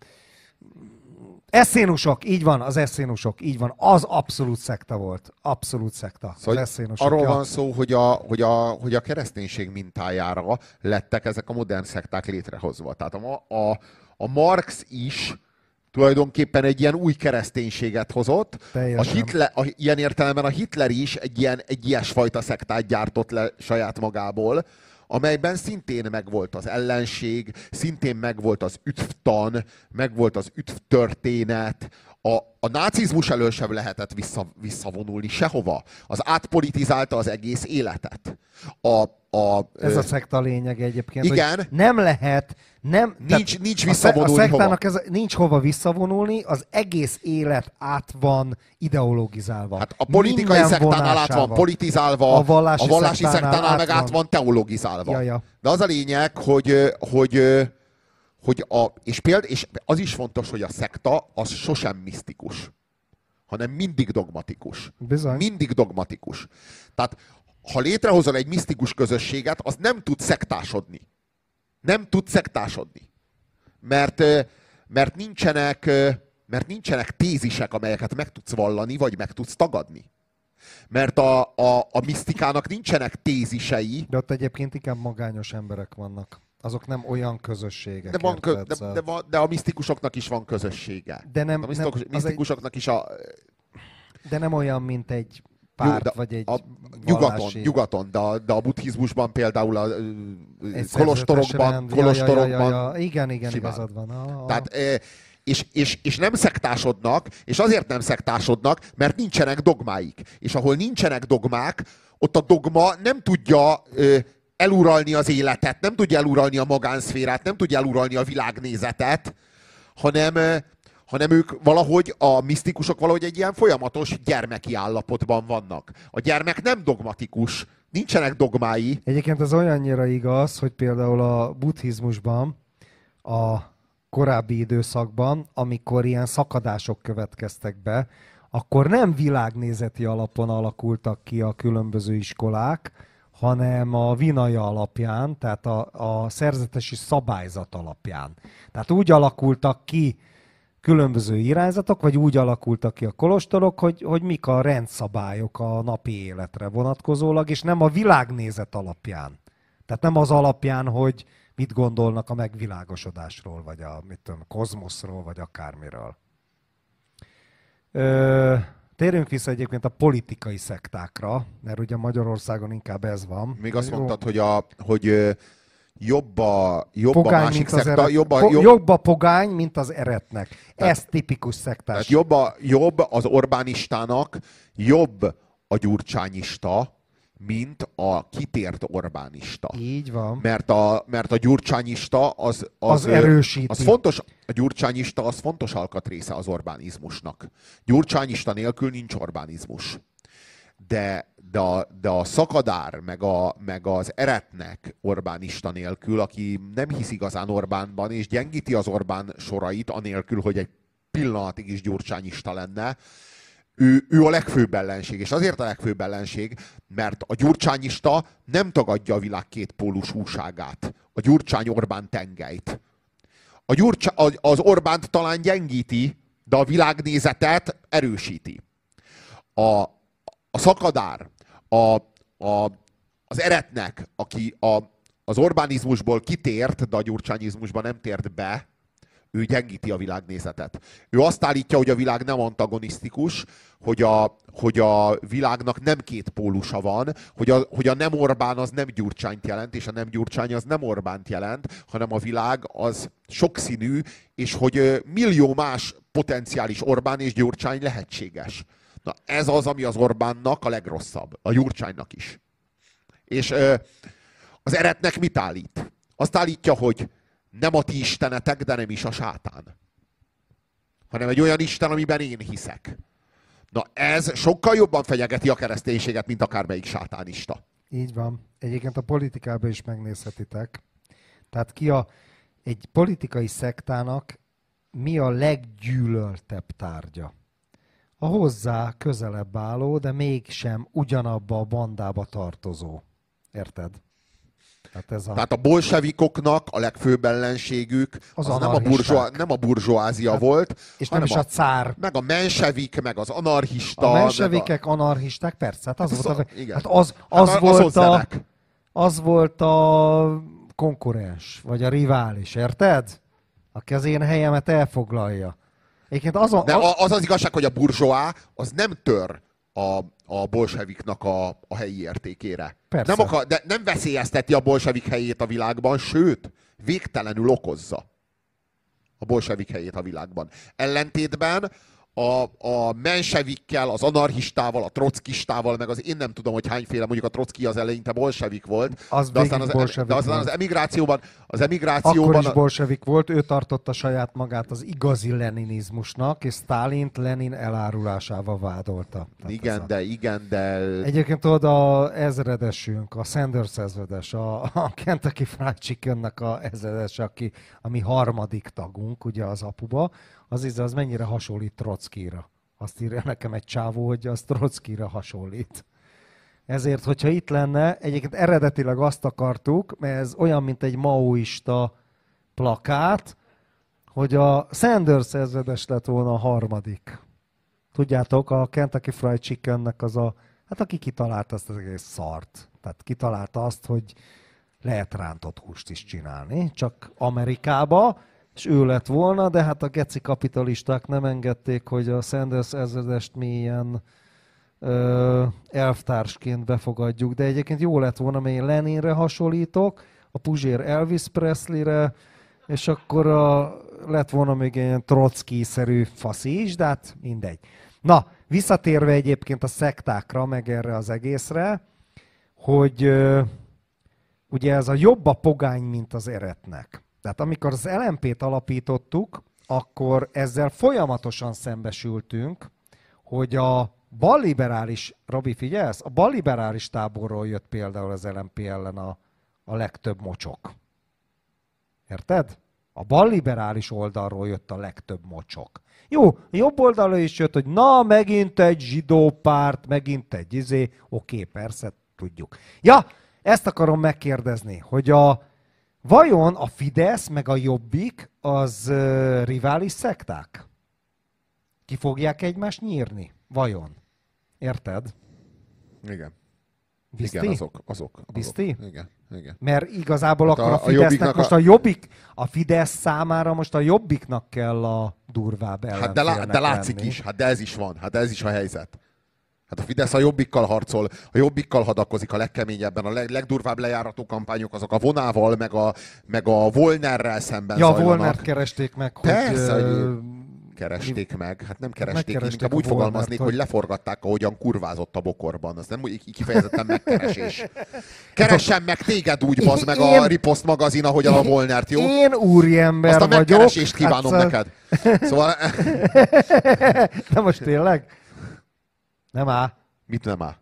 Eszénusok, így van, az eszénusok, így van. Az abszolút szekta volt. Abszolút szekta. Szóval az eszénusok, arról ja. van szó, hogy a, hogy, a, hogy a kereszténység mintájára lettek ezek a modern szekták létrehozva. Tehát a, a, a Marx is tulajdonképpen egy ilyen új kereszténységet hozott. A Hitler, a, ilyen értelemben a Hitler is egy, ilyen, egy ilyesfajta szektát gyártott le saját magából, amelyben szintén megvolt az ellenség, szintén megvolt az üdvtan, megvolt az üdvtörténet. A, a nácizmus elől sem lehetett vissza, visszavonulni sehova. Az átpolitizálta az egész életet. A, a, Ez a szekta lényeg egyébként. Igen. Hogy nem lehet, nem, Nincs, nincs a visszavonulni sze- a szektának hova. ez, nincs hova visszavonulni, az egész élet át van ideologizálva. Hát a politikai Minden szektánál át van vonásával. politizálva, A vallási a vallási szektánál szektánál át meg át van. van teologizálva. Ja, ja. De az a lényeg, hogy, hogy, hogy a, és, péld, és az is fontos, hogy a szekta az sosem misztikus, hanem mindig dogmatikus. Bizony. Mindig dogmatikus. Tehát ha létrehozol egy misztikus közösséget, az nem tud szektásodni. Nem tud szektásodni. Mert, mert, nincsenek, mert nincsenek tézisek, amelyeket meg tudsz vallani, vagy meg tudsz tagadni. Mert a, a, a misztikának nincsenek tézisei. De ott egyébként inkább magányos emberek vannak. Azok nem olyan közösségek. De, van, kö, érted? de, de, van, de a misztikusoknak is van közössége. De nem, a misztikus, nem, az misztikusoknak is a... egy, de nem olyan, mint egy párt, de vagy egy a, nyugaton, vallási... nyugaton, de a, de a buddhizmusban például a Egy kolostorokban, rend. kolostorokban Ja, ja, ja, ja. Igen, igen, simán. igazad van. Ah, Tehát, és, és, és nem szektásodnak, és azért nem szektásodnak, mert nincsenek dogmáik. És ahol nincsenek dogmák, ott a dogma nem tudja eluralni az életet, nem tudja eluralni a magánszférát, nem tudja eluralni a világnézetet, hanem, hanem ők valahogy, a misztikusok valahogy egy ilyen folyamatos gyermeki állapotban vannak. A gyermek nem dogmatikus, nincsenek dogmái. Egyébként ez olyannyira igaz, hogy például a buddhizmusban, a korábbi időszakban, amikor ilyen szakadások következtek be, akkor nem világnézeti alapon alakultak ki a különböző iskolák, hanem a Vinaya alapján, tehát a, a szerzetesi szabályzat alapján. Tehát úgy alakultak ki különböző irányzatok, vagy úgy alakultak ki a kolostorok, hogy, hogy mik a rendszabályok a napi életre vonatkozólag, és nem a világnézet alapján. Tehát nem az alapján, hogy mit gondolnak a megvilágosodásról, vagy a mit tudom, kozmoszról, vagy akármiről. Ö, térjünk vissza egyébként a politikai szektákra, mert ugye Magyarországon inkább ez van. Még azt Jó. mondtad, hogy, a, hogy jobb a, jobb a Pogány, másik mint az szekta, eret... jobb a, Po- jobb, jobb a pogány, mint az eretnek. Tehát- Ez tipikus szektás. tehát jobb, a, jobb az Orbánistának, jobb a gyurcsányista, mint a kitért Orbánista. Így van. Mert a, mert a gyurcsányista az, az, Az erősíti. Az fontos, a gyurcsányista az fontos alkatrésze az Orbánizmusnak. Gyurcsányista nélkül nincs Orbánizmus. de, de, a, de a szakadár, meg, a, meg az eretnek Orbánista nélkül, aki nem hisz igazán Orbánban, és gyengíti az Orbán sorait, anélkül, hogy egy pillanatig is gyurcsányista lenne, ő, ő a legfőbb ellenség. És azért a legfőbb ellenség, mert a gyurcsányista nem tagadja a világ kétpólus úságát, a Gyurcsány-Orbán tengelyt. A Gyurcsa, az Orbánt talán gyengíti, de a világnézetet erősíti. A, a szakadár, a, a, az eretnek, aki a, az Orbánizmusból kitért, de a gyurcsányizmusban nem tért be, ő gyengíti a világnézetet. Ő azt állítja, hogy a világ nem antagonisztikus, hogy a, hogy a világnak nem két pólusa van, hogy a, hogy a nem Orbán az nem Gyurcsányt jelent, és a nem Gyurcsány az nem Orbánt jelent, hanem a világ az sokszínű, és hogy millió más potenciális Orbán és Gyurcsány lehetséges. Na ez az, ami az Orbánnak a legrosszabb, a Gyurcsánynak is. És az eretnek mit állít? Azt állítja, hogy nem a ti istenetek, de nem is a sátán. Hanem egy olyan Isten, amiben én hiszek. Na ez sokkal jobban fenyegeti a kereszténységet, mint akármelyik sátánista. Így van. Egyébként a politikában is megnézhetitek. Tehát ki a, egy politikai szektának mi a leggyűlöltebb tárgya? A hozzá közelebb álló, de mégsem ugyanabba a bandába tartozó. Érted? Tehát, ez a... Tehát a bolsevikoknak a legfőbb ellenségük az, az nem, a burzsóá, nem a burzsóázia hát, volt, és nem is a, a cár. Meg a mensevik, meg az anarchista. A mensevikek, a... anarchisták, persze. Hát az, hát volt, a, igen. Hát az, az, hát volt a, az volt a konkurens, vagy a rivális, érted? Aki az én helyemet elfoglalja. Az, a, De az az igazság, hogy a burzsóá az nem tör a, a bolseviknak a, a helyi értékére. Nem, akar, de nem veszélyezteti a bolsevik helyét a világban, sőt, végtelenül okozza a bolsevik helyét a világban. Ellentétben a, a mensevikkel, az anarchistával, a trockistával, meg az én nem tudom, hogy hányféle, mondjuk a Trocki az eleinte bolsevik volt, az de aztán az, de aztán az emigrációban, az emigrációban... Akkor is bolsevik volt, ő tartotta saját magát az igazi leninizmusnak, és Sztálint Lenin elárulásával vádolta. Tehát igen, de, igen, de... Egyébként tudod, a ezredesünk, a Sanders ezredes, a, a Kentucky Fried Chickennek a ezredes, aki, ami harmadik tagunk, ugye az apuba, az is, az mennyire hasonlít Trockira. Azt írja nekem egy csávó, hogy az Trockira hasonlít. Ezért, hogyha itt lenne, egyébként eredetileg azt akartuk, mert ez olyan, mint egy maoista plakát, hogy a Sanders ezredes lett volna a harmadik. Tudjátok, a Kentucky Fried Chickennek az a, hát aki kitalálta azt az egész szart. Tehát kitalálta azt, hogy lehet rántott húst is csinálni, csak Amerikába, és ő lett volna, de hát a geci kapitalisták nem engedték, hogy a Sanders ezredest mi ilyen ö, elvtársként befogadjuk, de egyébként jó lett volna, mert én Leninre hasonlítok, a Puzsér Elvis Presleyre, és akkor a, lett volna még ilyen Trotsky-szerű faszi is, de hát mindegy. Na, visszatérve egyébként a szektákra, meg erre az egészre, hogy ö, ugye ez a jobb a pogány, mint az eretnek. Tehát amikor az el em pét alapítottuk, akkor ezzel folyamatosan szembesültünk, hogy a balliberális, Robi, figyelsz? A balliberális táborról jött például az el em pé ellen a, a legtöbb mocsok. Érted? A balliberális oldalról jött a legtöbb mocsok. Jó, a jobb oldalról is jött, hogy na, megint egy zsidó párt, megint egy izé, oké, persze, tudjuk. Ja, ezt akarom megkérdezni, hogy a vajon a Fidesz meg a Jobbik az uh, rivális szekták? Ki fogják egymást nyírni? Vajon? Érted? Igen. Bizti? Igen, azok. azok, azok. Bizti? Igen, igen. Mert igazából hát akkor a, a Fidesznek most a... a Jobbik, a Fidesz számára most a Jobbiknak kell a durvább ellenfélnek hát de, lá, de látszik lenni. Is, hát de ez is van, hát de ez is a helyzet. Hát a Fidesz a Jobbikkal harcol, a Jobbikkal hadakozik a legkeményebben, a leg, legdurvább lejárató kampányok azok a Vonával, meg a, meg a Volnerrel szemben ja, zajlanak. Ja, Volnert keresték meg, hogy... Persze, hogy keresték meg. Hát nem keresték, inkább úgy fogalmaznék, hogy... hogy leforgatták, ahogyan kurvázott a bokorban. Az nem kifejezetten megkeresés. Keressen meg téged úgy, bazd meg a Ripost magazin, ahogyan a Volnert, jó? Én úriember vagyok. Azt a megkeresést vagyok. kívánom hát, neked. Szóval... De most tényleg? Nem áll. Mit nem áll?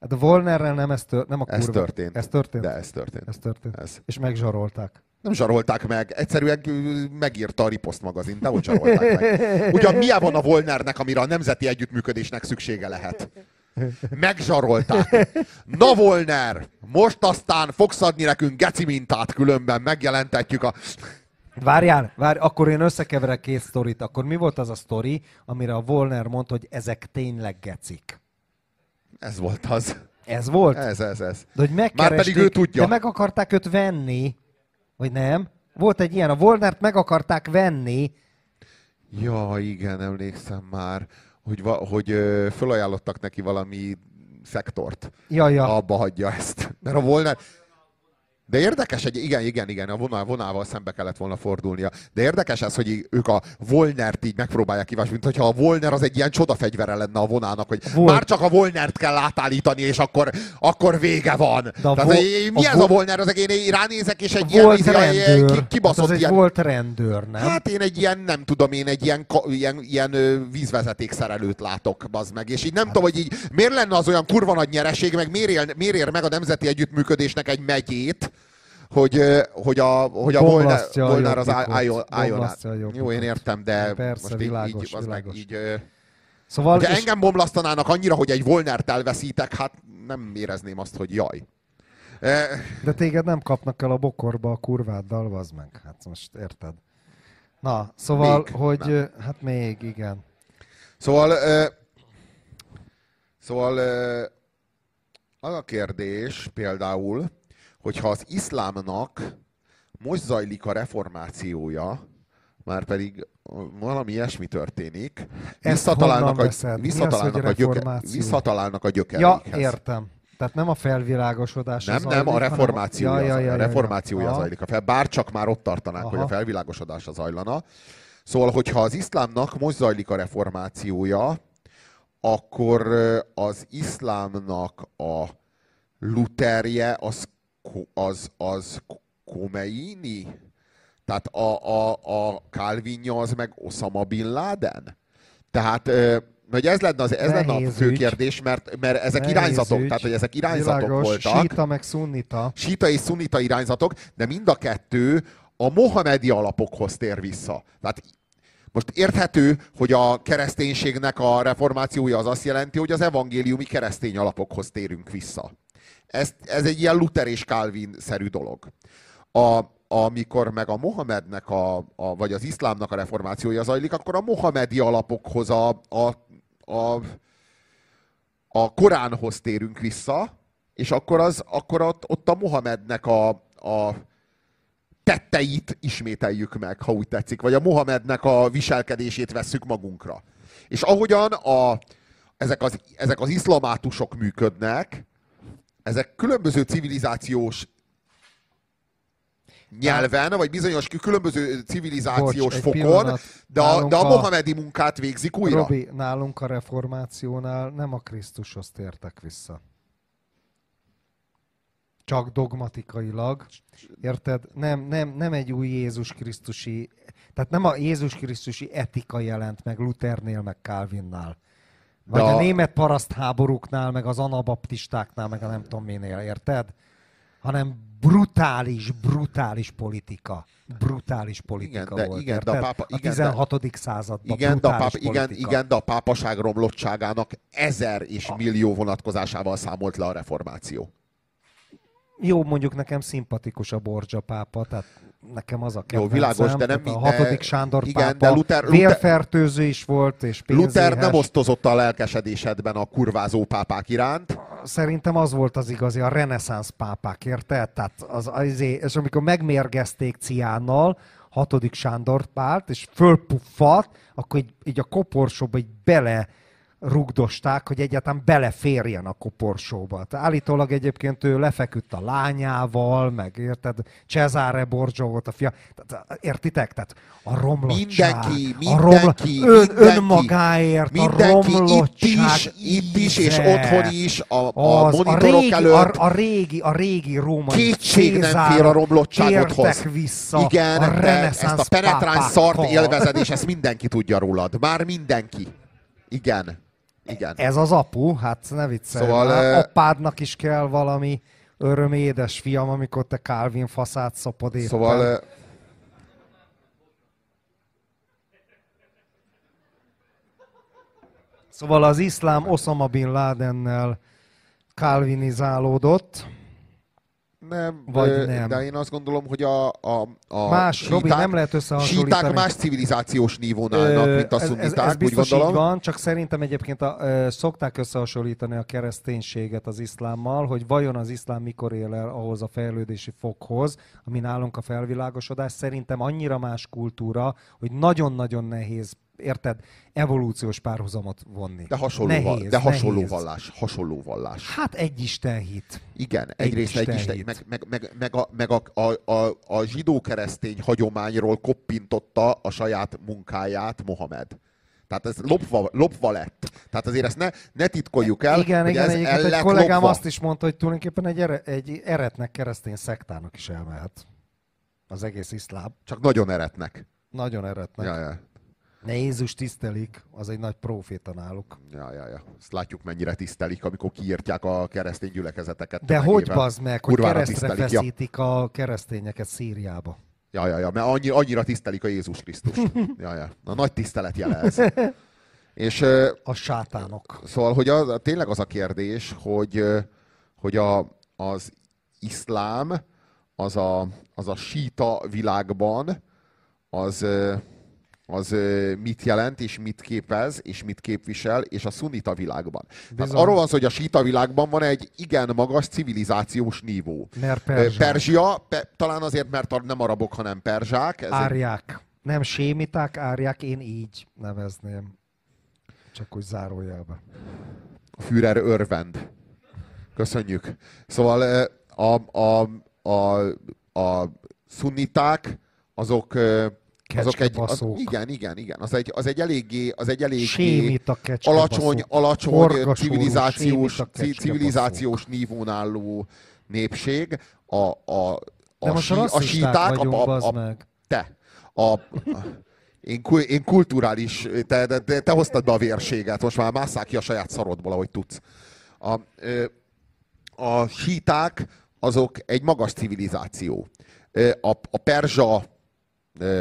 Hát a Volnerrel nem ez, tör, nem a kurva. Ez történt. Ez történt? De ez történt. Ez történt. Ez. És megzsarolták. Nem zsarolták meg, egyszerűen megírta a Ripost magazin, de hogy zsarolták meg. Ugyan milyen van a Volnernek, amire a nemzeti együttműködésnek szüksége lehet? Megzsarolták. Na Volner, most aztán fogsz adni nekünk geci mintát, különben megjelentetjük a... Várjál, várj, akkor én összekeverek két sztorit. Akkor mi volt az a sztori, amire a Volner mondta, hogy ezek tényleg gecik? Ez volt az. Ez volt? Ez, ez, ez. De hogy megkeresték, Már pedig ő tudja. De meg akarták őt venni, vagy nem? Volt egy ilyen, a Volnert meg akarták venni. Ja, igen, emlékszem már, hogy, va, hogy ö, fölajánlottak neki valami szektort. Ja, ja. Abba hagyja ezt. Mert a Volner... De érdekes, egy, igen, igen, igen, a vonal, vonával szembe kellett volna fordulnia. De érdekes ez, hogy így, ők a Volnert így megpróbálják kívásni, mint hogyha a Volner az egy ilyen csodafegyvere lenne a vonának, hogy Volt. Már csak a Volnert kell átállítani, és akkor, akkor vége van. De Tehát, vo- mi a ez vo- a Volner? Az én ránézek, és egy Volt ilyen, ilyen rendőr. ki- kibaszott Hát az ilyen... egy volt rendőr, nem? Hát én egy ilyen, nem tudom, én egy ilyen, ka- ilyen, ilyen ö, vízvezetékszerelőt látok, bazd meg. És így nem tudom, hogy így miért lenne az olyan kurva nagy nyereség, meg miért ér, miért ér meg a nemzeti együttműködésnek egy megyét, hogy, ö, hogy a, hogy a Volner, Bomlasztja a Volner az jobbikot. álljon álljon át. Bomlasztja a jobbikot. Jó, én értem, de Persze, most így, világos, így, az meg világos. így... Ö, Szóval, hogyha és- engem bomlasztanának annyira, hogy egy Volnert elveszítek, hát nem érezném azt, hogy jaj. E, De téged nem kapnak el a bokorba a kurváddal, vazd meg. Hát most érted. Na, szóval, Még hogy... nem. ö, Hát még, igen. Szóval, ö, szóval ö, az a kérdés például, hogyha az iszlámnak most zajlik a reformációja, már pedig valami ilyesmi történik, visszatalálnak honnan a, veszed? Mi az, visszatalálnak, hogy a gyöke, reformáció? visszatalálnak a Ja, gyökereikhez. értem. Tehát nem a felvilágosodás Nem, zajlik, nem, a hanem reformációja, Ja, ja, ja, a ja, reformációja ja. zajlik. A fel, bár csak már ott tartanánk, Aha. hogy a felvilágosodása zajlana. Szóval, hogyha az iszlámnak most zajlik a reformációja, akkor ö, az iszlámnak a Lutherje az, ko- az, az Khomeini? Tehát a, a, a Calvinja az meg Osama Bin Laden? Tehát... Ö, hogy ez lenne, az, ez lenne a Nehéz fő ügy. kérdés, mert, mert ezek Nehéz irányzatok, ügy. tehát hogy ezek irányzatok Világos, voltak. síta meg szunnita. Síta és szunita irányzatok, de mind a kettő a mohamedi alapokhoz tér vissza. Tehát most érthető, hogy a kereszténységnek a reformációja az azt jelenti, hogy az evangéliumi keresztény alapokhoz térünk vissza. Ez, ez egy ilyen Luther és Calvin-szerű dolog. A, amikor meg a Mohamednek, a, a, vagy az iszlámnak a reformációja zajlik, akkor a mohamedi alapokhoz, a, a, a, a Koránhoz térünk vissza, és akkor, az, akkor ott, ott a Mohamednek a, a tetteit ismételjük meg, ha úgy tetszik, vagy a Mohamednek a viselkedését vesszük magunkra. És ahogyan a, ezek, az, ezek az iszlamátusok működnek, ezek különböző civilizációs nyelven, vagy bizonyos különböző civilizációs Bocs, egy fokon, pillanat. de a, Nálunk de a a- mohamedi munkát végzik újra. Robi, nálunk a reformációnál nem a Krisztushoz tértek vissza. Csak dogmatikailag. Érted? Nem, nem, nem egy új Jézus Krisztusi, tehát nem a Jézus Krisztusi etika jelent meg Luthernél, meg Calvinnál. Vagy De a... a- a német parasztháborúknál, meg az anabaptistáknál, meg a nem tudom minél, érted? Hanem brutális, brutális politika. Brutális politika Igen, de- volt, igen, de érted? a pápa- a igen, de- tizenhatodik században Igen de, a brutális páp, igen, politika. igen, de a pápaság romlottságának ezer és millió vonatkozásával számolt le a reformáció. Jó, mondjuk nekem szimpatikus a Borgia pápa, tehát nekem az a kedvencem. világos, de nem Tehát a minden- hatodik Sándor igen, pápa de Luther- Luther- vérfertőző is volt, és pénzéhes. Luther nem osztozott a lelkesedésedben a kurvázó pápák iránt. Szerintem az volt az igazi, a reneszánsz pápák, érted? Tehát az, az, és amikor megmérgezték ciánnal, hatodik Sándor pált, és fölpuffadt, akkor így, így a koporsóba így bele rugdosták, hogy egyáltalán beleférjen a koporsóba. Tehát állítólag egyébként ő lefeküdt a lányával, meg érted, Cesare Borgia volt a fia. Tehát, értitek? Tehát a romlottság. Mindenki, a mindenki, ön, mindenki, önmagáért Mindenki a itt romlottság is, itt is, és íze. otthon is, a, a Az, monitorok a régi, előtt. A, a, régi, a régi római Kétség nem Cézárok fér a romlottságodhoz. tértek vissza Igen, a de ezt reneszánsz a penetráns szart pápákkal. élvezed, és ezt mindenki tudja rólad. Már mindenki. Igen. Igen. Ez az apu, hát ne viccelj. Szóval, Szóval, eh, apádnak is kell valami öröm, édes fiam, amikor te Calvin faszát szopod éppen. Szóval... ö, Szóval az iszlám Osama Bin Ladennel calvinizálódott. Nem, Vagy ö, nem. de én azt gondolom, hogy a, a, a Más, Robi, nem lehet összehasonlítani. síták más civilizációs nívón állnak, mint a ez, ez, szunniták, ez úgy biztos gondolom. így van, csak szerintem egyébként a, ö, szokták összehasonlítani a kereszténységet az iszlámmal, hogy vajon az iszlám mikor ér el ahhoz a fejlődési fokhoz, ami nálunk a felvilágosodás. Szerintem annyira más kultúra, hogy nagyon-nagyon nehéz, érted, evolúciós párhuzamot vonni. De hasonló, nehéz, de hasonló nehéz. vallás. Hasonló vallás. Hát egy Isten hit. Igen, Egy egyrészt egy Isten Isten, hit. meg, meg, meg, a, meg a, a, a, a zsidó-keresztény hagyományról koppintotta a saját munkáját Mohamed. Tehát ez lopva, lopva lett. Tehát azért ezt ne, ne titkoljuk el, Igen, hogy igen, ez el egyébként egy lett kollégám lopva. azt is mondta, hogy tulajdonképpen egy, ere, egy eretnek keresztény szektának is elmehet. Az egész iszlám. Csak nagyon eretnek. Nagyon eretnek. Ja, ja. Ne Jézus tisztelik, az egy nagy próféta náluk. Ja, ja, ja. Ezt látjuk, mennyire tisztelik, amikor kiírtják a keresztény gyülekezeteket. De hogy tömegével. bazd meg, hogy Kurvára keresztre tisztelik, ja. feszítik a keresztényeket Szíriába. Ja, ja, ja, mert annyi, annyira tisztelik a Jézus Krisztust. Ja, ja. Na, nagy tisztelet jele ez. És ö, A sátánok. szóval, hogy az, tényleg az a kérdés, hogy, ö, hogy a, az iszlám, az a, az a síta világban, az, ö, az ö, mit jelent, és mit képez, és mit képvisel, és a szunnita világban. Tehát Bizony. arról van szó, hogy a síta világban van egy igen magas civilizációs nívó. Mert Ö, perzsák. Perzsia, pe, talán azért, mert a- nem arabok, hanem perzsák. Ez egy, Árják. Nem sémiták, árják, én így nevezném. Csak úgy zárójelbe. Führer örvend. Köszönjük. Szóval ö, a, a, a, a szunniták, azok, ö, azok egy, az, Kecskebaszók. igen, igen, igen. Az egy, az egy eléggé, az egy eléggé Sémita kecskebaszók. alacsony, alacsony Horgasórú, civilizációs, sémita kecskebaszók. civilizációs nívón álló népség. A, a, De a, most sí, a rasszisták síták, vagyunk, a, a, bazd a, meg. te, a, a én, ku- én kulturális, te, te, te hoztad be a vérséget, most már másszál ki a saját szarodból, ahogy tudsz. A, ö, a síták azok egy magas civilizáció. Ö, A, a perzsa ö,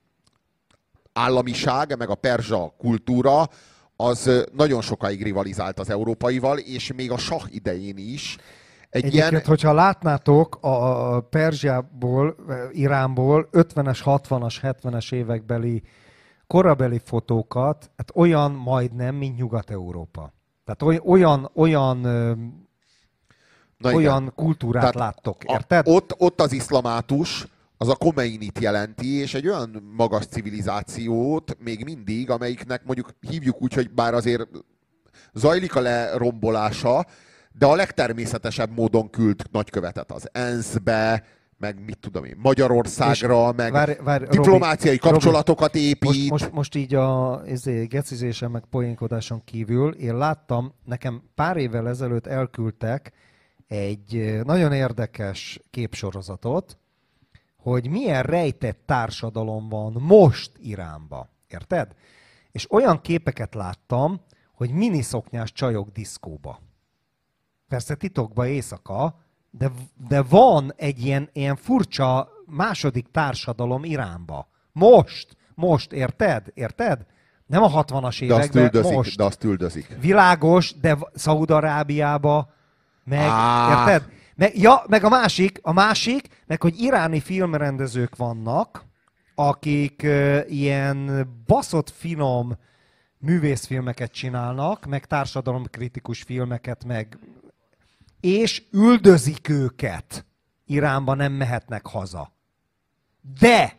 államiság, meg a perzsa kultúra, az ö, nagyon sokáig rivalizált az európaival, és még a sah idején is. Egy Egyébként, ilyen, hogyha látnátok a Perzsiából, Iránból ötvenes, hatvanas, hetvenes évekbeli korabeli fotókat, hát olyan majdnem, mint Nyugat-Európa. Tehát oly- olyan, olyan, ö, na igen. olyan kultúrát Tehát láttok, a- érted? Ott, ott az iszlamátus, az a Khomeinit jelenti, és egy olyan magas civilizációt még mindig, amelyiknek mondjuk hívjuk úgy, hogy bár azért zajlik a lerombolása, de a legtermészetesebb módon küld nagykövetet az é en es be, meg mit tudom én, Magyarországra, És meg várj, várj, diplomáciai Robi, kapcsolatokat épít. Most, most, most így a izé, gecizésen meg poénkodáson kívül én láttam, nekem pár évvel ezelőtt elküldtek egy ö, nagyon érdekes képsorozatot, hogy milyen rejtett társadalom van most Iránba. Érted? És olyan képeket láttam, hogy miniszoknyás csajok diszkóba. Persze titokba éjszaka, de, de van egy ilyen, ilyen furcsa második társadalom Iránba. Most, most, érted? Érted? Nem a hatvanas de azt években, üldözik, most. de azt üldözik. Világos, de Szaúd-Arábiába, meg, Á. érted? Meg, ja, meg a másik, a másik, meg hogy iráni filmrendezők vannak, akik ö, ilyen baszott finom művészfilmeket csinálnak, meg társadalomkritikus filmeket, meg és üldözik őket. Iránba nem mehetnek haza. De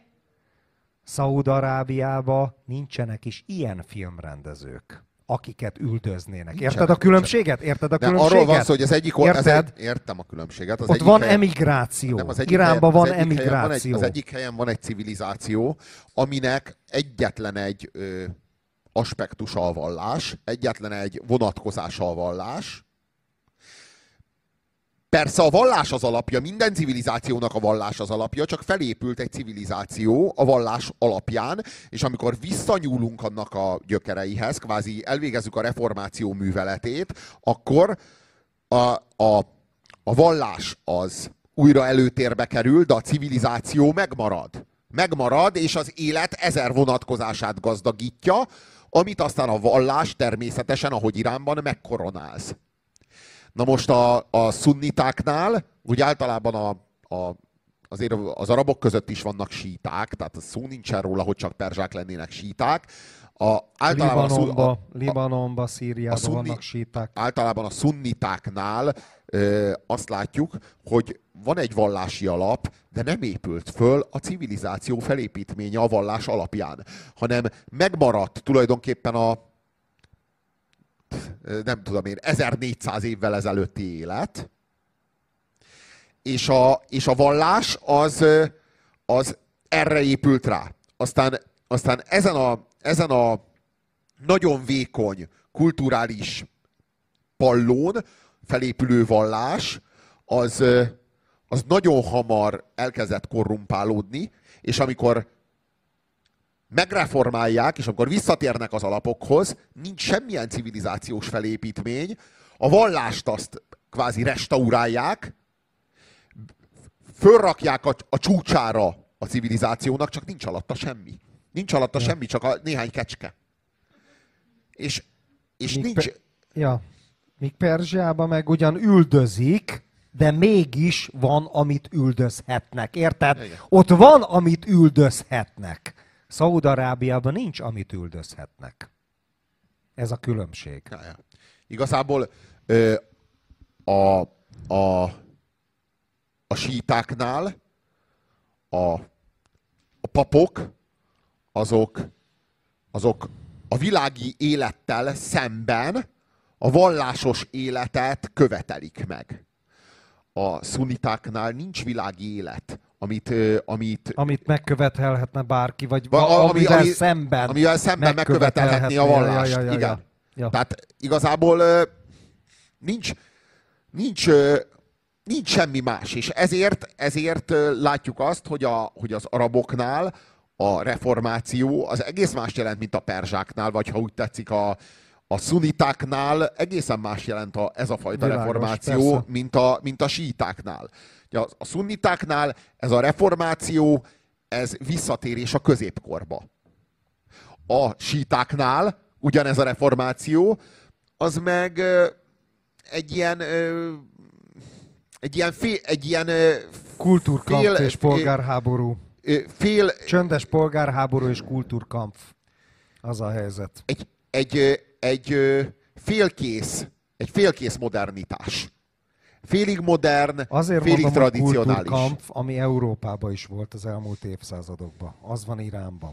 Szaúd-Arábiába nincsenek is ilyen filmrendezők, akiket üldöznének. Nincsenek, Érted a különbséget? Érted a De különbséget? arról van szó, hogy az egyik... Ez Érted? egy, értem a különbséget. Az Ott egyik van helyen- emigráció. Nem, az egyik Iránban helyen- van az egyik helyen van egy- emigráció. Az egyik helyen van egy civilizáció, aminek egyetlen egy ö, aspektusa a vallás, egyetlen egy vonatkozása a vallás, Persze a vallás az alapja, minden civilizációnak a vallás az alapja, csak felépült egy civilizáció a vallás alapján, és amikor visszanyúlunk annak a gyökereihez, kvázi elvégezzük a reformáció műveletét, akkor a, a, a vallás az újra előtérbe kerül, de a civilizáció megmarad. Megmarad, és az élet ezer vonatkozását gazdagítja, amit aztán a vallás természetesen, ahogy Iránban, megkoronáz. Na most a, a szunnitáknál, úgy általában a, a, azért az arabok között is vannak síták, tehát szó nincsen róla, hogy csak perzsák lennének síták. A, általában Libanonba, a, a, Libanonba, Szíriában szunni, vannak síták. Általában a szunnitáknál ö, azt látjuk, hogy van egy vallási alap, de nem épült föl a civilizáció felépítménye a vallás alapján, hanem megmaradt tulajdonképpen a nem tudom én, ezernégyszáz évvel ezelőtti élet, és a, és a vallás az, az erre épült rá. Aztán, aztán ezen, a, ezen a nagyon vékony kulturális pallón felépülő vallás az, az nagyon hamar elkezdett korrumpálódni, és amikor megreformálják, és amikor visszatérnek az alapokhoz, nincs semmilyen civilizációs felépítmény, a vallást azt kvázi restaurálják, fölrakják a, a csúcsára a civilizációnak, csak nincs alatta semmi. Nincs alatta ja. semmi, csak a néhány kecske. És, és Míg nincs... Pe- ja. Míg Perzsiában meg ugyan üldözik, de mégis van, amit üldözhetnek. Érted? Igen. Ott van, amit üldözhetnek. Szaúd-Arábiában nincs, amit üldözhetnek. Ez a különbség. Ja, ja. Igazából ö, a, a, a sítáknál a, a papok azok, azok a világi élettel szemben a vallásos életet követelik meg. A szunitáknál nincs világi élet, amit... amit, amit megkövetelhetne bárki, vagy a, amivel ami, szemben, amivel szemben megkövetelhetné a vallást. Ja, ja, ja, Igen. Ja, ja. Tehát igazából nincs, nincs, nincs semmi más, és ezért, ezért látjuk azt, hogy, a, hogy az araboknál a reformáció az egész más jelent, mint a perzsáknál, vagy ha úgy tetszik a, a szunitáknál egészen más jelent a, ez a fajta Világos, reformáció, mint a, mint a sítáknál. A, a szunnitáknál ez a reformáció, ez visszatérés a középkorba. A sítáknál ugyanez a reformáció, az meg egy ilyen egy ilyen, fél, egy ilyen kultúrkamp fél, és polgárháború. Fél, Csöndes polgárháború és kultúrkamp. Az a helyzet. Egy, egy, egy félkész, egy félkész modernitás. Félig modern, azért félig mondom, tradicionális. Kultúrkamp, ami Európában is volt az elmúlt évszázadokban. Az van Iránban.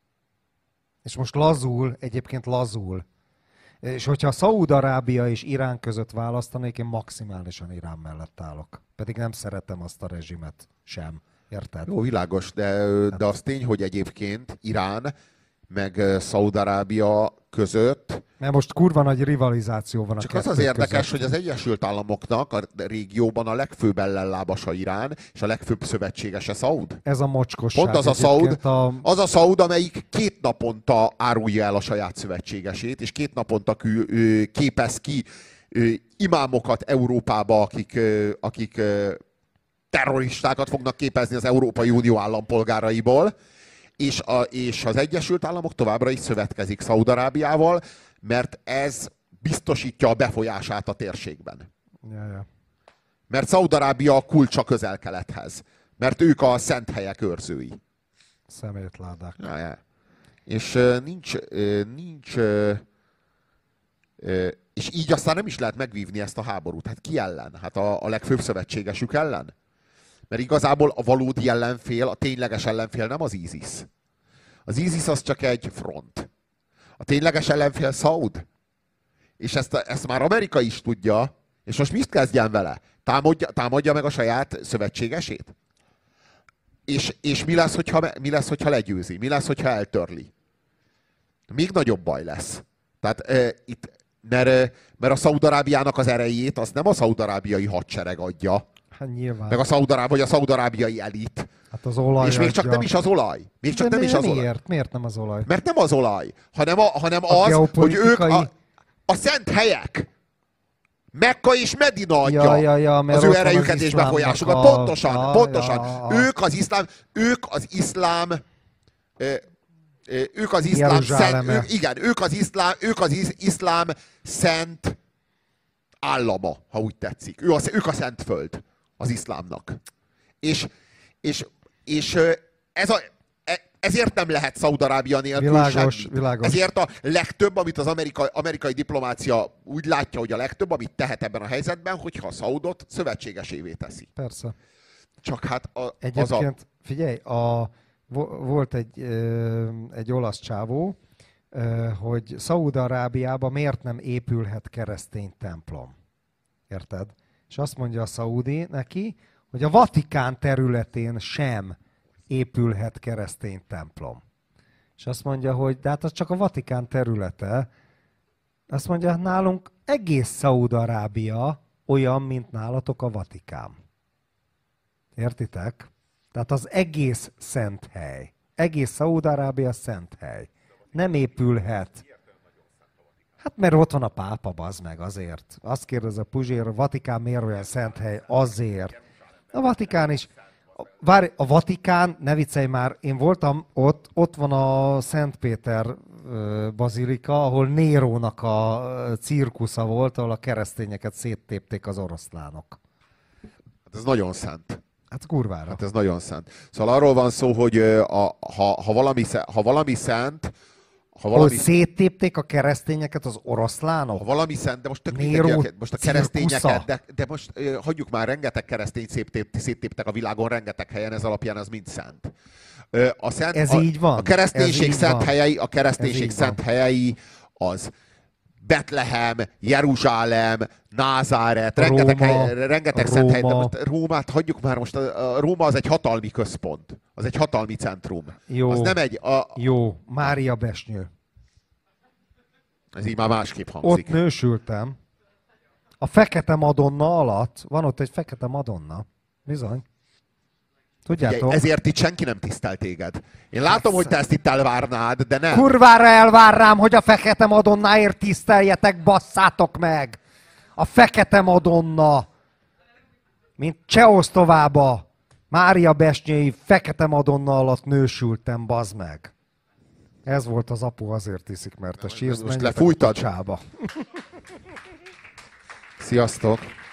És most lazul, egyébként lazul. És hogyha Szaúd-Arábia és Irán között választanék, én maximálisan Irán mellett állok. Pedig nem szeretem azt a rezsimet sem. Érted? Jó, világos, de, de az tény, hogy egyébként Irán meg Szaúd-Arábia között... Mert most kurva nagy rivalizáció van a Csak az az érdekes, között. Hogy az Egyesült Államoknak a régióban a legfőbb ellenlábasa Irán, és a legfőbb szövetségese Szaúd. Ez a mocskosság. Pont az a Szaúd, a... az a Szaúd, amelyik két naponta árulja el a saját szövetségesét, és két naponta kül, ő, képez ki ő, imámokat Európába, akik, ő, akik ő, terroristákat fognak képezni az Európai Unió állampolgáraiból, és, a, és az Egyesült Államok továbbra is szövetkezik Szaúd-Arábiával, mert ez biztosítja a befolyását a térségben. Ja, ja. Mert Szaúd-Arábia a kulcs a Közel-Kelethez. Mert ők a szent helyek őrzői. Szemétládák. Ja, ja. És uh, nincs, uh, nincs uh, uh, és így aztán nem is lehet megvívni ezt a háborút. Hát ki ellen? Hát a, a legfőbb szövetségesük ellen? Mert igazából a valódi ellenfél, a tényleges ellenfél nem az ISIS. Az ISIS az csak egy front. A tényleges ellenfél Szaúd. És ezt, ezt már Amerika is tudja. És most mit kezdjen vele? Támadja, támadja meg a saját szövetségesét? És, és mi, lesz, hogyha, mi lesz, hogyha legyőzi? Mi lesz, hogyha eltörli? Még nagyobb baj lesz. Tehát e, itt Mert, mert a Szaúd-Arábiának az erejét azt nem a szaúd-arábiai hadsereg adja. Hát nyilván. Meg a szaúd vagy a szaúd-arábiai elit. Hát az olaj És még csak adja. nem is az olaj. Még csak De nem is az miért? olaj. Miért nem az olaj? Mert nem az olaj, hanem, a, hanem A az, hogy ők geopolitikai- a, a szent helyek. Mekka és Medina adja Ja, ja, ja, mert az ott ő van erejüket az és iszlámnak befolyásukat. a- Pontosan, ja, pontosan. ja. Ők az iszlám, ők az iszlám, ö, ö, ők az iszlám Jeruzsáleme. szent, ők, igen, ők az iszlám, ők az isz- iszlám szent állama, ha úgy tetszik. Ő a, ők a szent föld az iszlámnak. És, és, és ö, ez a, e- ezért nem lehet Szaúd-Arábia nélkül Világos, semmit. világos. Ezért a legtöbb, amit az amerikai, amerikai diplomácia úgy látja, hogy a legtöbb, amit tehet ebben a helyzetben, hogyha a Szaudot szövetségesévé teszi. Persze. Csak hát a, az a... Egyébként, figyelj, a, vo- volt egy, ö, egy olasz csávó, ö, hogy Szaúd-Arábiában miért nem épülhet keresztény templom. Érted? És azt mondja a szaúdi neki, hogy a Vatikán területén sem épülhet keresztény templom. És azt mondja, hogy de hát az csak a Vatikán területe. Azt mondja, nálunk egész Szaúd-Arábia olyan, mint nálatok a Vatikán. Értitek? Tehát az egész szent hely. Egész Szaúd-Arábia szent hely. Nem épülhet. Hát mert ott van a pápa, bazd meg, azért. Azt kérdez a Puzsér, a Vatikán miért olyan szent hely? Azért. A Vatikán is. Várj, a Vatikán, ne viccelj már, én voltam ott, ott van a Szent Péter ö, bazilika, ahol Nérónak a ö, cirkusza volt, ahol a keresztényeket széttépték az oroszlánok. Hát ez nagyon szent. Hát kurvára. Hát ez nagyon szent. Szóval arról van szó, hogy ö, a, ha, ha, valami, sze- ha valami szent, ha Ahol valami, széttépték a keresztényeket az oroszlánok? ha valami szent, de most tök Néró mindegy, most a keresztényeket, cirkusza. de, de most ö, hagyjuk már, rengeteg keresztény széttép, széttéptek a világon, rengeteg helyen, ez alapján az mind szent. Ö, A szent Ez a, így van. A kereszténység Ez így szent van. helyei, a Ez kereszténység így szent van. helyei az Betlehem, Jeruzsálem, Názáret, Róma, rengeteg, hely, rengeteg szent hely, de Róma. most Rómát hagyjuk már, most a, a Róma az egy hatalmi központ, az egy hatalmi centrum. Jó. Az nem egy, a, Jó, Mária Besnyő. ez így már másképp hangzik. Ott nősültem. A Fekete Madonna alatt, van ott egy Fekete Madonna. Bizony. Tudjátok? Ugye, ezért itt senki nem tisztel téged. Én látom, Persze. hogy te ezt itt elvárnád, de nem. Kurvára elvár rám, hogy a Fekete Madonnáért tiszteljetek, basszátok meg! A Fekete Madonna! Mint Csehoszlovába, Mária Besnyői Fekete Madonna alatt nősültem, bazd meg. Ez volt az apu, azért iszik, mert a sírsz, Most menjetek lefújtad? a picsába. Sziasztok!